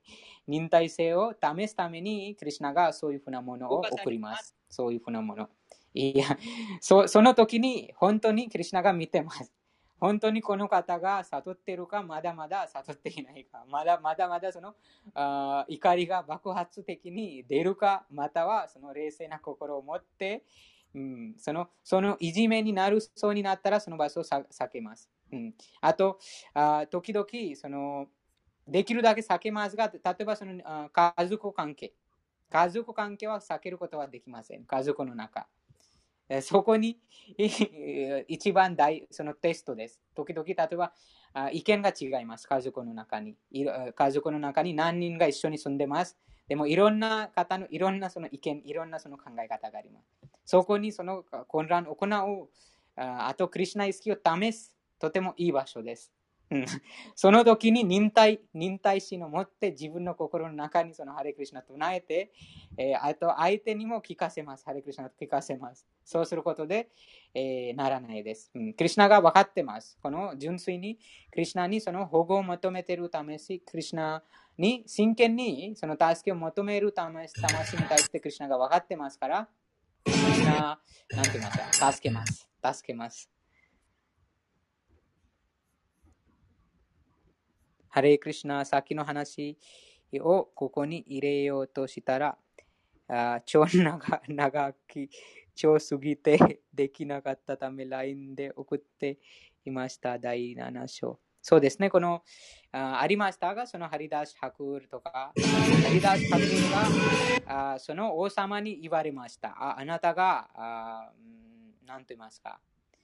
クリシュナがそういうふうなものを送ります。そういうふうなもの。いや、その時に本当にクリシュナが見てます。本当にこの方が悟っているか、まだまだ悟っていないか、まだまだその怒りが爆発的に出るか、またはその冷静な心を持って、そのいじめになるそうになったらその場所を避けます。あと時々そのできるだけ避けますが、例えばその家族関係は避けることはできません。家族の中。そこに一番そのテストです。時々例えば意見が違います。家族の中に何人が一緒に住んでます。でもいろんな方のいろんなその意見、いろんなその考え方があります。そこにその混乱を行う、あとクリシュナ意識を試すとてもいい場所です。その時に忍耐心を持って自分の心の中にそのハレクリシュナ唱えて、あと相手にも聞かせます。ハレクリシュナと聞かせます。そうすることで、ならないです。クリシュナが分かってます。この純粋にクリシュナにその保護を求めている魂、クリシュナに真剣にその助けを求める魂に対してクリシュナが分かってますから、クリシュナ、なんて言いますか、助けます。ハレークリシュナ、さっきの話をここに入れようとしたら、超過ぎてできなかったため LINE で送っていました。第7章。 そうですね、このありましたが、そのハリダース・ハクルとか、ハリダース・ハクルがその王様に言われました。あなたが何と言いますか、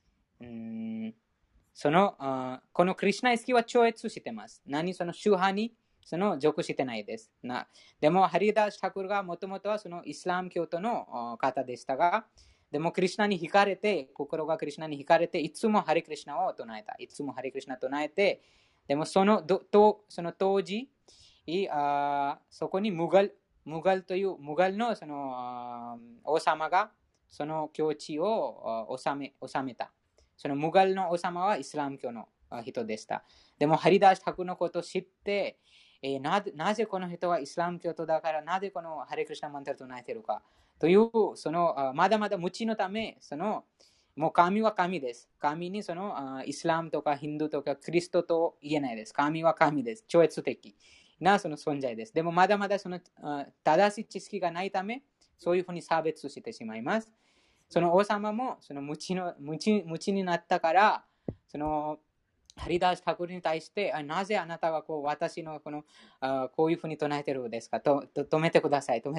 このクリシュナ意識は超越してます。その宗派に属してないです。でも、ハリダース・ハクルがもともとはそのイスラム教徒の方でしたが、でもクリシュナに惹かれて、心がクリシュナに惹かれて、いつもハリクリシュナを唱えた。いつもハリクリシュナを唱えて、でもその当時、そこにムガルのその王様がその境地を治めた。そのムガルの王様はイスラム教の人でした。でもハリダース・ハクルのことを知って、なぜこの人はイスラム教徒だから、なぜこのハリクリシュナマンタルを唱えているかという、まだまだ無知のため、もう神は神です。神にイスラムとかヒンドゥーとかクリストと言えないです。神は神です。超越的な存在です。でもまだまだ正しい知識がないため、そういうふうに差別してしまいます。その王様も無知になったから、ハリダース・ハクルに対して、なぜあなたは私のこういうふうに唱えているんですか止めてください。そ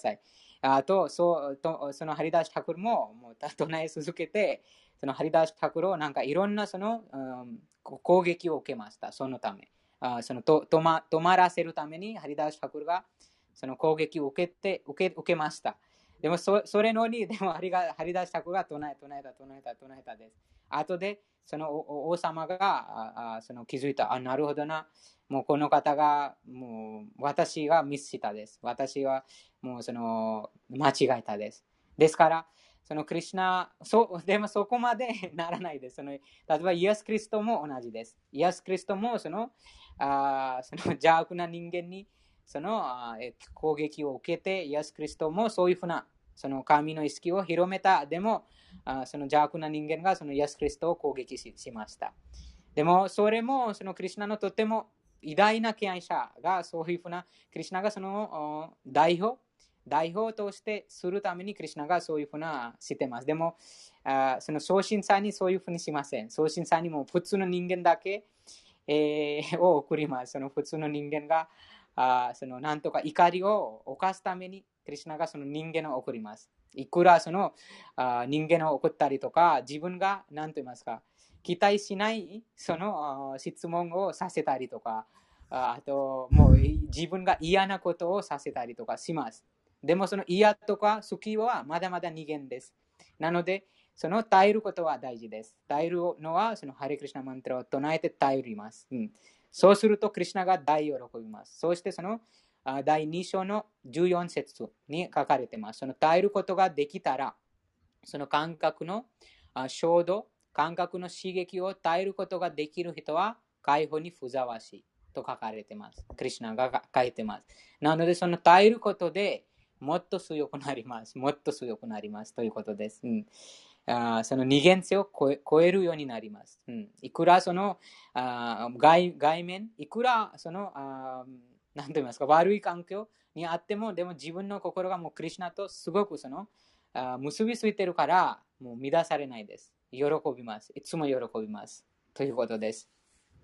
のハリダース・ハクルも唱え続けて、そのハリダース・ハクルをいろんな攻撃を受けました。そのため。止まらせるためにハリダース・ハクルがその攻撃を受けました。でもそれのに、でもハリダース・ハクルが唱えたです。後でその王様が気づいた。なるほどな。もうこの方がもう私がミスしたです。私はもう間違えたです。ですからクリシュナでもそこまでならないです。例えばイエス・キリストも同じです。イエス・キリストも邪悪な人間に攻撃を受けて、イエス・キリストもそういうふうな神の意識を広めた。でも邪悪な人間がイエス・キリストを攻撃 しました。でもそれもクリシュナのとても偉大な敬愛者がそういうふうなクリシュナが代表としてするためにクリシュナがそういうふうなしてます。でも送信者にそういうふうにしません。送信者にも普通の人間だけ、を送ります。普通の人間がなんとか怒りを犯すためにクリシュナが人間を送ります。いくら人間を送ったりとか、自分が何と言いますか、期待しない質問をさせたりとか、あともう自分が嫌なことをさせたりとかします。でも嫌とか好きはまだまだ人間です。なので耐えることは大事です。耐えるのはハレクリシュナマントラを唱えて耐えります。そうするとクリシュナが大喜びます。そして第2章の14節に書かれています。耐えることができたら、感覚の衝動、感覚の刺激を耐えることができる人は解放にふさわしいと書かれています。クリシュナが書いています。なので耐えることでもっと強くなります。もっと強くなりますということです。二元性を超えるようになります。いくら外面、いくら何と言いますか、悪い環境にあっても、でも自分の心がもうクリシュナとすごく結びついているから、もう乱されないです。喜びます。いつも喜びます。ということです。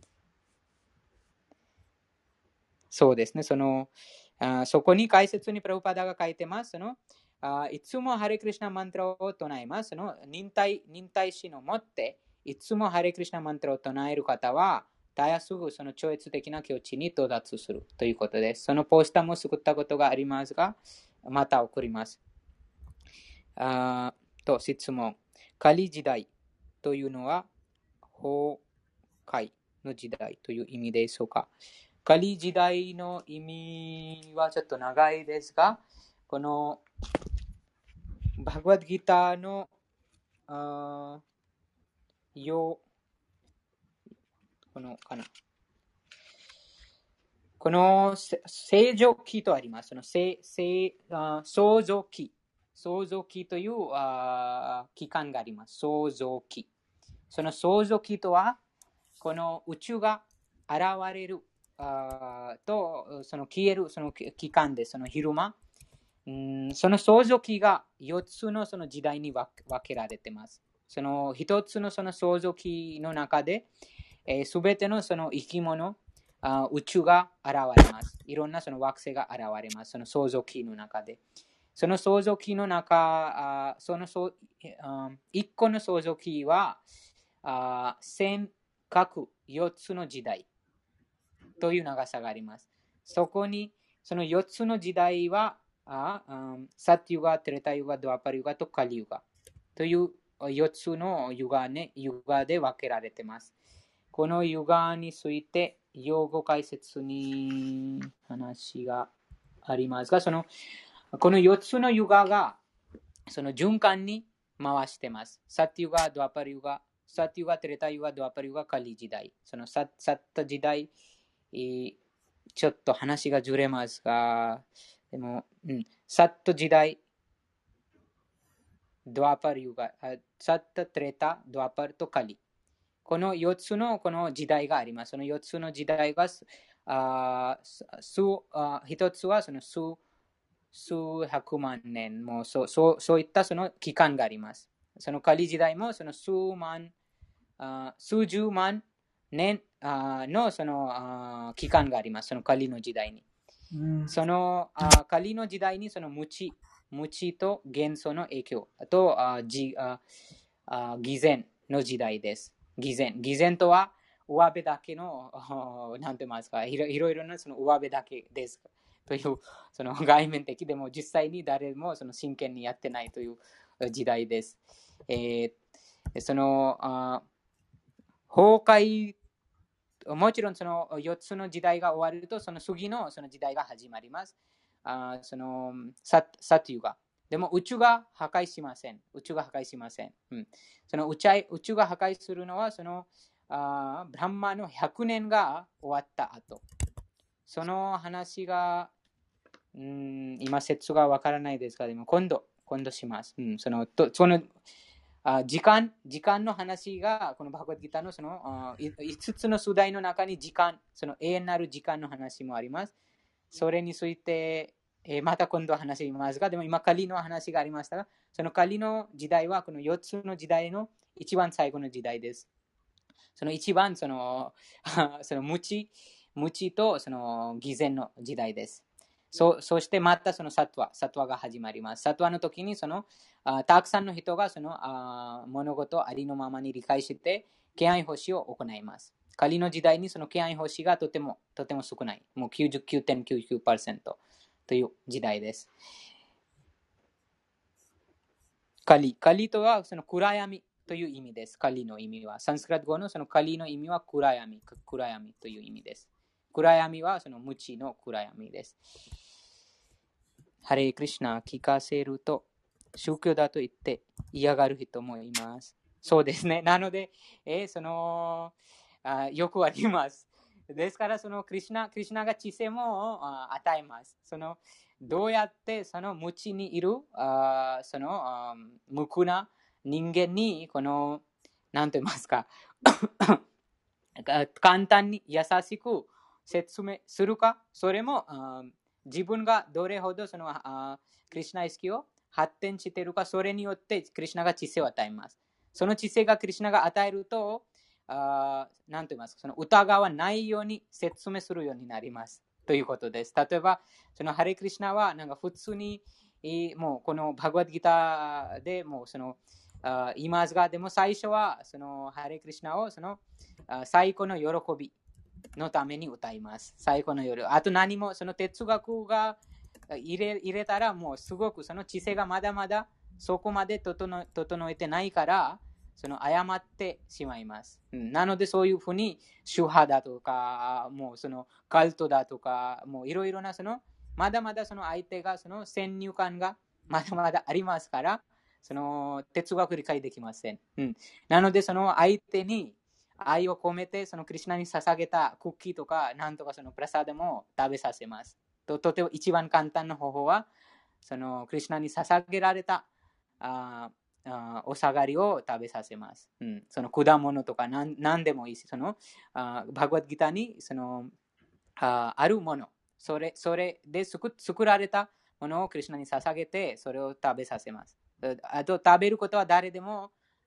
そうですね。そこに解説にプラブパダが書いてます。いつもハレクリシュナマントラを唱えます。忍耐心を持って、いつもハレクリシュナマントラを唱える方は、たやすぐ超越的な境地に到達するということです。ポスターも作ったことがありますが、また送ります。質問。カリ時代というのは崩壊の時代という意味でしょうか。カリ時代の意味はちょっと長いですが、このバグワッドギターのこの正常期とあります。創造期という期間があります。創造期。創造期とは、この宇宙が現れると消える期間で、昼間。創造期が4つの時代に分けられています。一つの創造期の中で、 すべてのその生き物、宇宙が現れます。いろんなその惑星が現れます。その創造記の中で。その創造記の中、一個の創造記は、線各4つの時代という長さがあります。そこに、その4つの時代は、サティユガ、テレタユガ、ドアパリユガとカリユガという4つのユガで分けられています。このユガについて、用語解説に話がありますが、この4つのユガがその循環に回しています。サティユガ、ドアパリユガ、サティユガ、テレタユガ、ドアパリユガ、カリ時代。そのサッタ時代、ちょっと話がずれますが、でも、サッタ時代、ドアパリユガ、サッタ、テレタ、ドアパリとカリ。この4つのこの時代があります。その4つの時代が、一つはその数百万年もそういったその期間があります。そのカリ時代もその数十万年のその期間があります。そのカリの時代に。そのカリの時代にその無知と元素の影響と偽善の時代です。偽善とは上辺だけの何て言いますか、いろいろなその上辺だけですというその外面的でも実際に誰もその真剣にやってないという時代です。その崩壊、もちろんその4つの時代が終わるとその次のその時代が始まります。そのサティユガ。でも宇宙が破壊しません。その宇宙が破壊するのはそのブラッマの100年が終わった後。その話が、今説がわからないですが、でも今度します。その時間の話がこのバガバッドギターのその5つの主題の中にその永遠なる時間の話もあります。それについてまた今度話しますが、でも今カリの話がありましたが、そのカリの時代はこの4つの時代の一番最後の時代です。その一番その無知とその偽善の時代です。そしてまたそのサトワが始まります。サトワの時にそのたくさんの人がその物事をありのままに理解して敬愛奉仕を行います。カリの時代にその敬愛奉仕がとても少ない。もう 99.99% という時代です。カリとはその暗闇という意味です。カリの意味は。サンスクラット語のそのカリの意味は暗闇という意味です。暗闇はその無知の暗闇です。ハレークリシュナ聞かせると宗教だと言って嫌がる人もいます。そうですね。なので、よくあります。ですからそのクリシュナが知性も与えます。どうやってその無知にいるその無垢な人間に何と言いますか簡単に優しく説明するか、それも自分がどれほどそのクリシュナ意識を発展しているか、それによってクリシュナが知性を与えます。その知性がクリシュナが与えると何と言いますか、その疑わないように説明するようになりますということです。例えばそのハレクリシュナはなんか普通にもうこのバガバッドギターでもうその言いますが、でも最初はそのハレクリシュナをその最高の喜びのために歌います。最高の夜。あと何もその哲学が入れたらもうすごくその知性がまだまだそこまで整えてないからその誤ってしまいます。なのでそういうふうに宗派だとかもうそのカルトだとかもういろいろなそのまだまだその相手がその先入観がまだまだありますからその哲学理解できません。なのでその相手に愛を込めてそのクリシュナに捧げたクッキーとかなんとかそのプラサーダも食べさせます。とても一番簡単な方法はそのクリシュナに捧げられたお下がりを食べさせます。その果物とか何でもいいし、そのバガバッドギターにそのあるもの、それで作られたものをクリシュナに捧げてそれを食べさせます。あと食べることは誰でも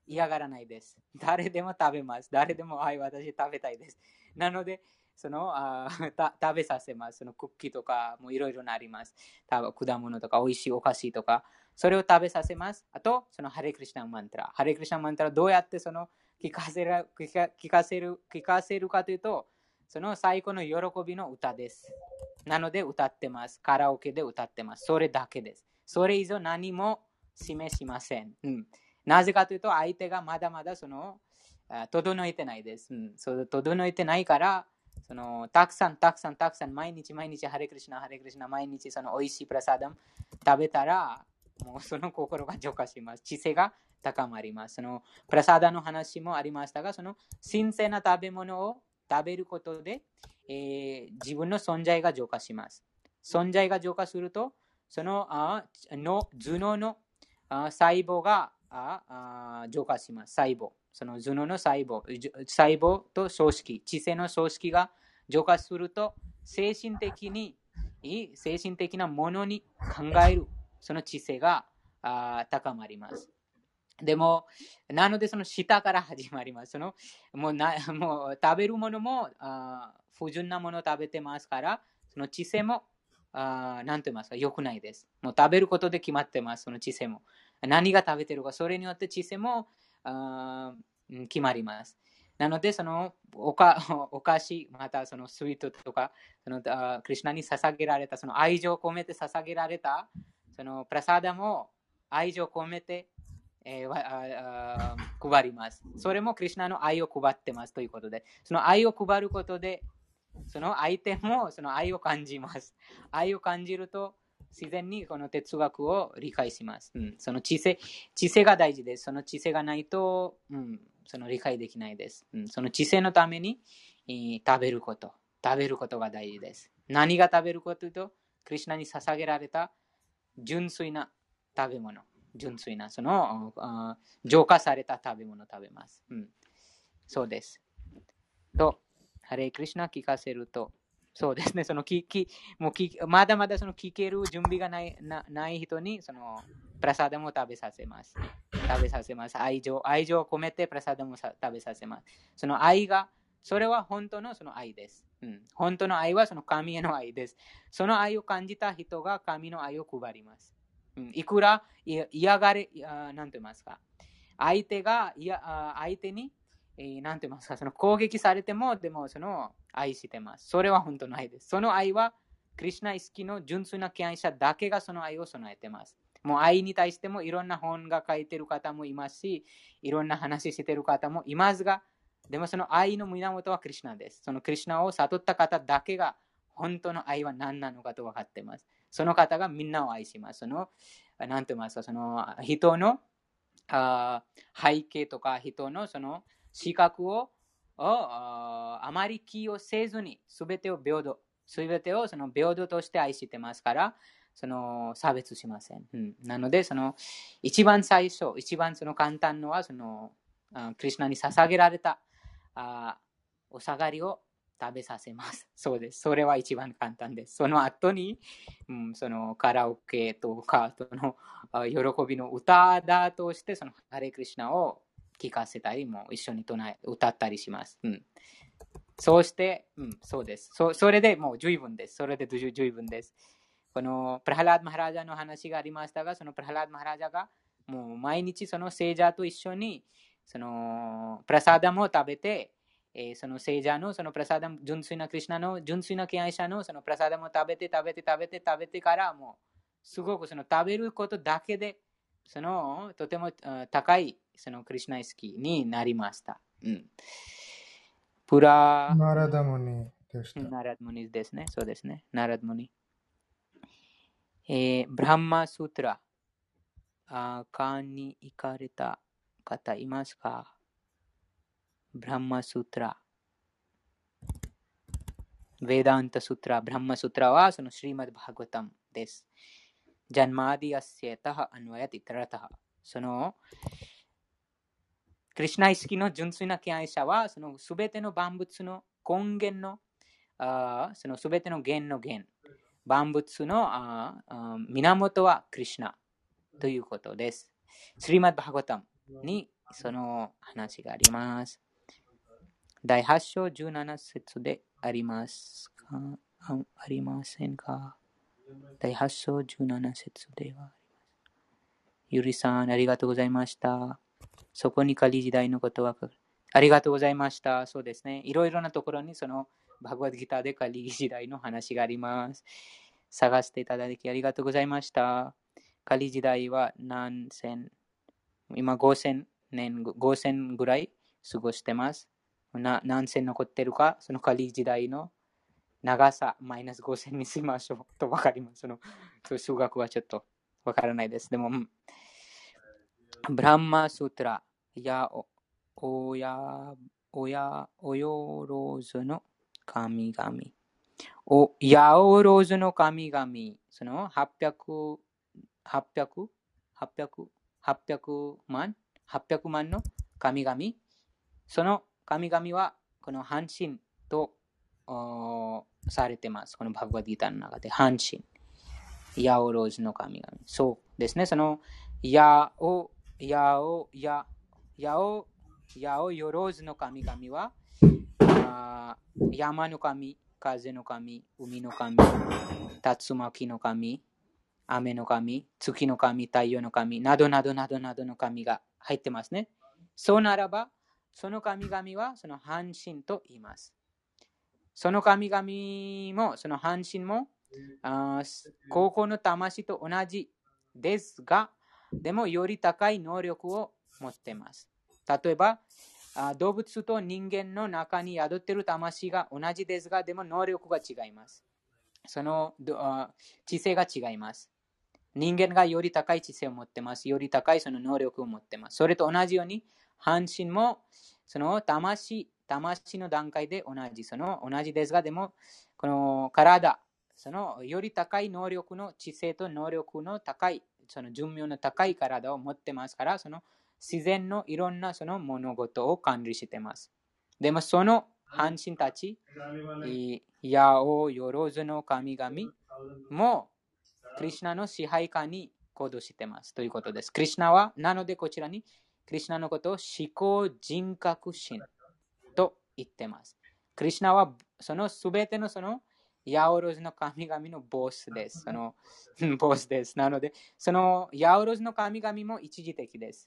嫌がらないです。誰でも食べます。誰でも、はい、私食べたいです。なので、食べさせます。クッキーとかもいろいろなります。果物とか、美味しいお菓子とか、それを食べさせます。あと、ハレクリシナマントラ。ハレクリシナマントラどうやって聞かせるかというと、最高の喜びの歌です。なので歌ってます。カラオケで歌ってます。それだけです。それ以上何も示しません。なぜかというと、相手がまだまだ整えてないです。整えてないから、たくさん毎日ハレクリシナ毎日美味しいプラサダム食べたら、もうその心が浄化します。知性が高まります。プラサダの話もありましたが、神聖な食べ物を食べることで、自分の存在が浄化します。存在が浄化すると、頭脳の細胞が浄化します。細胞。頭脳の細胞と組織、知性の組織が浄化すると、精神的なものに考える、その知性が高まります。でも、なので下から始まります。もう食べるものも不純なものを食べてますから、その知性も何と言いますか、良くないです。もう食べることで決まってます。その知性も。何が食べてるか、それによって知性も決まります。なので、お菓子、またスイートとか、クリシュナに捧げられた、愛情を込めて捧げられた、プラサダも愛情を込めて、配ります。それもクリシュナの愛を配ってますということで、その愛を配ることで、その相手もその愛を感じます。愛を感じると、自然にこの哲学を理解します。その知性が大事です。その知性がないと、理解できないです。その知性のために、食べることが大事です。何が食べることというと、クリシュナに捧げられた純粋な食べ物。純粋な浄化された食べ物を食べます。そうです。と、ハレークリシュナ聞かせると、そうですね、まだまだ聞ける準備がない人に、プラサダムを食べさせます。愛情を込めてプラサダムを食べさせます。その愛が、それは本当の愛です。本当の愛は神への愛です。その愛を感じた人が神の愛を配ります。いくら嫌がれ、なんて言いますか、相手に、なんて言いますか、攻撃されても、でも愛してます。それは本当の愛です。その愛は、クリシュナ意識の純粋な敬愛者だけがその愛を備えてます。もう愛に対してもいろんな本が書いてる方もいますし、いろんな話してる方もいますが、でもその愛の源はクリシュナです。そのクリシュナを悟った方だけが本当の愛は何なのかと分かっています。その方がみんなを愛します。なんて言いますか、人の背景とか人の資格をあまり気をせずに全てを平等として愛してますから、差別しません。なので一番最初、一番簡単のはクリシュナに捧げられたお下がりを食べさせます。そうです。それは一番簡単です。その後に、カラオケとか喜びの歌だとしてハレクリシュナを聞かせたりも一緒に歌ったりします。そうして、そうです。それでもう十分です。それで十分です。このプラハラード・マハラジャの話がありましたが、そのプラハラード・マハラジャがもう毎日聖者と一緒にプラサダムを食べて、聖者のプラサダム、純粋なクリシュナの純粋な敬愛者のプラサダムを食べてからもうすごく食べることだけでとても高いクリシュナ意識になりました。 ナラダムニでした。 ナラダムニですね。そうですね。ナラダムニ。ブランマスートラ館に行かれた方いますか？ブランマスートラ、ベダンタスートラ、ブランマスートラはシュリーマッド・バーガヴァタムです。ジャンマーディアスヤタハアンワヤティタラタハ。クリシュナ意識の純粋な敬愛者はすべての万物の根源のすべての源の源、万物の源はクリシュナということです。シュリーマッド・バーガヴァタムにその話があります。第8章17節でありますか？ありませんか？第8章17節では。ゆりさん、ありがとうございました。そこにカリ時代のことは、ありがとうございました。そうですね。いろいろなところにそのバグワッドギターでカリ時代の話があります。探していただきありがとうございました。カリ時代は何千、今5000年、5000ぐらい過ごしてます。何千残ってるか、そのカリ時代の長さ、マイナス5000にしましょうと分かります。その数学はちょっと分からないです。でも、ブランマスートラやおよろずの神々。やおろずの神々。その800万の神々。その神々はこの半身とされてます。このバグワッドギターの中で半身。やおろずの神々。そうですね。そのやおよろずの神々は山の神、風の神、海の神、竜巻の神、雨の神、月の神、太陽の神などなどなどなどの神が入ってますね。そうならば、その神々はその半身と言います。その神々も、その半身も、高校の魂と同じですが、でもより高い能力を持っています。例えば、動物と人間の中に宿っている魂が同じですが、でも能力が違います。その知性が違います。人間がより高い知性を持っています。より高いその能力を持っています。それと同じように、半身もその魂の段階で同じですが、でもこの体、そのより高い能力の知性と能力の高い、その寿命の高い体を持ってますから、その自然のいろんなその物事を管理しています。でもその半身たち、やおよろずの神々もクリシュナの支配下に行動していますということです。クリシュナは、なのでこちらにクリシュナのことを思考人格心と言っています。クリシュナはそのすべてのそのヤオロズの神々のボスです。ボスです。なので、そのヤオロズの神々も一時的です。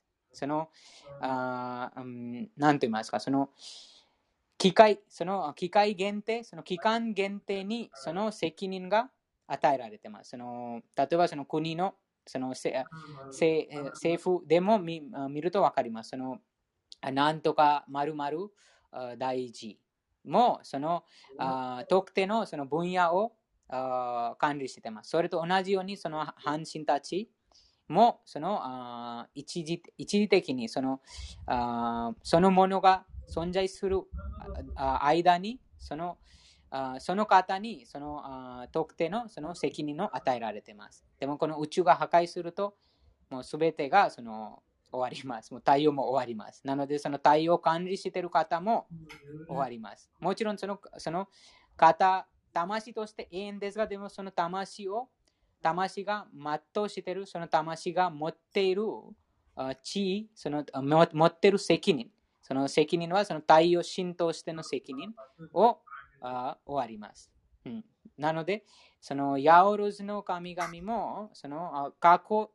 何と言いますか、その機械限定、その期間限定にその責任が与えられています。例えばその国のその政府でも 見ると分かります。なんとか〇〇大臣もその特定のその分野を管理しています。それと同じようにその半身たちもその一時的にそのものが存在する間にその方にその特定のその責任を与えられています。でもこの宇宙が破壊するともうすべてがその終わります。もう太陽も終わります。なのでその太陽を管理している方も終わります。もちろんその方、魂として永遠ですが、でもその魂が全うしている、その魂が持っている地位、その持っている責任、その責任はその太陽神としての責任を終わります。なので、そのヤオロズの神々もその過去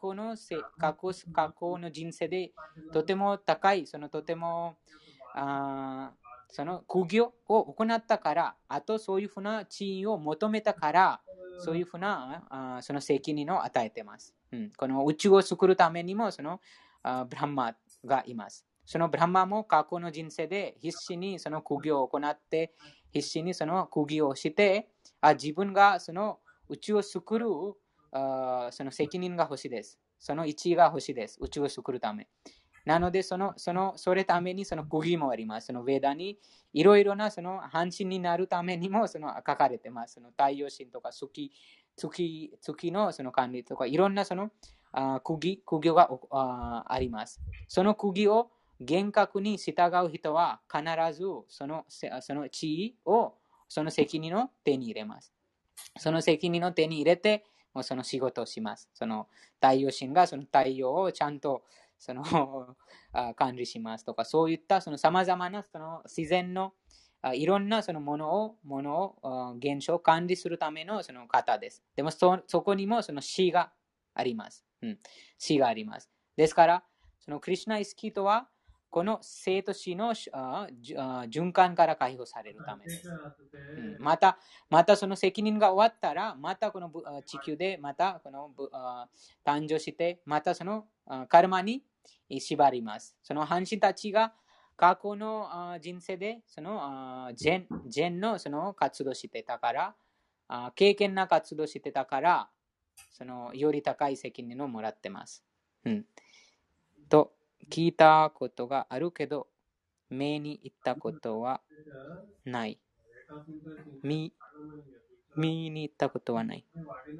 の人生でとても高い、とてもその苦行を行ったから、あとそういうふうな地位を求めたから、そういうふうなその責任を与えています。この宇宙を作るためにもそのブランマがいます。そのブランマも過去の人生で必死にその苦行を行って、必死にその苦行をして、自分がその宇宙を作るその責任が欲しいです。その一位が欲しいです。宇宙を作るため。なのでそれためにその苦行もあります。そのヴェダにいろいろなその半身になるためにもその書かれてます。その太陽神とか月のその管理とかいろんなその苦行があります。その苦行を厳格に従う人は必ずその地位をその責任を手に入れます。その責任を手に入れてもうその仕事をします。その太陽神がその太陽をちゃんとその管理しますとか、そういったその様々なその自然のいろんなそのものを現象を管理するためのその方です。でもそこにもその死があります。死があります。ですから、そのクリシュナ意識とは、この生と死の循環から解放されるためです。またその責任が終わったら、またこの地球で、またこの誕生して、またそのカルマに縛ります。その半身たちが過去の人生でその善のその活動してたから、経験な活動してたから、そのより高い責任をもらってます。と聞いたことがあるけど、目に行ったことはない。見に行ったことはない。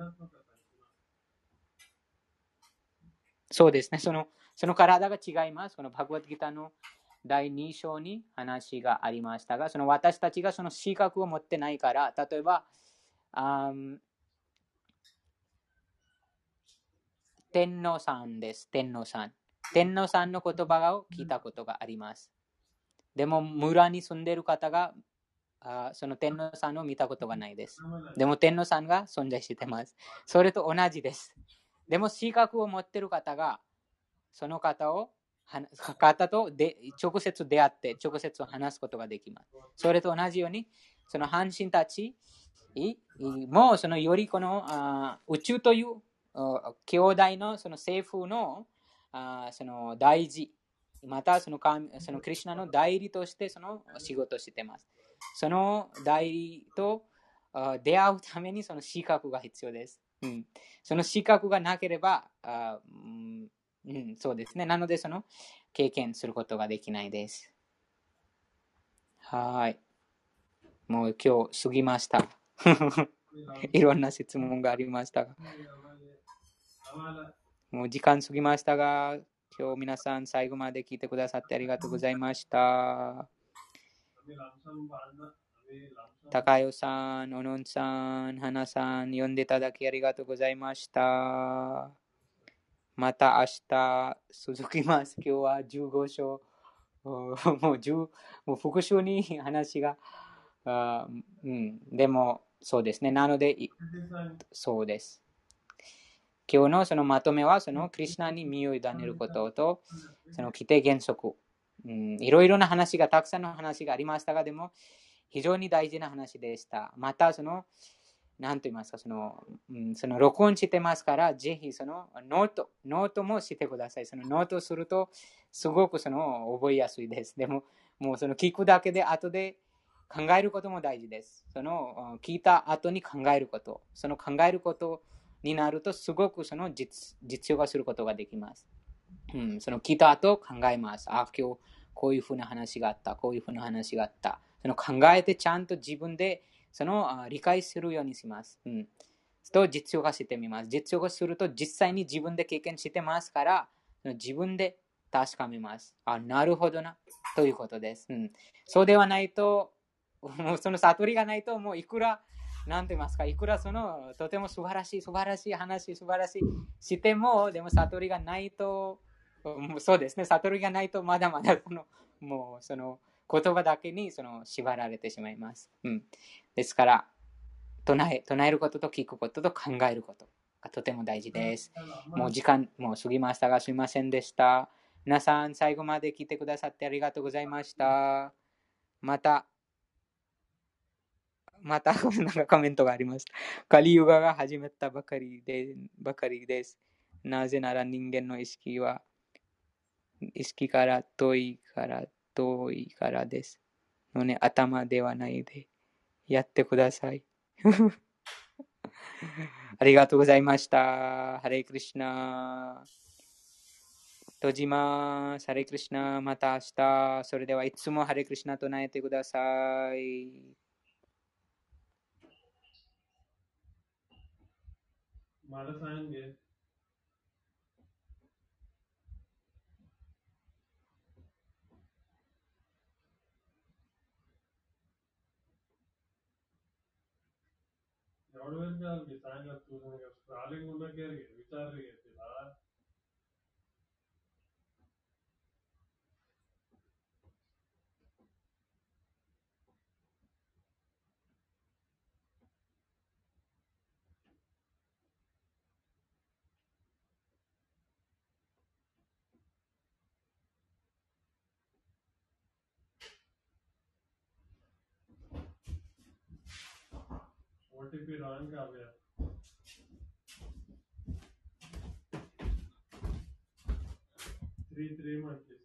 そうですね。その体が違います。このバグワッドギターの第2章に話がありましたが、その私たちがその資格を持ってないから、例えば、天皇さんです。天皇さんの言葉を聞いたことがあります。でも、村に住んでいる方が、その天皇さんを見たことがないです。でも、天皇さんが存在しています。それと同じです。でも、資格を持っている方が、その方と直接出会って、直接話すことができます。それと同じように、その半身たちも、そのよりこの宇宙という兄弟のその政府のその大事、またそのクリシュナの代理としてその仕事をしています。その代理と出会うためにその資格が必要です。その資格がなければ、そうですね。なのでその経験することができないです。はい。もう今日過ぎました。いろんな質問がありましたが。もう時間過ぎましたが、今日皆さん最後まで聞いてくださってありがとうございました。高代さん、おのんさん、花さん、読んでいただきありがとうございました。また明日続きます。今日は15章。もう復習に話が、でもそうですね。なので、そうです。今日のそのまとめは、そのクリシュナに身を委ねることと、その規定原則、いろいろな話が、たくさんの話がありましたが、でも非常に大事な話でした。また、何と言いますか、その録音してますから、ぜひそのノートもしてください。そのノートすると、すごく覚えやすいです。でも、もう聞くだけで、後で考えることも大事です。聞いた後に考えること。その考えることになると、すごく実用化することができます。聞いた後考えます。今日こういうふうな話があった。こういうふうな話があった。考えてちゃんと自分で理解するようにします。と実用化してみます。実用化すると実際に自分で経験してますから、自分で確かめます。なるほどな。ということです。そうではないと、もう悟りがないと、もういくら、なんて言いますか、いくらとても素晴らしい話、素晴らしいしても、でも悟りがないと、そうですね、悟りがないとまだまだもう言葉だけに縛られてしまいます。ですから、唱えることと聞くことと考えることがとても大事です。もう時間もう過ぎましたが、すみませんでした。皆さん、最後まで聞いてくださってありがとうございました。またなんかコメントがあります。カリユガが始めたばかりです。なぜなら人間の意識から遠いからです。のね、頭ではないでやってください。ありがとうございました。ハレイクリシュナ。閉じます。ハレイクリシュナ。また明日。それではいつもハレイクリシュナと唱えてください。 OTP wrong आ गया 3 months